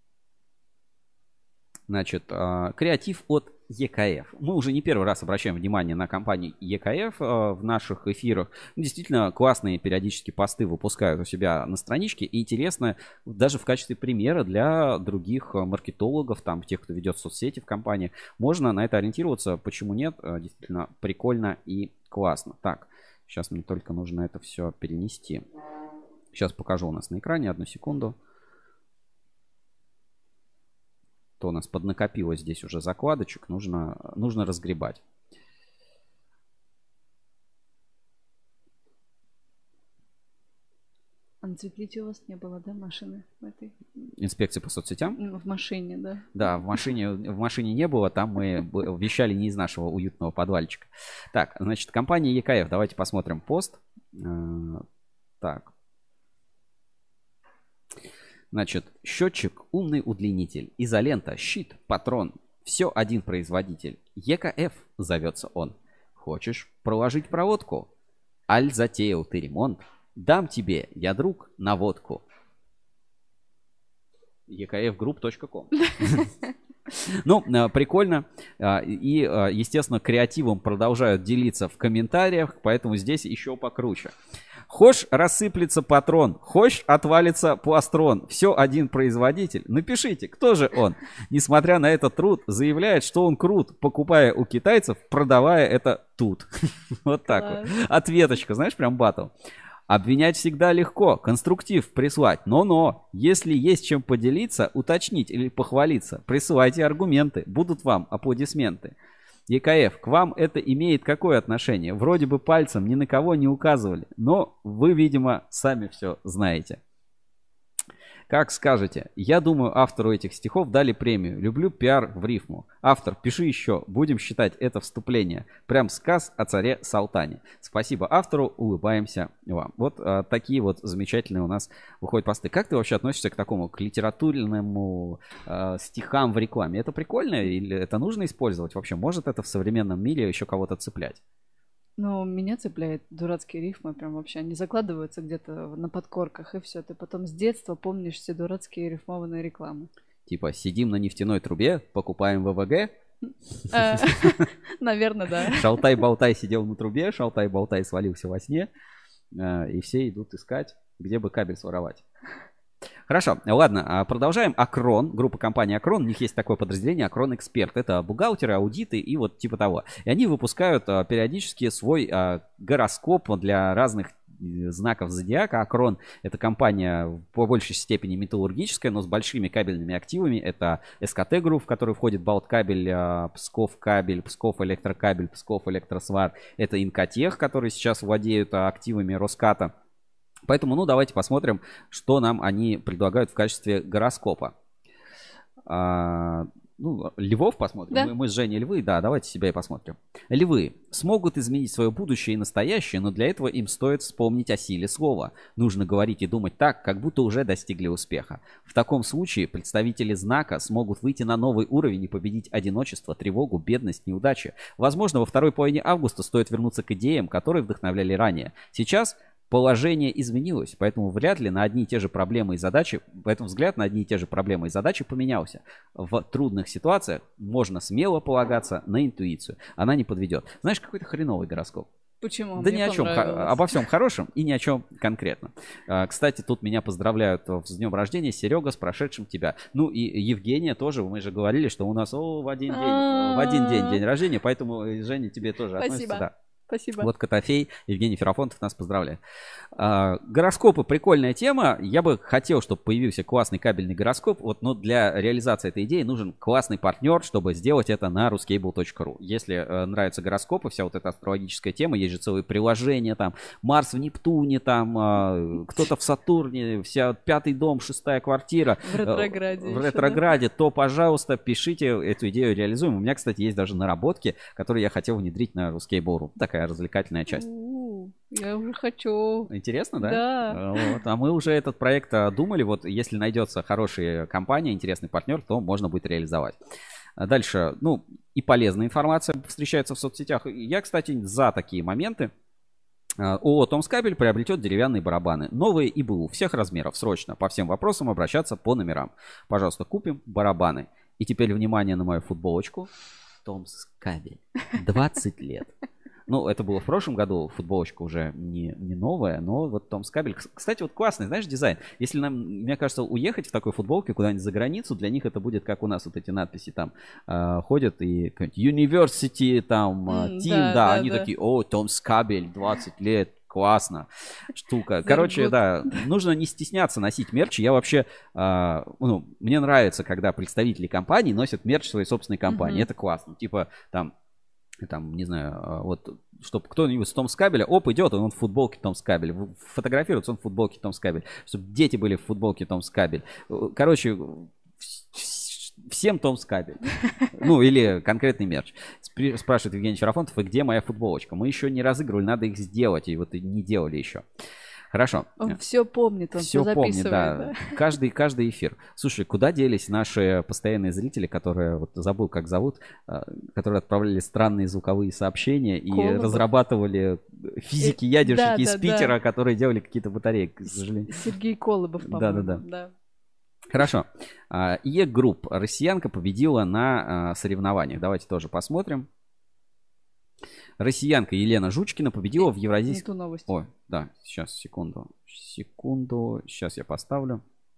значит, креатив от ЕКФ. Мы уже не первый раз обращаем внимание на компанию ЕКФ в наших эфирах. Действительно классные периодически посты выпускают у себя на страничке. И интересно даже в качестве примера для других маркетологов, там тех, кто ведет соцсети в компании. Можно на это ориентироваться. Почему нет? Действительно прикольно и классно. Так, сейчас мне только нужно это все перенести. Сейчас покажу у нас на экране. Одну секунду. У нас поднакопилось здесь уже закладочек, нужно разгребать. А на Цветлите у вас не было, да, машины в этой? Инспекции по соцсетям? В машине, да. Да, в машине не было, там мы вещали не из нашего уютного подвальчика. Так, значит, компания ЕКФ, давайте посмотрим пост. Так. Значит, счетчик, умный удлинитель, изолента, щит, патрон. Все один производитель. ЕКФ зовется он. Хочешь проложить проводку? Аль затеял ты ремонт. Дам тебе, я друг, наводку. ekfgroup.com. Прикольно. И, естественно, креативом продолжают делиться в комментариях, поэтому здесь еще покруче. Хошь рассыплется патрон, хошь отвалится пластрон. Все один производитель. Напишите, кто же он? Несмотря на этот труд, заявляет, что он крут, покупая у китайцев, продавая это тут. Вот так вот. Ответочка, знаешь, прям баттл. Обвинять всегда легко, конструктив прислать. Но, если есть чем поделиться, уточнить или похвалиться, присылайте аргументы, будут вам аплодисменты. ЕКФ, к вам это имеет какое отношение? Вроде бы пальцем ни на кого не указывали, но вы, видимо, сами все знаете. Как скажете. Я думаю, автору этих стихов дали премию. Люблю пиар в рифму. Автор, пиши еще. Будем считать это вступление. Прям сказ о царе Салтане. Спасибо автору. Улыбаемся вам. Вот такие вот замечательные у нас выходят посты. Как ты вообще относишься к такому, к литературному стихам в рекламе? Это прикольно или это нужно использовать? Вообще, может это в современном мире еще кого-то цеплять? Ну, меня цепляет дурацкие рифмы, прям вообще. Они закладываются где-то на подкорках, и все. Ты потом с детства помнишь все дурацкие рифмованные рекламы. Типа, сидим на нефтяной трубе, покупаем ВВГ. Наверное, да. Шалтай-болтай сидел на трубе, шалтай-болтай свалился во сне. И все идут искать, где бы кабель своровать. Хорошо, ладно, продолжаем. Акрон, группа компании Акрон, у них есть такое подразделение Акрон Эксперт. Это бухгалтеры, аудиты и вот типа того. И они выпускают периодически свой гороскоп для разных знаков зодиака. Акрон — это компания по большей степени металлургическая, но с большими кабельными активами. Это СКТ Групп, в который входит Балткабель, Псков Кабель, Псков Электрокабель, Псков Электросвар. Это Инкотех, которые сейчас владеют активами Роската. Поэтому, давайте посмотрим, что нам они предлагают в качестве гороскопа. львов посмотрим. Да. Мы с Женей львы, да, давайте себя и посмотрим. Львы смогут изменить свое будущее и настоящее, но для этого им стоит вспомнить о силе слова. Нужно говорить и думать так, как будто уже достигли успеха. В таком случае представители знака смогут выйти на новый уровень и победить одиночество, тревогу, бедность, неудачи. Возможно, во второй половине августа стоит вернуться к идеям, которые вдохновляли ранее. Сейчас положение изменилось, поэтому вряд ли на одни и те же проблемы и задачи, поэтому взгляд на одни и те же проблемы и задачи поменялся. В трудных ситуациях можно смело полагаться на интуицию. Она не подведет. Знаешь, какой-то хреновый гороскоп. Почему? Да Мне ни о чем, понравилось. обо всем хорошем и ни о чем конкретно. Кстати, тут меня поздравляют с днем рождения, Серега, с прошедшим тебя. Ну и Евгения тоже, мы же говорили, что у нас в один день день рождения, поэтому, Женя, тебе тоже относится. Да. Спасибо. Вот Котофей, Евгений Ферапонтов нас поздравляет. Гороскопы — прикольная тема. Я бы хотел, чтобы появился классный кабельный гороскоп. Но для реализации этой идеи нужен классный партнер, чтобы сделать это на ruscable.ru. Если нравятся гороскопы, вся вот эта астрологическая тема, есть же целые приложения, там Марс в Нептуне, там кто-то в Сатурне, вся 5-й дом, 6-я квартира. В ретрограде. В ретрограде, да? То, пожалуйста, пишите, эту идею реализуем. У меня, кстати, есть даже наработки, которые я хотел внедрить на ruscable.ru. Такая развлекательная часть. Я уже хочу. Интересно, да? Да. Вот. А мы уже этот проект думали. Вот если найдется хорошая компания, интересный партнер, то можно будет реализовать. Дальше, и полезная информация встречается в соцсетях. Я, кстати, за такие моменты. ООО «Томскабель» приобретет деревянные барабаны. Новые ИБУ всех размеров. Срочно по всем вопросам обращаться по номерам. Пожалуйста, купим барабаны. И теперь внимание на мою футболочку. «Томскабель». 20 лет. Это было в прошлом году, футболочка уже не новая, но вот Томскабель. Кстати, вот классный, знаешь, дизайн. Если мне кажется, уехать в такой футболке куда-нибудь за границу, для них это будет как у нас вот эти надписи там ходят и University, там, Team, да, они такие, Томскабель, 20 лет. Классно. Штука. Короче, да, нужно не стесняться носить мерч. Я вообще, мне нравится, когда представители компаний носят мерч своей собственной компании. Это классно. Типа там, не знаю, вот, чтобы кто-нибудь с Томскабеля, идет, он в футболке Томскабель. Фотографируется он в футболке Томскабель. Чтобы дети были в футболке Томскабель. Короче, всем Томскабель. Или конкретный мерч. Спрашивает Евгений Ферапонтов, и где моя футболочка? Мы еще не разыгрывали, надо их сделать. И вот не делали еще. Хорошо. Он все помнит, он все записывает. Да. Каждый эфир. Слушай, куда делись наши постоянные зрители, которые, вот забыл, как зовут, которые отправляли странные звуковые сообщения и разрабатывали физики, ядерщики из Питера, которые делали какие-то батареи, к сожалению. Сергей Колобов, по-моему. Да. Хорошо. Е-групп. Россиянка победила на соревнованиях. Давайте тоже посмотрим. Россиянка Елена Жучкина победила в Евразийском... новость. Ой, да, сейчас, секунду. Сейчас я поставлю.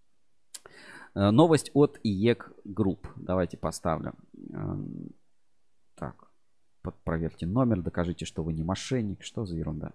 Новость от ИЕК Групп. Давайте поставлю. Так, проверьте номер, докажите, что вы не мошенник. Что за ерунда?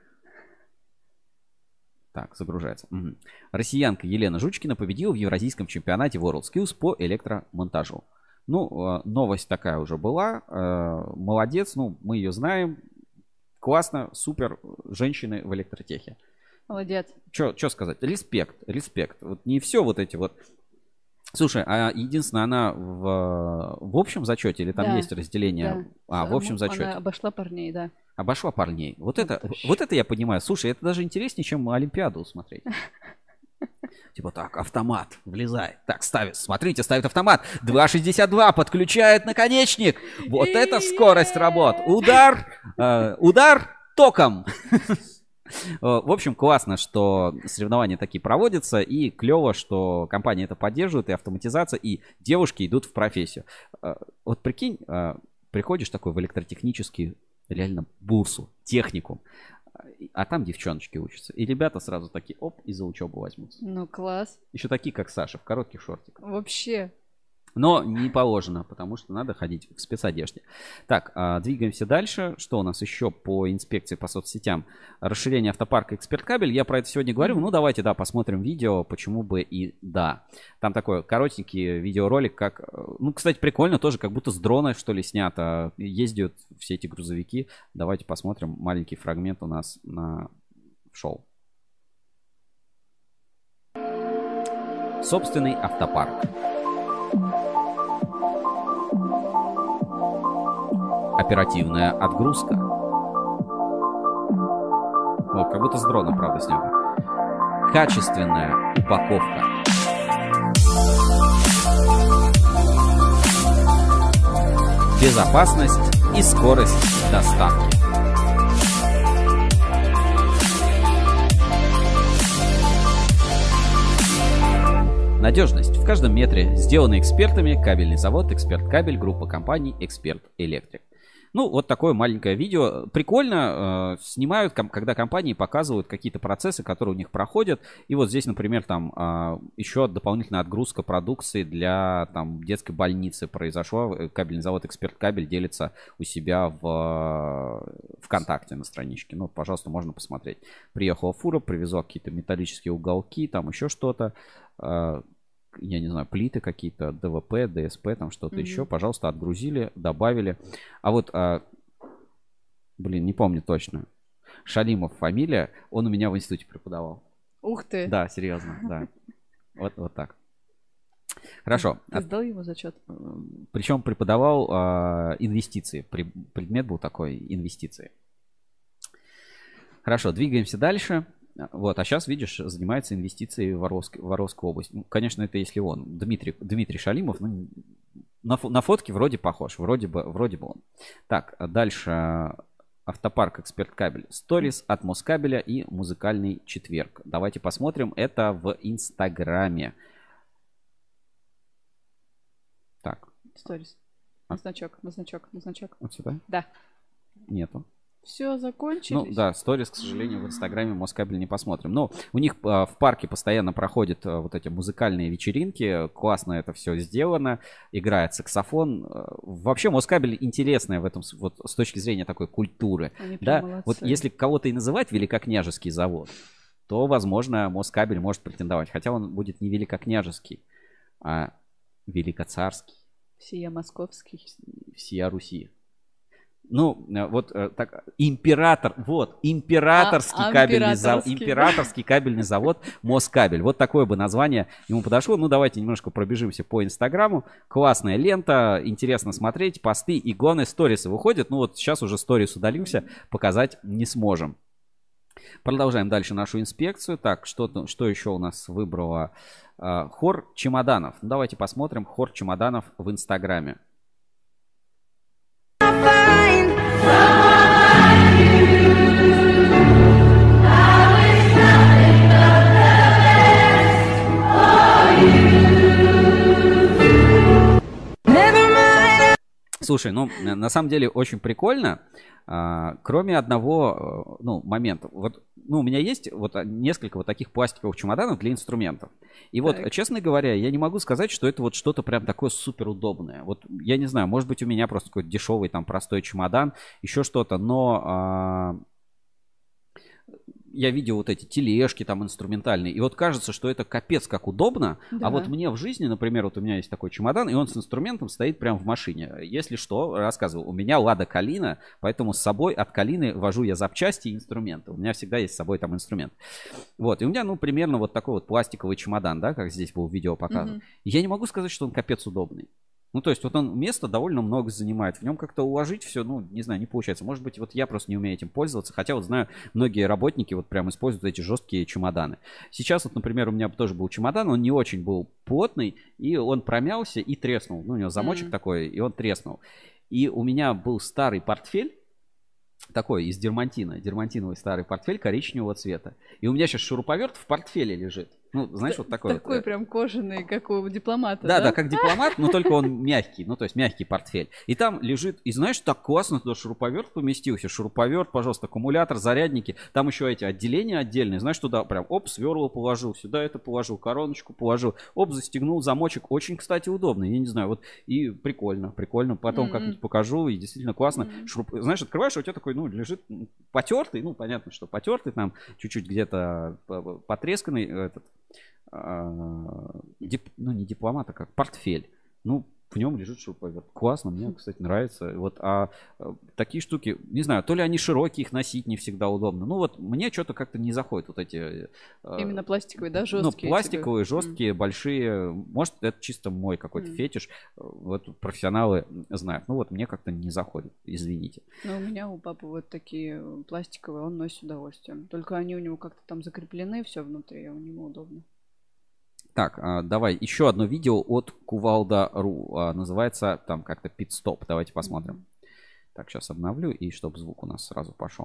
Так, загружается. Россиянка Елена Жучкина победила в Евразийском чемпионате WorldSkills по электромонтажу. Новость такая уже была. Молодец, мы ее знаем. Классно, супер, женщины в электротехе. Молодец. Что сказать? Респект. Вот не все вот эти вот. Слушай, а единственное, она в общем зачете или там есть разделение? Да. В общем зачете. Она обошла парней, да. Обошла парней. Вот это я понимаю. Слушай, это даже интереснее, чем Олимпиаду смотреть. Типа так, автомат влезает. Так, ставит автомат. 2.62, подключает наконечник. Вот это скорость работ. Удар током. В общем, классно, что соревнования такие проводятся. И клево, что компания это поддерживает. И автоматизация, и девушки идут в профессию. Вот прикинь, приходишь такой в электротехнический реально бурсу, техникум. А там девчоночки учатся. И ребята сразу такие, и за учебу возьмутся. Класс. Еще такие, как Саша, в коротких шортиках. Вообще. Но не положено, потому что надо ходить в спецодежде. Так, двигаемся дальше. Что у нас еще по инспекции по соцсетям? Расширение автопарка «Эксперткабель». Я про это сегодня говорю. Давайте, посмотрим видео. Почему бы и да. Там такой коротенький видеоролик, как... кстати, прикольно тоже, как будто с дрона, что ли, снято. Ездят все эти грузовики. Давайте посмотрим. Маленький фрагмент у нас на шоу. Собственный автопарк. Оперативная отгрузка. Вот, как будто с дрона, правда, снято. Качественная упаковка. Безопасность и скорость доставки. Надежность в каждом метре. Сделанный экспертами. Кабельный завод «Эксперт Кабель», группа компаний «Эксперт Электрик». Ну, вот такое маленькое видео. Прикольно снимают, когда компании показывают какие-то процессы, которые у них проходят. И вот здесь, например, там еще дополнительная отгрузка продукции для там детской больницы произошла. Кабельный завод «Эксперт Кабель» делится у себя в ВКонтакте на страничке. Ну, пожалуйста, можно посмотреть. Приехала фура, привезла какие-то металлические уголки, там еще что-то. Я не знаю, плиты какие-то, ДВП, ДСП, там что-то еще. Пожалуйста, отгрузили, добавили. А вот, не помню точно. Шалимов фамилия, он у меня в институте преподавал. Ух ты! Да, серьезно, да. Вот так. Хорошо. Ты сдал ему зачет? Причем преподавал инвестиции. Предмет был такой, инвестиции. Хорошо, двигаемся дальше. Вот, а сейчас, видишь, занимается инвестицией в Воровскую область. Ну, конечно, это если он. Дмитрий Шалимов, ну, на фотке вроде похож, вроде бы он. Так, дальше автопарк «Эксперт Кабель», сторис от Москабеля и музыкальный четверг. Давайте посмотрим это в Инстаграме. Так. Сторис. На значок. Вот сюда? Да. Нету. Все, закончились. Ну да, сторис, к сожалению, в Инстаграме Москабель не посмотрим. Но у них в парке постоянно проходят вот эти музыкальные вечеринки. Классно это все сделано. Играет саксофон. Вообще Москабель интересная в этом, вот с точки зрения такой культуры. Да? Вот если кого-то и называть Великокняжеский завод, то, возможно, Москабель может претендовать. Хотя он будет не Великокняжеский, а Великоцарский. Всея Московский. Всея Руси. Ну, вот так, императорский кабельный завод Москабель. Вот такое бы название ему подошло. Ну, давайте немножко пробежимся по Инстаграму. Классная лента, интересно смотреть, посты и, главное, сторисы выходят. Ну, вот сейчас уже сторис удалимся, показать не сможем. Продолжаем дальше нашу инспекцию. Так, что еще у нас выбрало? Хор чемоданов. Ну, давайте посмотрим хор чемоданов в Инстаграме. Слушай, ну, на самом деле очень прикольно, кроме одного, момента. Вот, у меня есть вот несколько вот таких пластиковых чемоданов для инструментов. И вот, честно говоря, я не могу сказать, что это вот что-то прям такое супер удобное. Вот, я не знаю, может быть, у меня просто какой-то дешевый там простой чемодан, еще что-то, но... Я видел вот эти тележки там инструментальные, и вот кажется, что это капец как удобно, да. А вот мне в жизни, например, вот у меня есть такой чемодан, и он с инструментом стоит прямо в машине. Если что, рассказывал, у меня Лада Калина, поэтому с собой от Калины вожу я запчасти и инструменты. У меня всегда есть с собой там инструмент. Вот, и у меня, примерно вот такой вот пластиковый чемодан, да, как здесь был в видео показан. И я не могу сказать, что он капец удобный. Ну, то есть, вот он места довольно много занимает. В нем как-то уложить все, не знаю, не получается. Может быть, вот я просто не умею этим пользоваться. Хотя вот знаю, многие работники вот прям используют эти жесткие чемоданы. Сейчас вот, например, у меня тоже был чемодан, он не очень был плотный, и он промялся и треснул. Ну, у него замочек такой, и он треснул. И у меня был старый портфель, такой из дермантиновый старый портфель коричневого цвета. И у меня сейчас шуруповерт в портфеле лежит. Ну, знаешь, вот такой. Такой вот, прям кожаный, как у дипломата, да? Да, как дипломат, но только он мягкий, то есть мягкий портфель. И там лежит, и знаешь, так классно туда шуруповерт поместился. Шуруповерт, пожалуйста, аккумулятор, зарядники. Там еще эти отделения отдельные. Знаешь, туда прям, сверло положил, сюда это положил, короночку положил. Застегнул замочек. Очень, кстати, удобно. Я не знаю, вот и прикольно. Потом как-нибудь покажу, и действительно классно. Знаешь, открываешь, у тебя такой, лежит потертый, понятно, что потертый, там чуть-чуть где-то потресканный этот, не дипломат, а как портфель. в нем лежит шуруповерт. Классно, мне, кстати, нравится. Вот, такие штуки, не знаю, то ли они широкие, их носить не всегда удобно. Ну вот мне что-то как-то не заходит вот эти... Именно пластиковые, да, жесткие? Ну, пластиковые, жесткие, большие. Может, это чисто мой какой-то фетиш. Вот профессионалы знают. Ну вот мне как-то не заходит, извините. Ну, у меня у папы вот такие пластиковые, он носит с удовольствием. Только они у него как-то там закреплены, все внутри, у него удобно. Так, давай еще одно видео от Кувалда.ру. Называется там как-то пит-стоп. Давайте посмотрим. Так, сейчас обновлю, и чтобы звук у нас сразу пошел.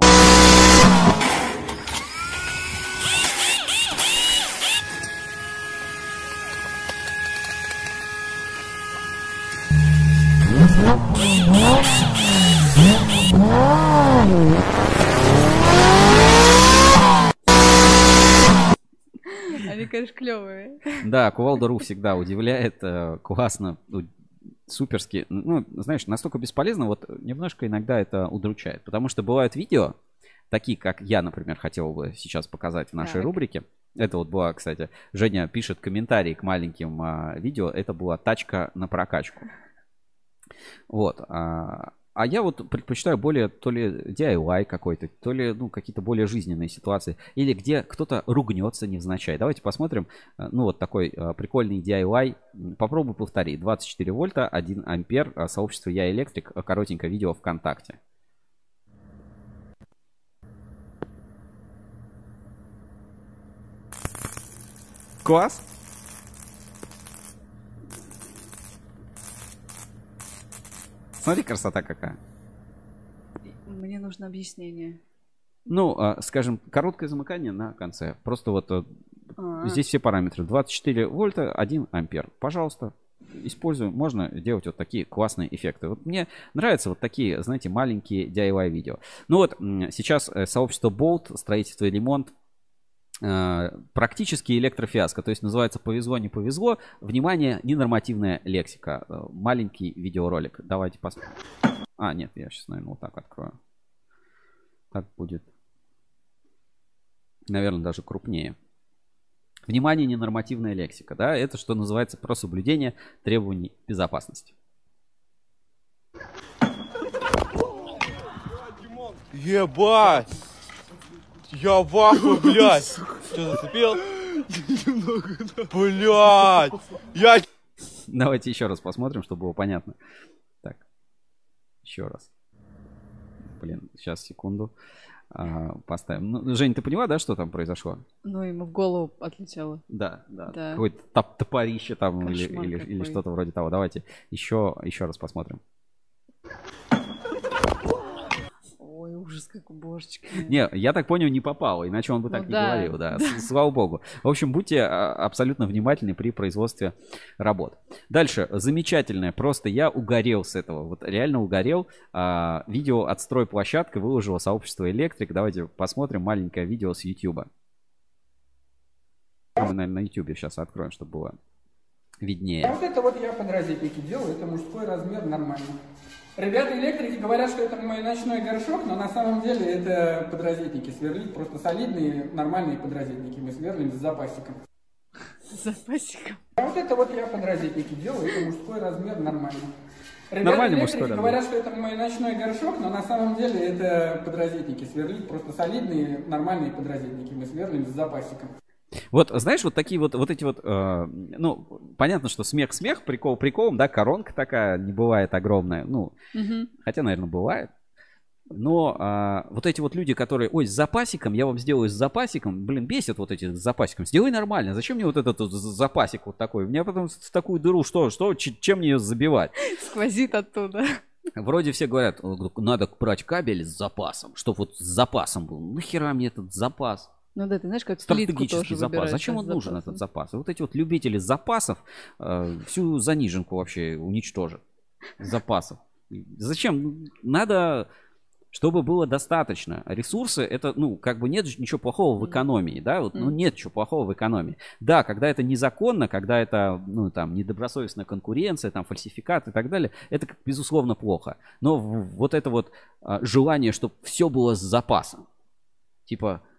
Они, конечно, клевые. Да, Кувалда.ру всегда удивляет. Классно, суперски. Ну, знаешь, настолько бесполезно, вот немножко иногда это удручает. Потому что бывают видео, такие, как я, например, хотел бы сейчас показать в нашей рубрике. Это вот была, кстати, Женя пишет комментарии к маленьким видео. Это была тачка на прокачку. Вот. А я вот предпочитаю более то ли DIY какой-то, то ли какие-то более жизненные ситуации. Или где кто-то ругнется невзначай. Давайте посмотрим. Ну вот такой прикольный DIY. Попробуй повтори. 24 вольта, 1 ампер. Сообщество Я Электрик. Коротенькое видео ВКонтакте. Класс. Смотри, красота какая. Мне нужно объяснение. Ну, скажем, короткое замыкание на конце. Просто вот здесь все параметры. 24 вольта, 1 ампер. Пожалуйста, используем. Можно делать вот такие классные эффекты. Вот мне нравятся вот такие, знаете, маленькие DIY видео. Ну вот, сейчас сообщество Bolt, строительство и ремонт, практически электрофиаско, то есть называется «Повезло, не повезло». Внимание, ненормативная лексика. Маленький видеоролик. Давайте посмотрим. Нет, я сейчас, наверное, вот так открою. Так будет, наверное, даже крупнее. Внимание, ненормативная лексика. Да, это что называется про соблюдение требований безопасности. Ебать! Я в ахуе, блядь! Что, зацепил? Блядь! Я... Давайте еще раз посмотрим, чтобы было понятно. Так, еще раз. Блин, сейчас, секунду. Поставим. Ну, Жень, ты поняла, да, что там произошло? Ну, ему в голову отлетело. Да. Какое-то топорище там или что-то вроде того. Давайте еще раз посмотрим. Ой, ужас, как у божечки. Не, я так понял, не попало, иначе он бы так не говорил, да. Слава богу. В общем, будьте абсолютно внимательны при производстве работ. Дальше, замечательное, просто я угорел с этого, вот реально угорел. Видео от стройплощадки выложило сообщество Электрик. Давайте посмотрим маленькое видео с YouTube. Мы, наверное, на YouTube сейчас откроем, чтобы было виднее. Вот это вот я подрозетники делаю, это мужской размер, нормально. Ребята электрики говорят, что это мой ночной горшок, но на самом деле это подрозетники сверлить, просто солидные, нормальные подрозетники. Мы сверлим с запасиком. С запасиком? А вот это вот я подрозетники делаю, это мужской размер, нормально. Ребята Нормальный электрики мужской говорят, что это мой ночной горшок, но на самом деле это подрозетники сверлить, просто солидные, нормальные подрозетники. Мы сверлим с запасиком. Вот, знаешь, вот такие вот эти вот, ну, понятно, что смех, прикол приколом, да, коронка такая не бывает огромная, ну, хотя, наверное, бывает. Но вот эти вот люди, которые, ой, с запасиком, я вам сделаю с запасиком, блин, бесит вот эти с запасиком. Сделай нормально, зачем мне вот этот вот запасик вот такой? У меня потом в такую дыру чем мне ее забивать? Сквозит оттуда. Вроде все говорят, надо брать кабель с запасом, чтобы вот с запасом был. Нахера мне этот запас? Ну да, ты знаешь, как плитку тоже запас. Зачем он нужен, этот запас? И вот эти вот любители запасов всю заниженку вообще уничтожат. Запасов. Зачем? Надо, чтобы было достаточно. Ресурсы, это, ну, как бы нет ничего плохого в экономии, да? Вот, ну, нет ничего плохого в экономии. Да, когда это незаконно, когда это, ну, там, недобросовестная конкуренция, там, фальсификат и так далее, это, безусловно, плохо. Но вот это вот желание, чтобы все было с запасом. Типа,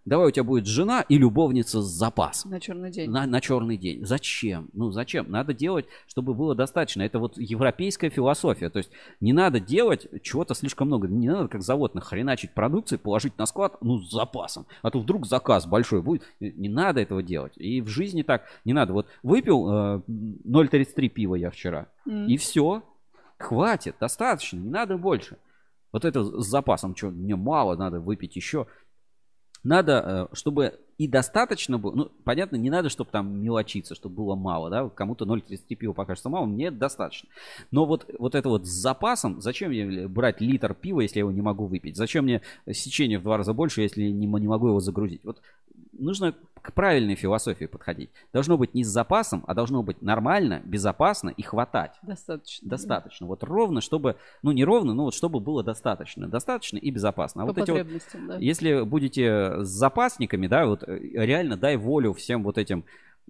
давай у тебя будет жена и любовница с запасом. На черный день. На черный день. Зачем? Ну, зачем? Надо делать, чтобы было достаточно. Это вот европейская философия. То есть не надо делать чего-то слишком много. Не надо, как завод, нахреначить продукции, положить на склад, ну, с запасом. А то вдруг заказ большой будет. Не надо этого делать. И в жизни так не надо. Вот выпил 0,33 пива я вчера. И все. Хватит. Достаточно. Не надо больше. Вот это с запасом. Что, мне мало, надо выпить еще. Надо, чтобы и достаточно было, ну, понятно, не надо, чтобы там мелочиться, чтобы было мало, да, кому-то 0,33 пива покажется мало, мне это достаточно. Но вот это вот с запасом, зачем мне брать литр пива, если я его не могу выпить? Зачем мне сечение в 2 раза больше, если не могу его загрузить? Вот нужно к правильной философии подходить. Должно быть не с запасом, а должно быть нормально, безопасно и хватать. Достаточно. Достаточно. Вот ровно, чтобы, ну не ровно, но вот чтобы было достаточно. Достаточно и безопасно. А вот эти вот, да. если будете с запасниками, да, вот реально дай волю всем вот этим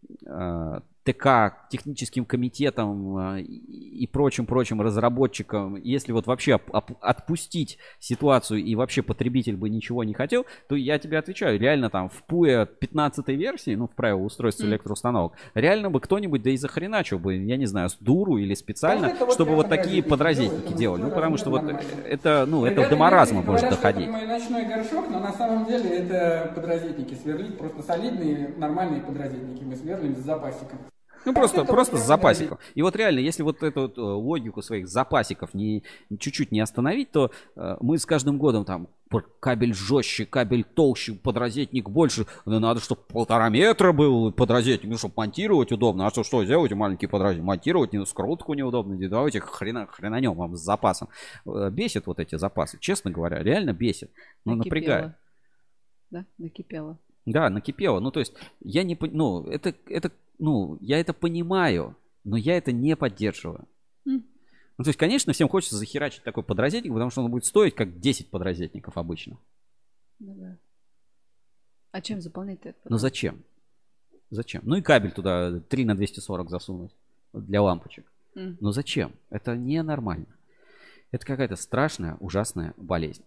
ТК, техническим комитетам и прочим разработчикам. Если вот вообще отпустить ситуацию и вообще потребитель бы ничего не хотел, то я тебе отвечаю, реально там в PUE 15-й версии, ну в правилах устройства электроустановок, реально бы кто-нибудь да и захреначил бы, я не знаю, с дуру или специально, чтобы вот такие подрозетники делали. Ну потому что вот это, ну это до маразма может доходить. Это мой ночной горшок, но на самом деле это подрозетники сверлить, просто солидные, нормальные подрозетники мы сверлим с запасиком. Ну просто с запасиком. И вот реально, если вот эту вот логику своих запасиков чуть-чуть не остановить, то мы с каждым годом там кабель жестче, кабель толще, подрозетник больше. Надо, чтобы 1,5 метра был подрозетник, ну, чтобы монтировать удобно. А что сделать, маленький подрозетник? Монтировать скрутку неудобно. Давайте хренанем вам с запасом. Бесит вот эти запасы, честно говоря, реально бесит. Ну, напрягает. Да, накипело. Да, накипело. Ну, то есть, я не... Ну, я это понимаю, но я это не поддерживаю. Ну, то есть, конечно, всем хочется захерачить такой подрозетник, потому что он будет стоить как 10 подрозетников обычно. Да. А чем заполнять это? Ну, зачем? Зачем? Ну, и кабель туда 3 на 240 засунуть для лампочек. Ну, зачем? Это ненормально. Это какая-то страшная, ужасная болезнь.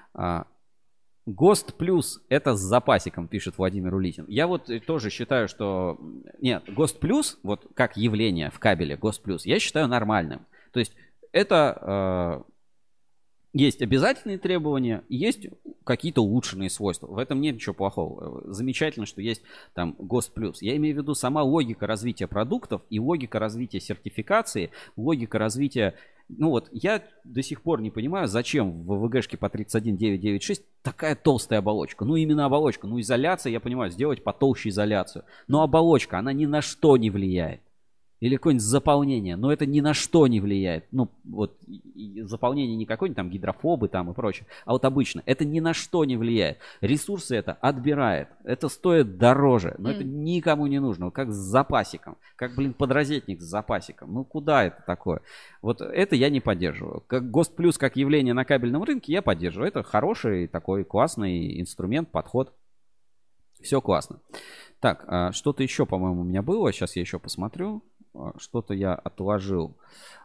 ГОСТ плюс это с запасиком, пишет Владимир Улитин. Я вот тоже считаю, что... Нет, ГОСТ плюс, вот как явление в кабеле, ГОСТ плюс, я считаю нормальным. То есть это... есть обязательные требования, есть какие-то улучшенные свойства. В этом нет ничего плохого. Замечательно, что есть там ГОСТ плюс. Я имею в виду сама логика развития продуктов и логика развития сертификации, логика развития... Ну вот, я до сих пор не понимаю, зачем в ВВГшке по 31996 такая толстая оболочка. Ну, именно оболочка. Ну, изоляция, я понимаю, сделать потолще изоляцию. Но оболочка, она ни на что не влияет. Или какое-нибудь заполнение. Но это ни на что не влияет. Ну, вот, заполнение не какой-нибудь там гидрофобы там и прочее. А вот обычно. Это ни на что не влияет. Ресурсы это отбирает. Это стоит дороже. Но это никому не нужно. Вот как с запасиком. Как, подрозетник с запасиком. Ну, куда это такое? Вот это я не поддерживаю. Как ГОСТ плюс, как явление на кабельном рынке, я поддерживаю. Это хороший такой классный инструмент, подход. Все классно. Так, что-то еще, по-моему, у меня было. Сейчас я еще посмотрю. Что-то я отложил.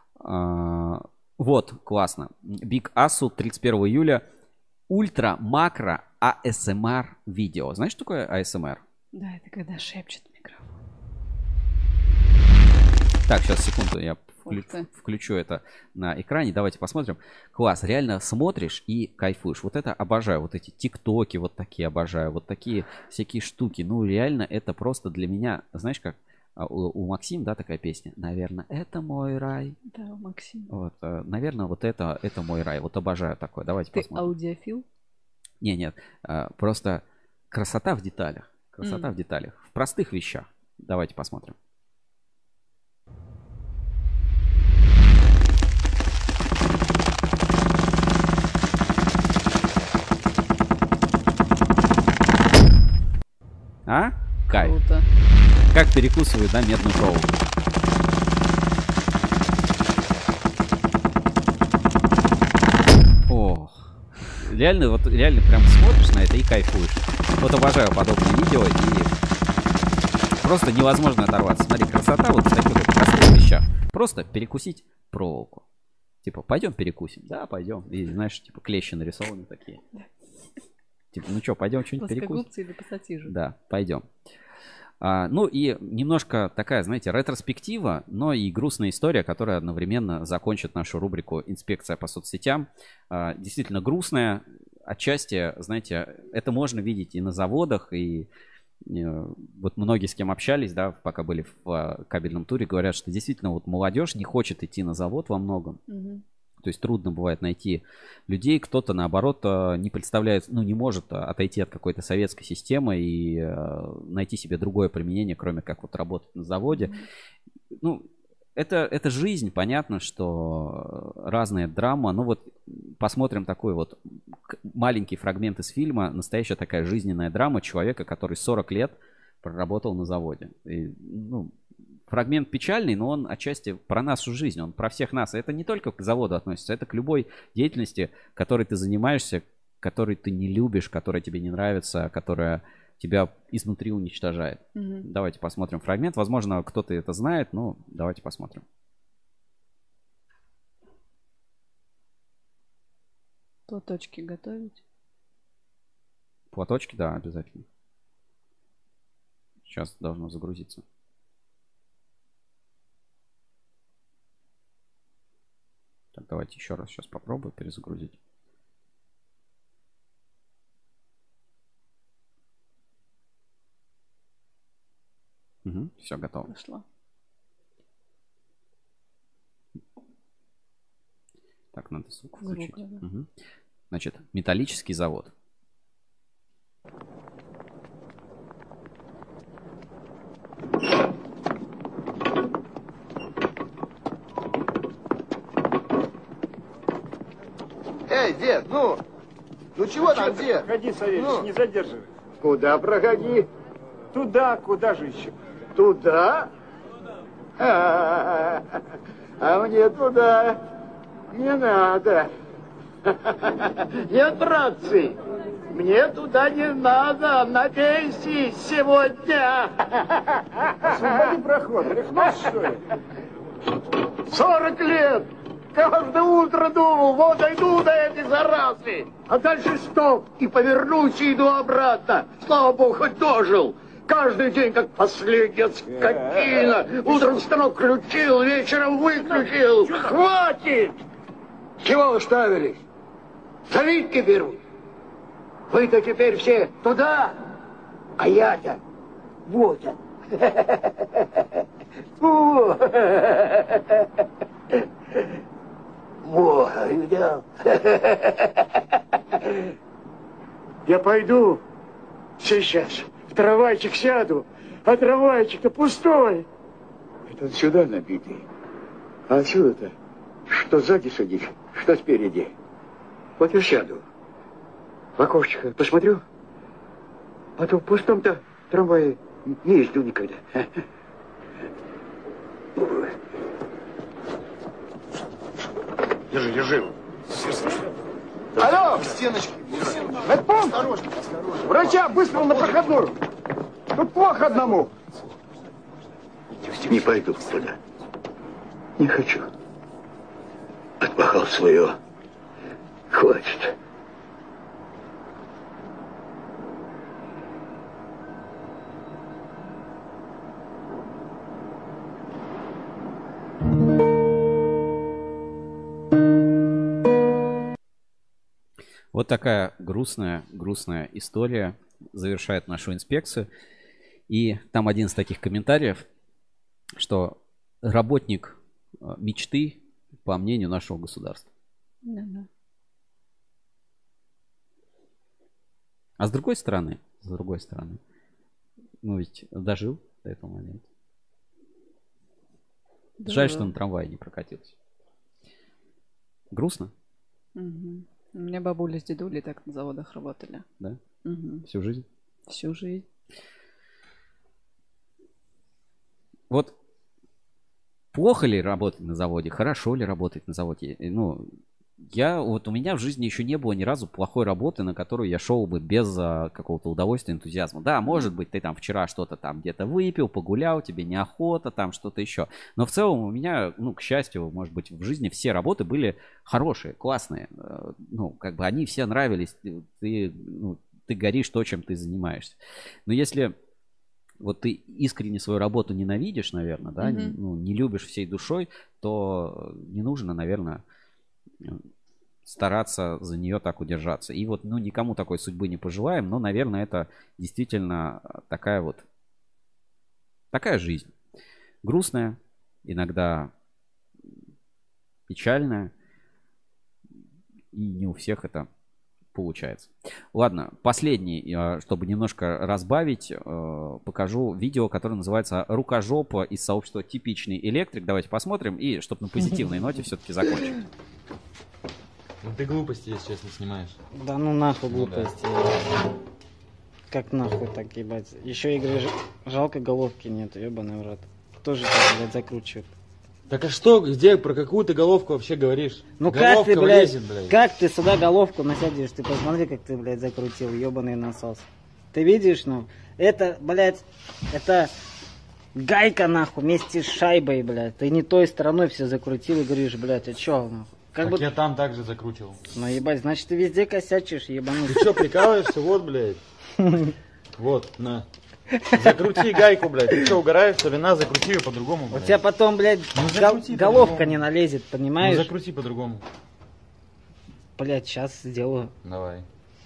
Вот, классно. Big Asu 31 июля. Ультра макро ASMR видео. Знаешь, что такое ASMR? Да, это когда шепчет микрофон. Так, сейчас, секунду, я включу это на экране. Давайте посмотрим. Класс, реально смотришь и кайфуешь. Вот это обожаю. Вот эти тиктоки вот такие обожаю. Вот такие всякие штуки. Ну, реально, это просто для меня, знаешь как? У Максим, да, такая песня. Наверное, это мой рай. Да, у Максима. Вот, наверное, вот это мой рай. Вот обожаю такое. Давайте посмотрим. Ты аудиофил? Нет. Просто красота в деталях. Красота в деталях. В простых вещах. Давайте посмотрим. А? Кайф. Круто. Как перекусываю, да, медную проволоку. Ох. Реально прям смотришь на это и кайфуешь. Вот обожаю подобные видео и просто невозможно оторваться. Смотри, красота вот в таких вот простых вещах. Просто перекусить проволоку. Типа, пойдем перекусим. Да, пойдем. И знаешь, типа клещи нарисованы такие. Типа, ну что, пойдем что-нибудь перекусим? Плоскогубцы или пассатижи. Да, пойдем. Ну и немножко такая, знаете, ретроспектива, но и грустная история, которая одновременно закончит нашу рубрику «Инспекция по соцсетям». Действительно грустная. Отчасти, знаете, это можно видеть и на заводах, и вот многие, с кем общались, да, пока были в кабельном туре, говорят, что действительно вот молодежь не хочет идти на завод во многом. То есть трудно бывает найти людей, кто-то наоборот не представляет, ну не может отойти от какой-то советской системы и найти себе другое применение, кроме как вот работать на заводе. Ну, это жизнь, понятно, что разная драма. Ну вот посмотрим такой вот маленький фрагмент из фильма, настоящая такая жизненная драма человека, который 40 лет проработал на заводе. И, ну, фрагмент печальный, но он отчасти про нашу жизнь, он про всех нас. Это не только к заводу относится, это к любой деятельности, которой ты занимаешься, которой ты не любишь, которая тебе не нравится, которая тебя изнутри уничтожает. Давайте посмотрим фрагмент. Возможно, кто-то это знает, но давайте посмотрим. Платочки готовить? Платочки, да, обязательно. Сейчас должно загрузиться. Так, давайте еще раз сейчас попробую перезагрузить. Угу, все готово. Пошло. Так, надо звук включить. Звук, да. Угу. Значит, металлический завод. Эй, дед, ну чего там, дед? Проходи, Савельич, не задерживай. Куда проходи? Туда, куда же еще? Туда? А мне туда не надо. Нет, братцы, мне туда не надо. На пенсии сегодня. Освободи проход, рехнулся, что ли? 40 лет. Каждое утро думал, вот дойду до этой заразы. А дальше стоп. И повернусь и иду обратно. Слава богу, хоть дожил. Каждый день как последняя скотина. Утром станок включил, вечером выключил. Хватит! Чего уставились? Завидки берут. Вы-то теперь все туда, а я-то вот. Во, видал? Я пойду сейчас в трамвайчик сяду, а трамвайчик-то пустой. Это сюда набитый. А отсюда-то что сзади садишь, что спереди. Вот я сяду. В окошечко посмотрю. А то в пустом-то трамвае не ездил никогда. Держи, держи. Алло! Стеночки. Медпункт! Врача, быстро на проходную. Тут плохо одному. Не пойду туда. Не хочу. Отпахал свое. Хватит. Вот такая грустная история завершает нашу инспекцию. И там один из таких комментариев, что работник мечты, по мнению нашего государства. Да. А с другой стороны, ну ведь дожил до этого момента. Да. Жаль, что на трамвае не прокатился. Грустно? Угу. У меня бабуля с дедулей так на заводах работали. Да? Угу. Всю жизнь? Всю жизнь. Вот плохо ли работать на заводе, хорошо ли работать на заводе? Ну, у меня в жизни еще не было ни разу плохой работы, на которую я шел бы без какого-то удовольствия, энтузиазма. Да, может быть, ты там вчера что-то там где-то выпил, погулял, тебе неохота, там что-то еще. Но в целом у меня, ну, к счастью, может быть, в жизни все работы были хорошие, классные. Ну, как бы они все нравились. Ты ты горишь то, чем ты занимаешься. Но если вот ты искренне свою работу ненавидишь, наверное, да, не любишь всей душой, то не нужно, наверное, стараться за нее так удержаться. И вот, никому такой судьбы не пожелаем, но, наверное, это действительно такая жизнь. Грустная, иногда печальная, и не у всех это получается. Ладно, последний, чтобы немножко разбавить, покажу видео, которое называется «Рукожопа» из сообщества «Типичный электрик». Давайте посмотрим, и чтобы на позитивной ноте все-таки закончить. Ну ты глупости, если честно, снимаешь. Да ну нахуй глупости. Да. Как нахуй так, ебать. Еще игры жалко головки нет, ебаный в рот. Кто же так, блядь, закручивает? Так а что, где, про какую ты головку вообще говоришь? Ну головка как ты, блядь, как ты сюда головку насядешь? Ты посмотри, как ты, блядь, закрутил, ебаный насос. Ты видишь, ну? Это, блядь, это гайка, нахуй, вместе с шайбой, блядь. Ты не той стороной все закрутил и говоришь, блядь, а чё, нахуй? Как так я там также закручивал. Ну, ебать, значит, ты везде косячишь, ебануть. Ты что, прикалываешься? Вот, блядь. Вот, на. Закрути гайку, блядь. Ты что, угораешь, что ли? На, закрути ее по-другому, блядь. У тебя потом, блядь, головка не налезет, понимаешь? Ну, закрути по-другому. Блядь, сейчас сделаю. Давай.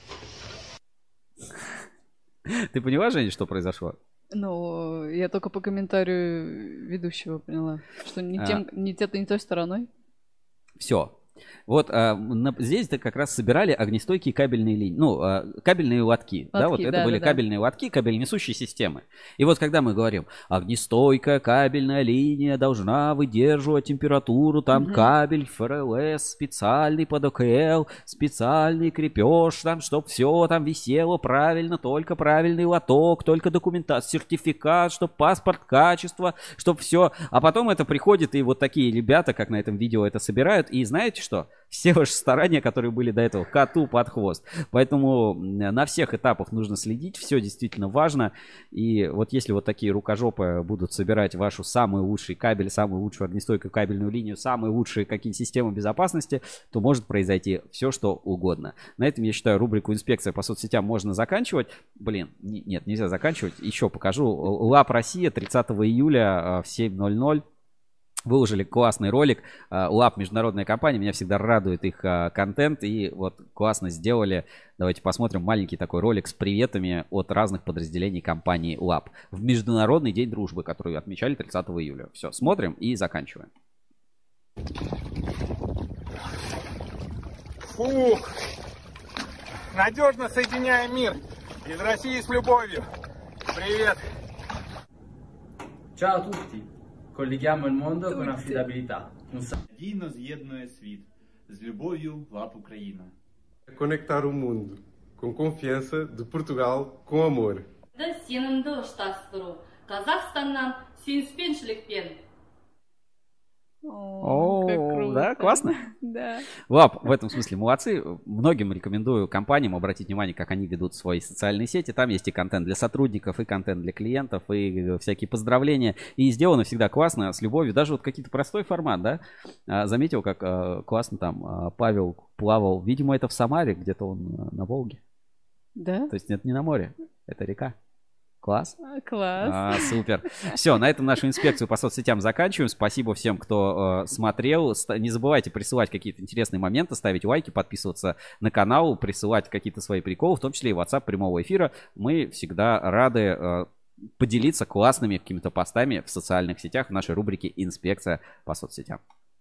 Ты поняла, Женя, что произошло? Ну, я только по комментарию ведущего поняла, что не той стороной. Все. Вот здесь-то как раз собирали огнестойкие кабельные линии, кабельные лотки. Да, вот это были кабельные лотки, кабельнесущие системы. И вот когда мы говорим, огнестойкая кабельная линия должна выдерживать температуру, там кабель ФРЛС специальный под ОКЛ, специальный крепеж, там, чтобы все там висело правильно, только правильный лоток, только документация, сертификат, чтобы паспорт качества, чтобы все. А потом это приходит, и вот такие ребята, как на этом видео, это собирают. И знаете что? Все ваши старания, которые были до этого, коту под хвост. Поэтому на всех этапах нужно следить, все действительно важно. И вот если вот такие рукожопы будут собирать вашу самый лучший кабель, самую лучшую огнестойкую кабельную линию, самые лучшие какие-то системы безопасности, то может произойти все, что угодно. На этом, я считаю, рубрику «Инспекция по соцсетям» можно заканчивать. Нет, нельзя заканчивать. Еще покажу. ЛАП Россия 30 июля в 7:00. Выложили классный ролик. ЛАП — международная компания. Меня всегда радует их контент. И вот классно сделали. Давайте посмотрим маленький такой ролик с приветами от разных подразделений компании ЛАП в Международный день дружбы, который отмечали 30 июля. Все, смотрим и заканчиваем. Фух! Надежно соединяем мир. Из России с любовью. Привет! Ciao a tutti. Colleghiamo il mondo con affidabilità. Надійно з'єднує світ. З любов'ю, ЛАП Україна. Conectar o mundo com confiança de Portugal com amor. сенімді ұштастыру. Казахстаннан сүйіспеншілікпен. О, да, классно? Да. ЛАП в этом смысле молодцы. Многим рекомендую компаниям обратить внимание, как они ведут свои социальные сети. Там есть и контент для сотрудников, и контент для клиентов, и всякие поздравления. И сделано всегда классно, с любовью. Даже вот какой-то простой формат, да? Заметил, как классно там Павел плавал. Видимо, это в Самаре, где-то он на Волге. Да? То есть это не на море, это река. Класс. Класс. Супер. Все, на этом нашу инспекцию по соцсетям заканчиваем. Спасибо всем, кто смотрел. Не забывайте присылать какие-то интересные моменты, ставить лайки, подписываться на канал, присылать какие-то свои приколы, в том числе и WhatsApp прямого эфира. Мы всегда рады поделиться классными какими-то постами в социальных сетях в нашей рубрике «Инспекция по соцсетям».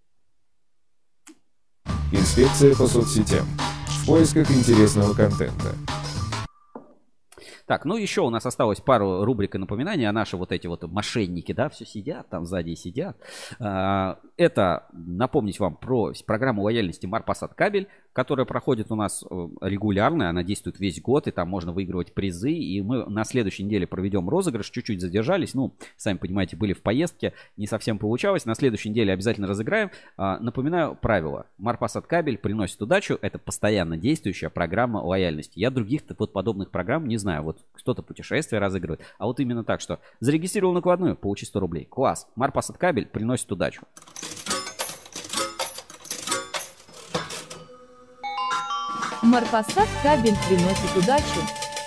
Инспекция по соцсетям. В поисках интересного контента. Так, ну еще у нас осталось пару рубрик и напоминаний, а наши вот эти вот мошенники, да, все сидят, там сзади сидят. Это напомнить вам про программу лояльности Марпасад Кабель, которая проходит у нас регулярно, она действует весь год, и там можно выигрывать призы, и мы на следующей неделе проведем розыгрыш, чуть-чуть задержались, ну, сами понимаете, были в поездке, не совсем получалось, на следующей неделе обязательно разыграем. Напоминаю правила: Марпасад Кабель приносит удачу, это постоянно действующая программа лояльности. Я других вот подобных программ не знаю, вот кто-то путешествия разыгрывает, а вот именно так, что зарегистрировал накладную, получи 100 рублей. Класс, Марпасад Кабель приносит удачу. Марпасад Кабель приносит удачу.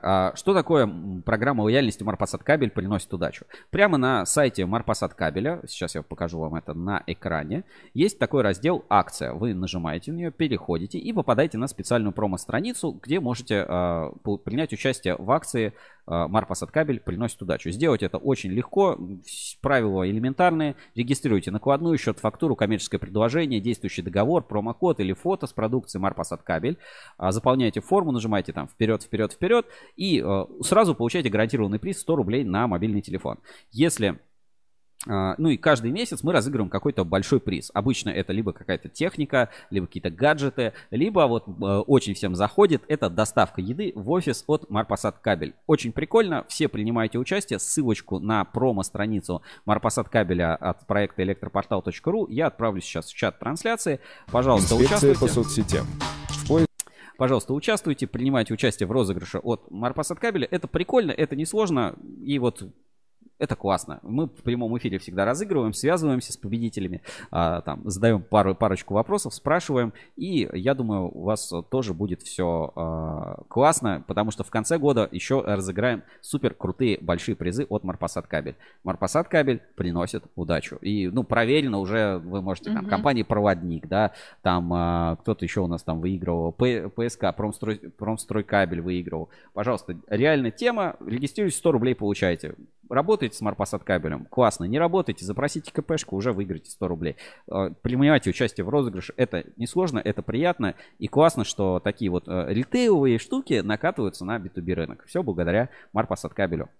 что такое программа лояльности Марпасад Кабель приносит удачу? Прямо на сайте Марпасад Кабеля, сейчас я покажу вам это на экране, есть такой раздел «Акция». Вы нажимаете на нее, переходите и попадаете на специальную промо-страницу, где можете принять участие в акции Марпасад Кабель приносит удачу. Сделать это очень легко, правила элементарные. Регистрируйте накладную, счет, фактуру, коммерческое предложение, действующий договор, промокод или фото с продукцией Марпасад Кабель. Заполняйте форму, нажимаете там вперед, вперед, вперед и сразу получаете гарантированный приз 100 рублей на мобильный телефон. Если... Ну и каждый месяц мы разыгрываем какой-то большой приз. Обычно это либо какая-то техника, либо какие-то гаджеты, либо вот очень всем заходит, это доставка еды в офис от Марпасад Кабель. Очень прикольно, все принимаете участие. Ссылочку на промо-страницу Марпасад Кабеля от проекта электропортал.ру я отправлю сейчас в чат трансляции. Пожалуйста, Инспекция участвуйте. по соцсетям. Пожалуйста, участвуйте, принимайте участие в розыгрыше от Марпасад Кабеля. Это прикольно, это несложно и вот... Это классно. Мы в прямом эфире всегда разыгрываем, связываемся с победителями, там, задаем парочку вопросов, спрашиваем. И я думаю, у вас тоже будет все классно, потому что в конце года еще разыграем супер крутые большие призы от Марпасад Кабель. Марпасад Кабель приносит удачу. И, ну, проверено уже, вы можете, там, компания «Проводник», да, там кто-то еще у нас там выигрывал, ПСК, Промстройкабель выигрывал. Пожалуйста, реальная тема, регистрируйтесь, 100 рублей получаете. Работаете с Марпасад Кабелем? Классно. Не работаете? Запросите КПшку, уже выиграете 100 рублей. Принимайте участие в розыгрыше. Это несложно, это приятно. И классно, что такие вот ритейловые штуки накатываются на B2B рынок. Все благодаря Марпасад Кабелю.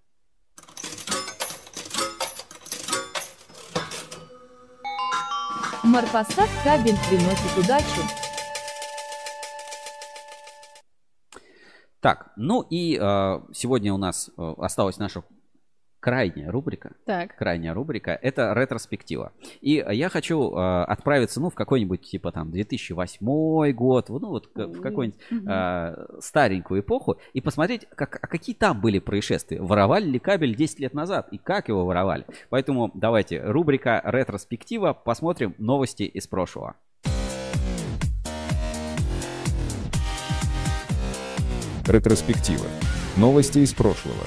Марпасад Кабель приносит удачу. Так, ну и сегодня у нас осталась наша крайняя рубрика. Так. Крайняя рубрика. Это ретроспектива. И я хочу отправиться, ну, в какой-нибудь, типа, там, 2008 год, ну, вот в какую-нибудь старенькую эпоху и посмотреть, какие там были происшествия. Воровали ли кабель 10 лет назад и как его воровали. Поэтому давайте, рубрика ретроспектива. Посмотрим новости из прошлого. Ретроспектива. Новости из прошлого.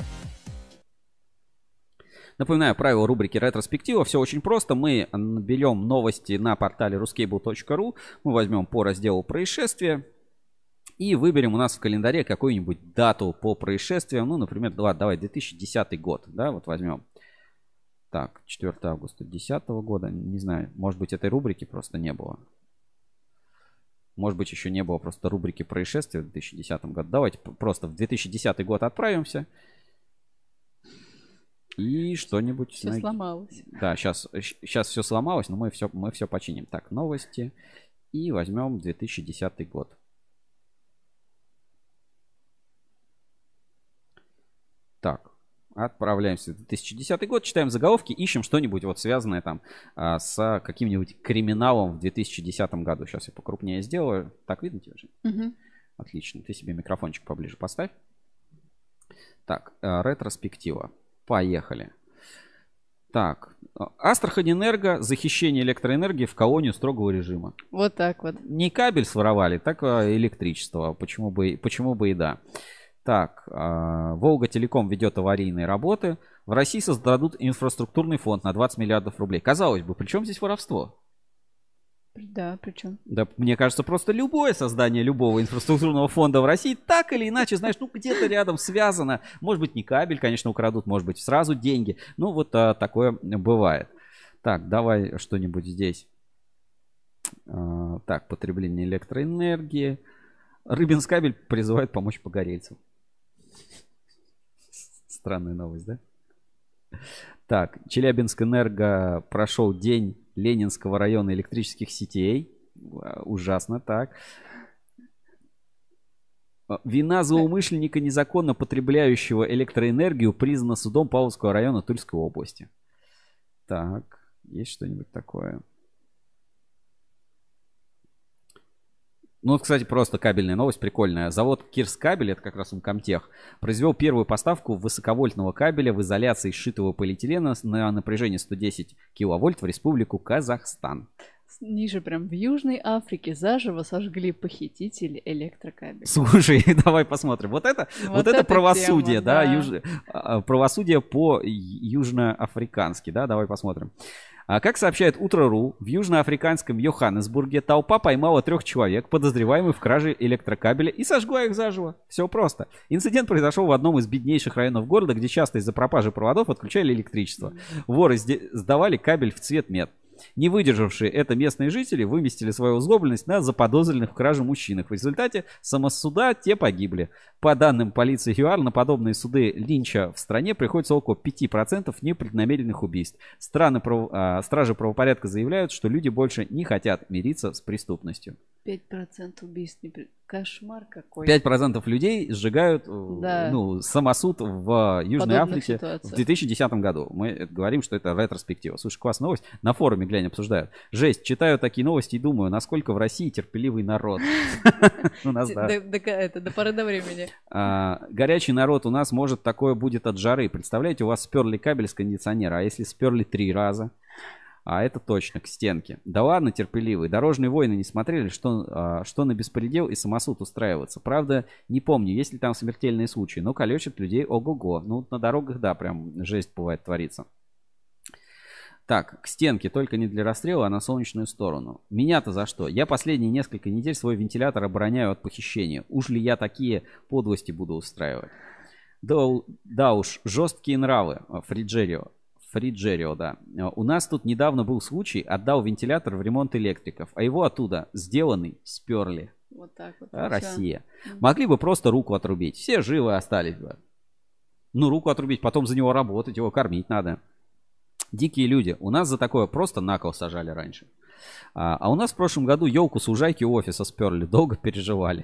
Напоминаю, правила рубрики ретроспектива. Все очень просто. Мы берем новости на портале ruscable.ru. Мы возьмем по разделу происшествия. И выберем у нас в календаре какую-нибудь дату по происшествиям. Ну, например, давай 2010 год. Да, вот возьмем. Так, 4 августа 2010 года. Не знаю, может быть, этой рубрики просто не было. Может быть, еще не было просто рубрики происшествия в 2010 году. Давайте просто в 2010 год отправимся. И что-нибудь... Все сломалось. Да, сейчас все сломалось, но мы все починим. Так, новости. И возьмем 2010 год. Так, отправляемся в 2010 год, читаем заголовки, ищем что-нибудь вот связанное там с каким-нибудь криминалом в 2010 году. Сейчас я покрупнее сделаю. Так, видно тебя же? Угу. Отлично. Ты себе микрофончик поближе поставь. Так, ретроспектива. Поехали. Так, Астраханэнерго, захищение электроэнергии в колонию строгого режима. Вот так вот. Не кабель своровали, так электричество. Почему бы и да. Так, Волга-Телеком ведет аварийные работы. В России создадут инфраструктурный фонд на 20 миллиардов рублей. Казалось бы, при чем здесь воровство? Да, причем. Да, мне кажется, просто любое создание любого инфраструктурного фонда в России так или иначе, знаешь, ну где-то рядом связано. Может быть, не кабель, конечно, украдут, может быть, сразу деньги. Ну, вот такое бывает. Так, давай что-нибудь здесь. Так, потребление электроэнергии. Рыбинскабель призывает помочь погорельцам. Странная новость, да? Так, Челябинскэнерго прошел день Ленинского района электрических сетей. Ужасно, так. Вина злоумышленника, незаконно потребляющего электроэнергию, признана судом Павловского района Тульской области. Так, есть что-нибудь такое? Ну, вот, кстати, просто кабельная новость прикольная. Завод Кирскабель, это как раз Uncomtech, произвел первую поставку высоковольтного кабеля в изоляции сшитого полиэтилена на напряжение 110 киловольт в Республику Казахстан. Ниже прям в Южной Африке заживо сожгли похитители электрокабелей. Слушай, давай посмотрим. Вот это правосудие, тема, да, правосудие по-южноафрикански, да, давай посмотрим. Как сообщает Утро.ру, в южноафриканском Йоханнесбурге толпа поймала 3 человек, подозреваемых в краже электрокабеля, и сожгла их заживо. Все просто. Инцидент произошел в одном из беднейших районов города, где часто из-за пропажи проводов отключали электричество. Воры сдавали кабель в цвет мед. Не выдержавшие это местные жители выместили свою озлобленность на заподозренных в краже мужчинах. В результате самосуда те погибли. По данным полиции ЮАР, на подобные суды линча в стране приходится около 5% непреднамеренных убийств. Стражи правопорядка заявляют, что люди больше не хотят мириться с преступностью. 5% убийств. Кошмар какой. 5% людей сжигают самосуд в Южной Подобных Африке ситуациях. в 2010 году. Мы говорим, что это ретроспектива. Слушай, классная новость. На форуме, глянь, обсуждают. Жесть, читаю такие новости и думаю, насколько в России терпеливый народ. У нас, да. До поры до времени. Горячий народ у нас, может, такое будет от жары. Представляете, у вас сперли кабель с кондиционера, а если сперли 3 раза? А это точно, к стенке. Да ладно, терпеливые. Дорожные войны не смотрели, что на беспредел и самосуд устраиваться. Правда, не помню, есть ли там смертельные случаи, но калечат людей ого-го. Ну, на дорогах, да, прям жесть бывает творится. Так, к стенке, только не для расстрела, а на солнечную сторону. Меня-то за что? Я последние несколько недель свой вентилятор обороняю от похищения. Уж ли я такие подлости буду устраивать? Да уж, жесткие нравы, Фриджерио, да. У нас тут недавно был случай, отдал вентилятор в ремонт электриков, а его оттуда сделанный сперли. Вот так вот. Россия. Могли бы просто руку отрубить. Все живы остались бы. Ну, руку отрубить, потом за него работать, его кормить надо. Дикие люди. У нас за такое просто на кол сажали раньше. А у нас в прошлом году елку с лужайки у офиса сперли. Долго переживали.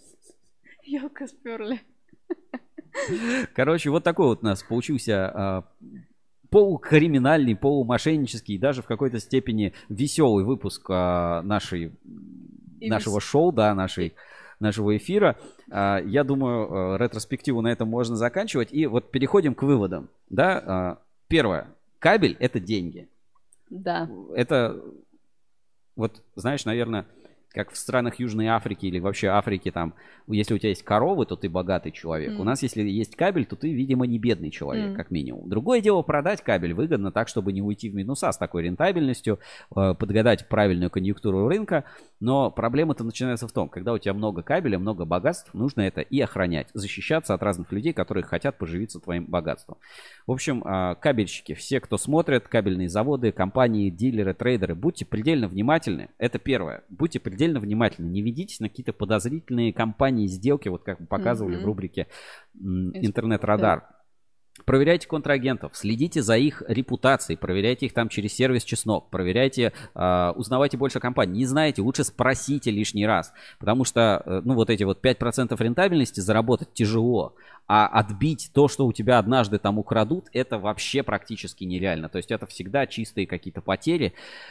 Елка сперли. Короче, вот такой вот у нас получился полукриминальный, полумошеннический, даже в какой-то степени веселый выпуск нашего шоу, да, нашего эфира. Я думаю, ретроспективу на этом можно заканчивать. И вот переходим к выводам. Да? Первое. Кабель — это деньги. Да. Это, вот, знаешь, наверное, как в странах Южной Африки или вообще Африки, там, если у тебя есть коровы, то ты богатый человек. У нас, если есть кабель, то ты, видимо, не бедный человек, как минимум. Другое дело, продать кабель выгодно так, чтобы не уйти в минуса с такой рентабельностью, подгадать правильную конъюнктуру рынка. Но проблема-то начинается в том, когда у тебя много кабеля, много богатств, нужно это и охранять, защищаться от разных людей, которые хотят поживиться твоим богатством. В общем, кабельщики, все, кто смотрит, кабельные заводы, компании, дилеры, трейдеры, будьте предельно внимательны. Это первое. Будьте предельно внимательны. Не ведитесь на какие-то подозрительные компании, сделки, вот как мы показывали в рубрике «Интернет-радар». Проверяйте контрагентов, следите за их репутацией, проверяйте их там через сервис Чеснок, проверяйте, узнавайте больше компаний. Не знаете, лучше спросите лишний раз, потому что, ну, вот эти вот 5% рентабельности заработать тяжело, а отбить то, что у тебя однажды там украдут, это вообще практически нереально. То есть это всегда чистые какие-то потери.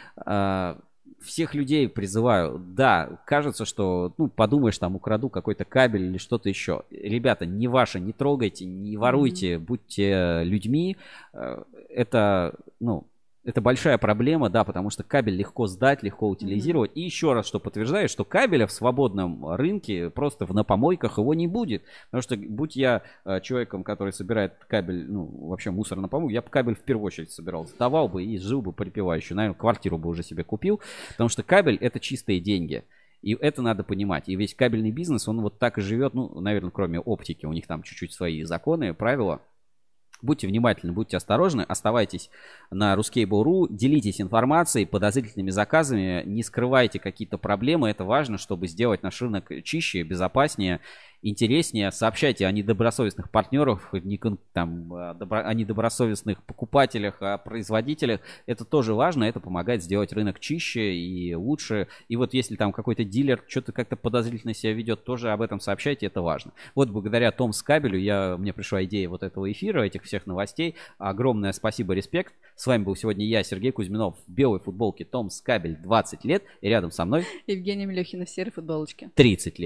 Всех людей призываю, да, кажется, что, ну, подумаешь, там, украду какой-то кабель или что-то еще. Ребята, не ваше, не трогайте, не воруйте, будьте людьми. Это, ну, это большая проблема, да, потому что кабель легко сдать, легко утилизировать. И еще раз, что подтверждает, что кабеля в свободном рынке, просто на помойках его не будет. Потому что, будь я человеком, который собирает кабель, ну, вообще мусор на помойку, я бы кабель в первую очередь собирал. Сдавал бы и жил бы припеваючи. Наверное, квартиру бы уже себе купил. Потому что кабель — это чистые деньги. И это надо понимать. И весь кабельный бизнес, он вот так и живет, ну, наверное, кроме оптики. У них там чуть-чуть свои законы, правила. Будьте внимательны, будьте осторожны, оставайтесь на Ruscable.ru, делитесь информацией, подозрительными заказами, не скрывайте какие-то проблемы. Это важно, чтобы сделать наш рынок чище, безопаснее, интереснее. Сообщайте о недобросовестных партнерах, о недобросовестных покупателях, о производителях. Это тоже важно, это помогает сделать рынок чище и лучше. И вот если там какой-то дилер что-то как-то подозрительно себя ведет, тоже об этом сообщайте, это важно. Вот благодаря Томскабелю мне пришла идея вот этого эфира, этих всех новостей. Огромное спасибо, респект. С вами был сегодня я, Сергей Кузьминов, в белой футболке Томскабель, 20 лет. И рядом со мной Евгения Мелехина в серой футболочке. 30 лет.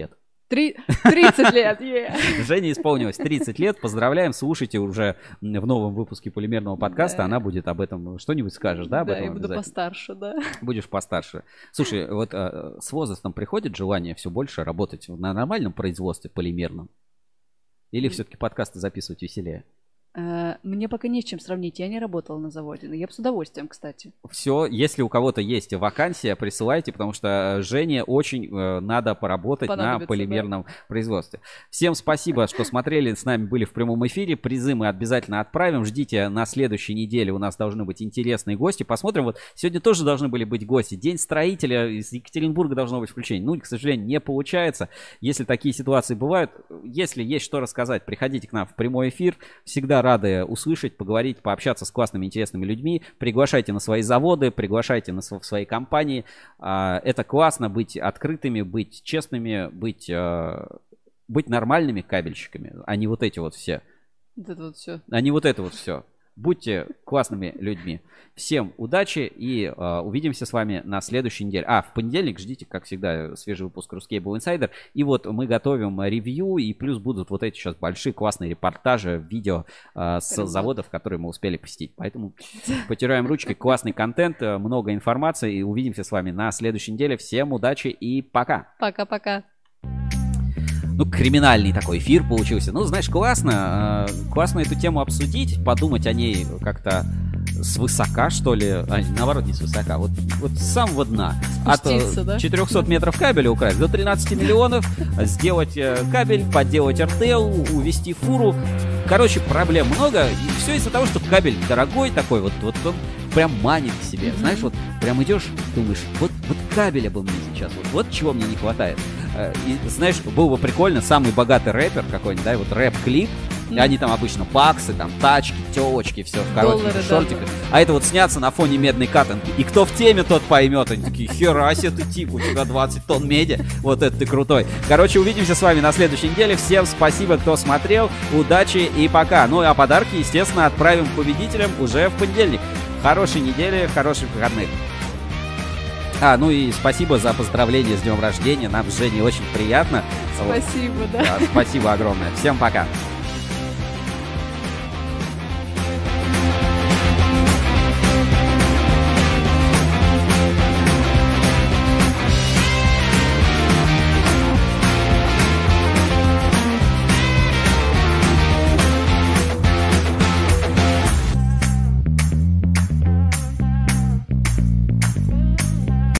30 лет, Жене исполнилось 30 лет. Поздравляем, слушайте уже в новом выпуске полимерного подкаста. Она будет об этом что-нибудь скажешь, да? Да, я буду постарше, да. Будешь постарше. Слушай, вот с возрастом приходит желание все больше работать на нормальном производстве полимерном? Или все-таки подкасты записывать веселее? Мне пока не с чем сравнить, я не работала на заводе, но я бы с удовольствием, кстати. Все, если у кого-то есть вакансия, присылайте, потому что Жене очень надо поработать на полимерном производстве. Всем спасибо, что смотрели, с нами были в прямом эфире. Призы мы обязательно отправим. Ждите, на следующей неделе у нас должны быть интересные гости. Посмотрим, вот сегодня тоже должны были быть гости. День строителя, из Екатеринбурга должно быть включение. Ну, к сожалению, не получается. Если такие ситуации бывают, если есть что рассказать, приходите к нам в прямой эфир. Всегда рады услышать, поговорить, пообщаться с классными, интересными людьми. Приглашайте на свои заводы, приглашайте в свои компании. Это классно, быть открытыми, быть честными, быть нормальными кабельщиками, а не вот эти вот все. Вот это вот все. А не вот это вот все. Будьте классными людьми. Всем удачи и увидимся с вами на следующей неделе. В понедельник ждите, как всегда, свежий выпуск Ruscable Insider. И вот мы готовим ревью, и плюс будут вот эти сейчас большие классные репортажи, видео с заводов, которые мы успели посетить. Поэтому потираем ручки, классный контент, много информации. И увидимся с вами на следующей неделе. Всем удачи и пока. Пока-пока. Ну, криминальный такой эфир получился. Ну, знаешь, классно. Классно эту тему обсудить, подумать о ней как-то свысока, что ли. Наоборот, не свысока. Вот с самого дна. Спуститься, от 400 метров кабеля украсть до 13 миллионов. Сделать кабель, подделать РТЛ, увезти фуру. Короче, проблем много. И все из-за того, что кабель дорогой такой. Вот он прям манит к себе. Знаешь, вот прям идешь, думаешь, вот кабеля бы мне сейчас. Вот чего мне не хватает. И, знаешь, было бы прикольно, самый богатый рэпер какой-нибудь, да, вот рэп-клип, они там обычно баксы, там тачки, телочки, все в коротких шортиках. А это вот снятся на фоне медной катанки. И кто в теме, тот поймет. Они такие, хера себе ты тип, у тебя 20 тонн меди. Вот это ты крутой. Короче, увидимся с вами на следующей неделе. Всем спасибо, кто смотрел. Удачи и пока. Ну а подарки, естественно, отправим победителям уже в понедельник. Хорошей недели, хороших выходных. Ну и спасибо за поздравление с днем рождения. Нам с Женей очень приятно. Спасибо, да. Спасибо огромное. Всем пока.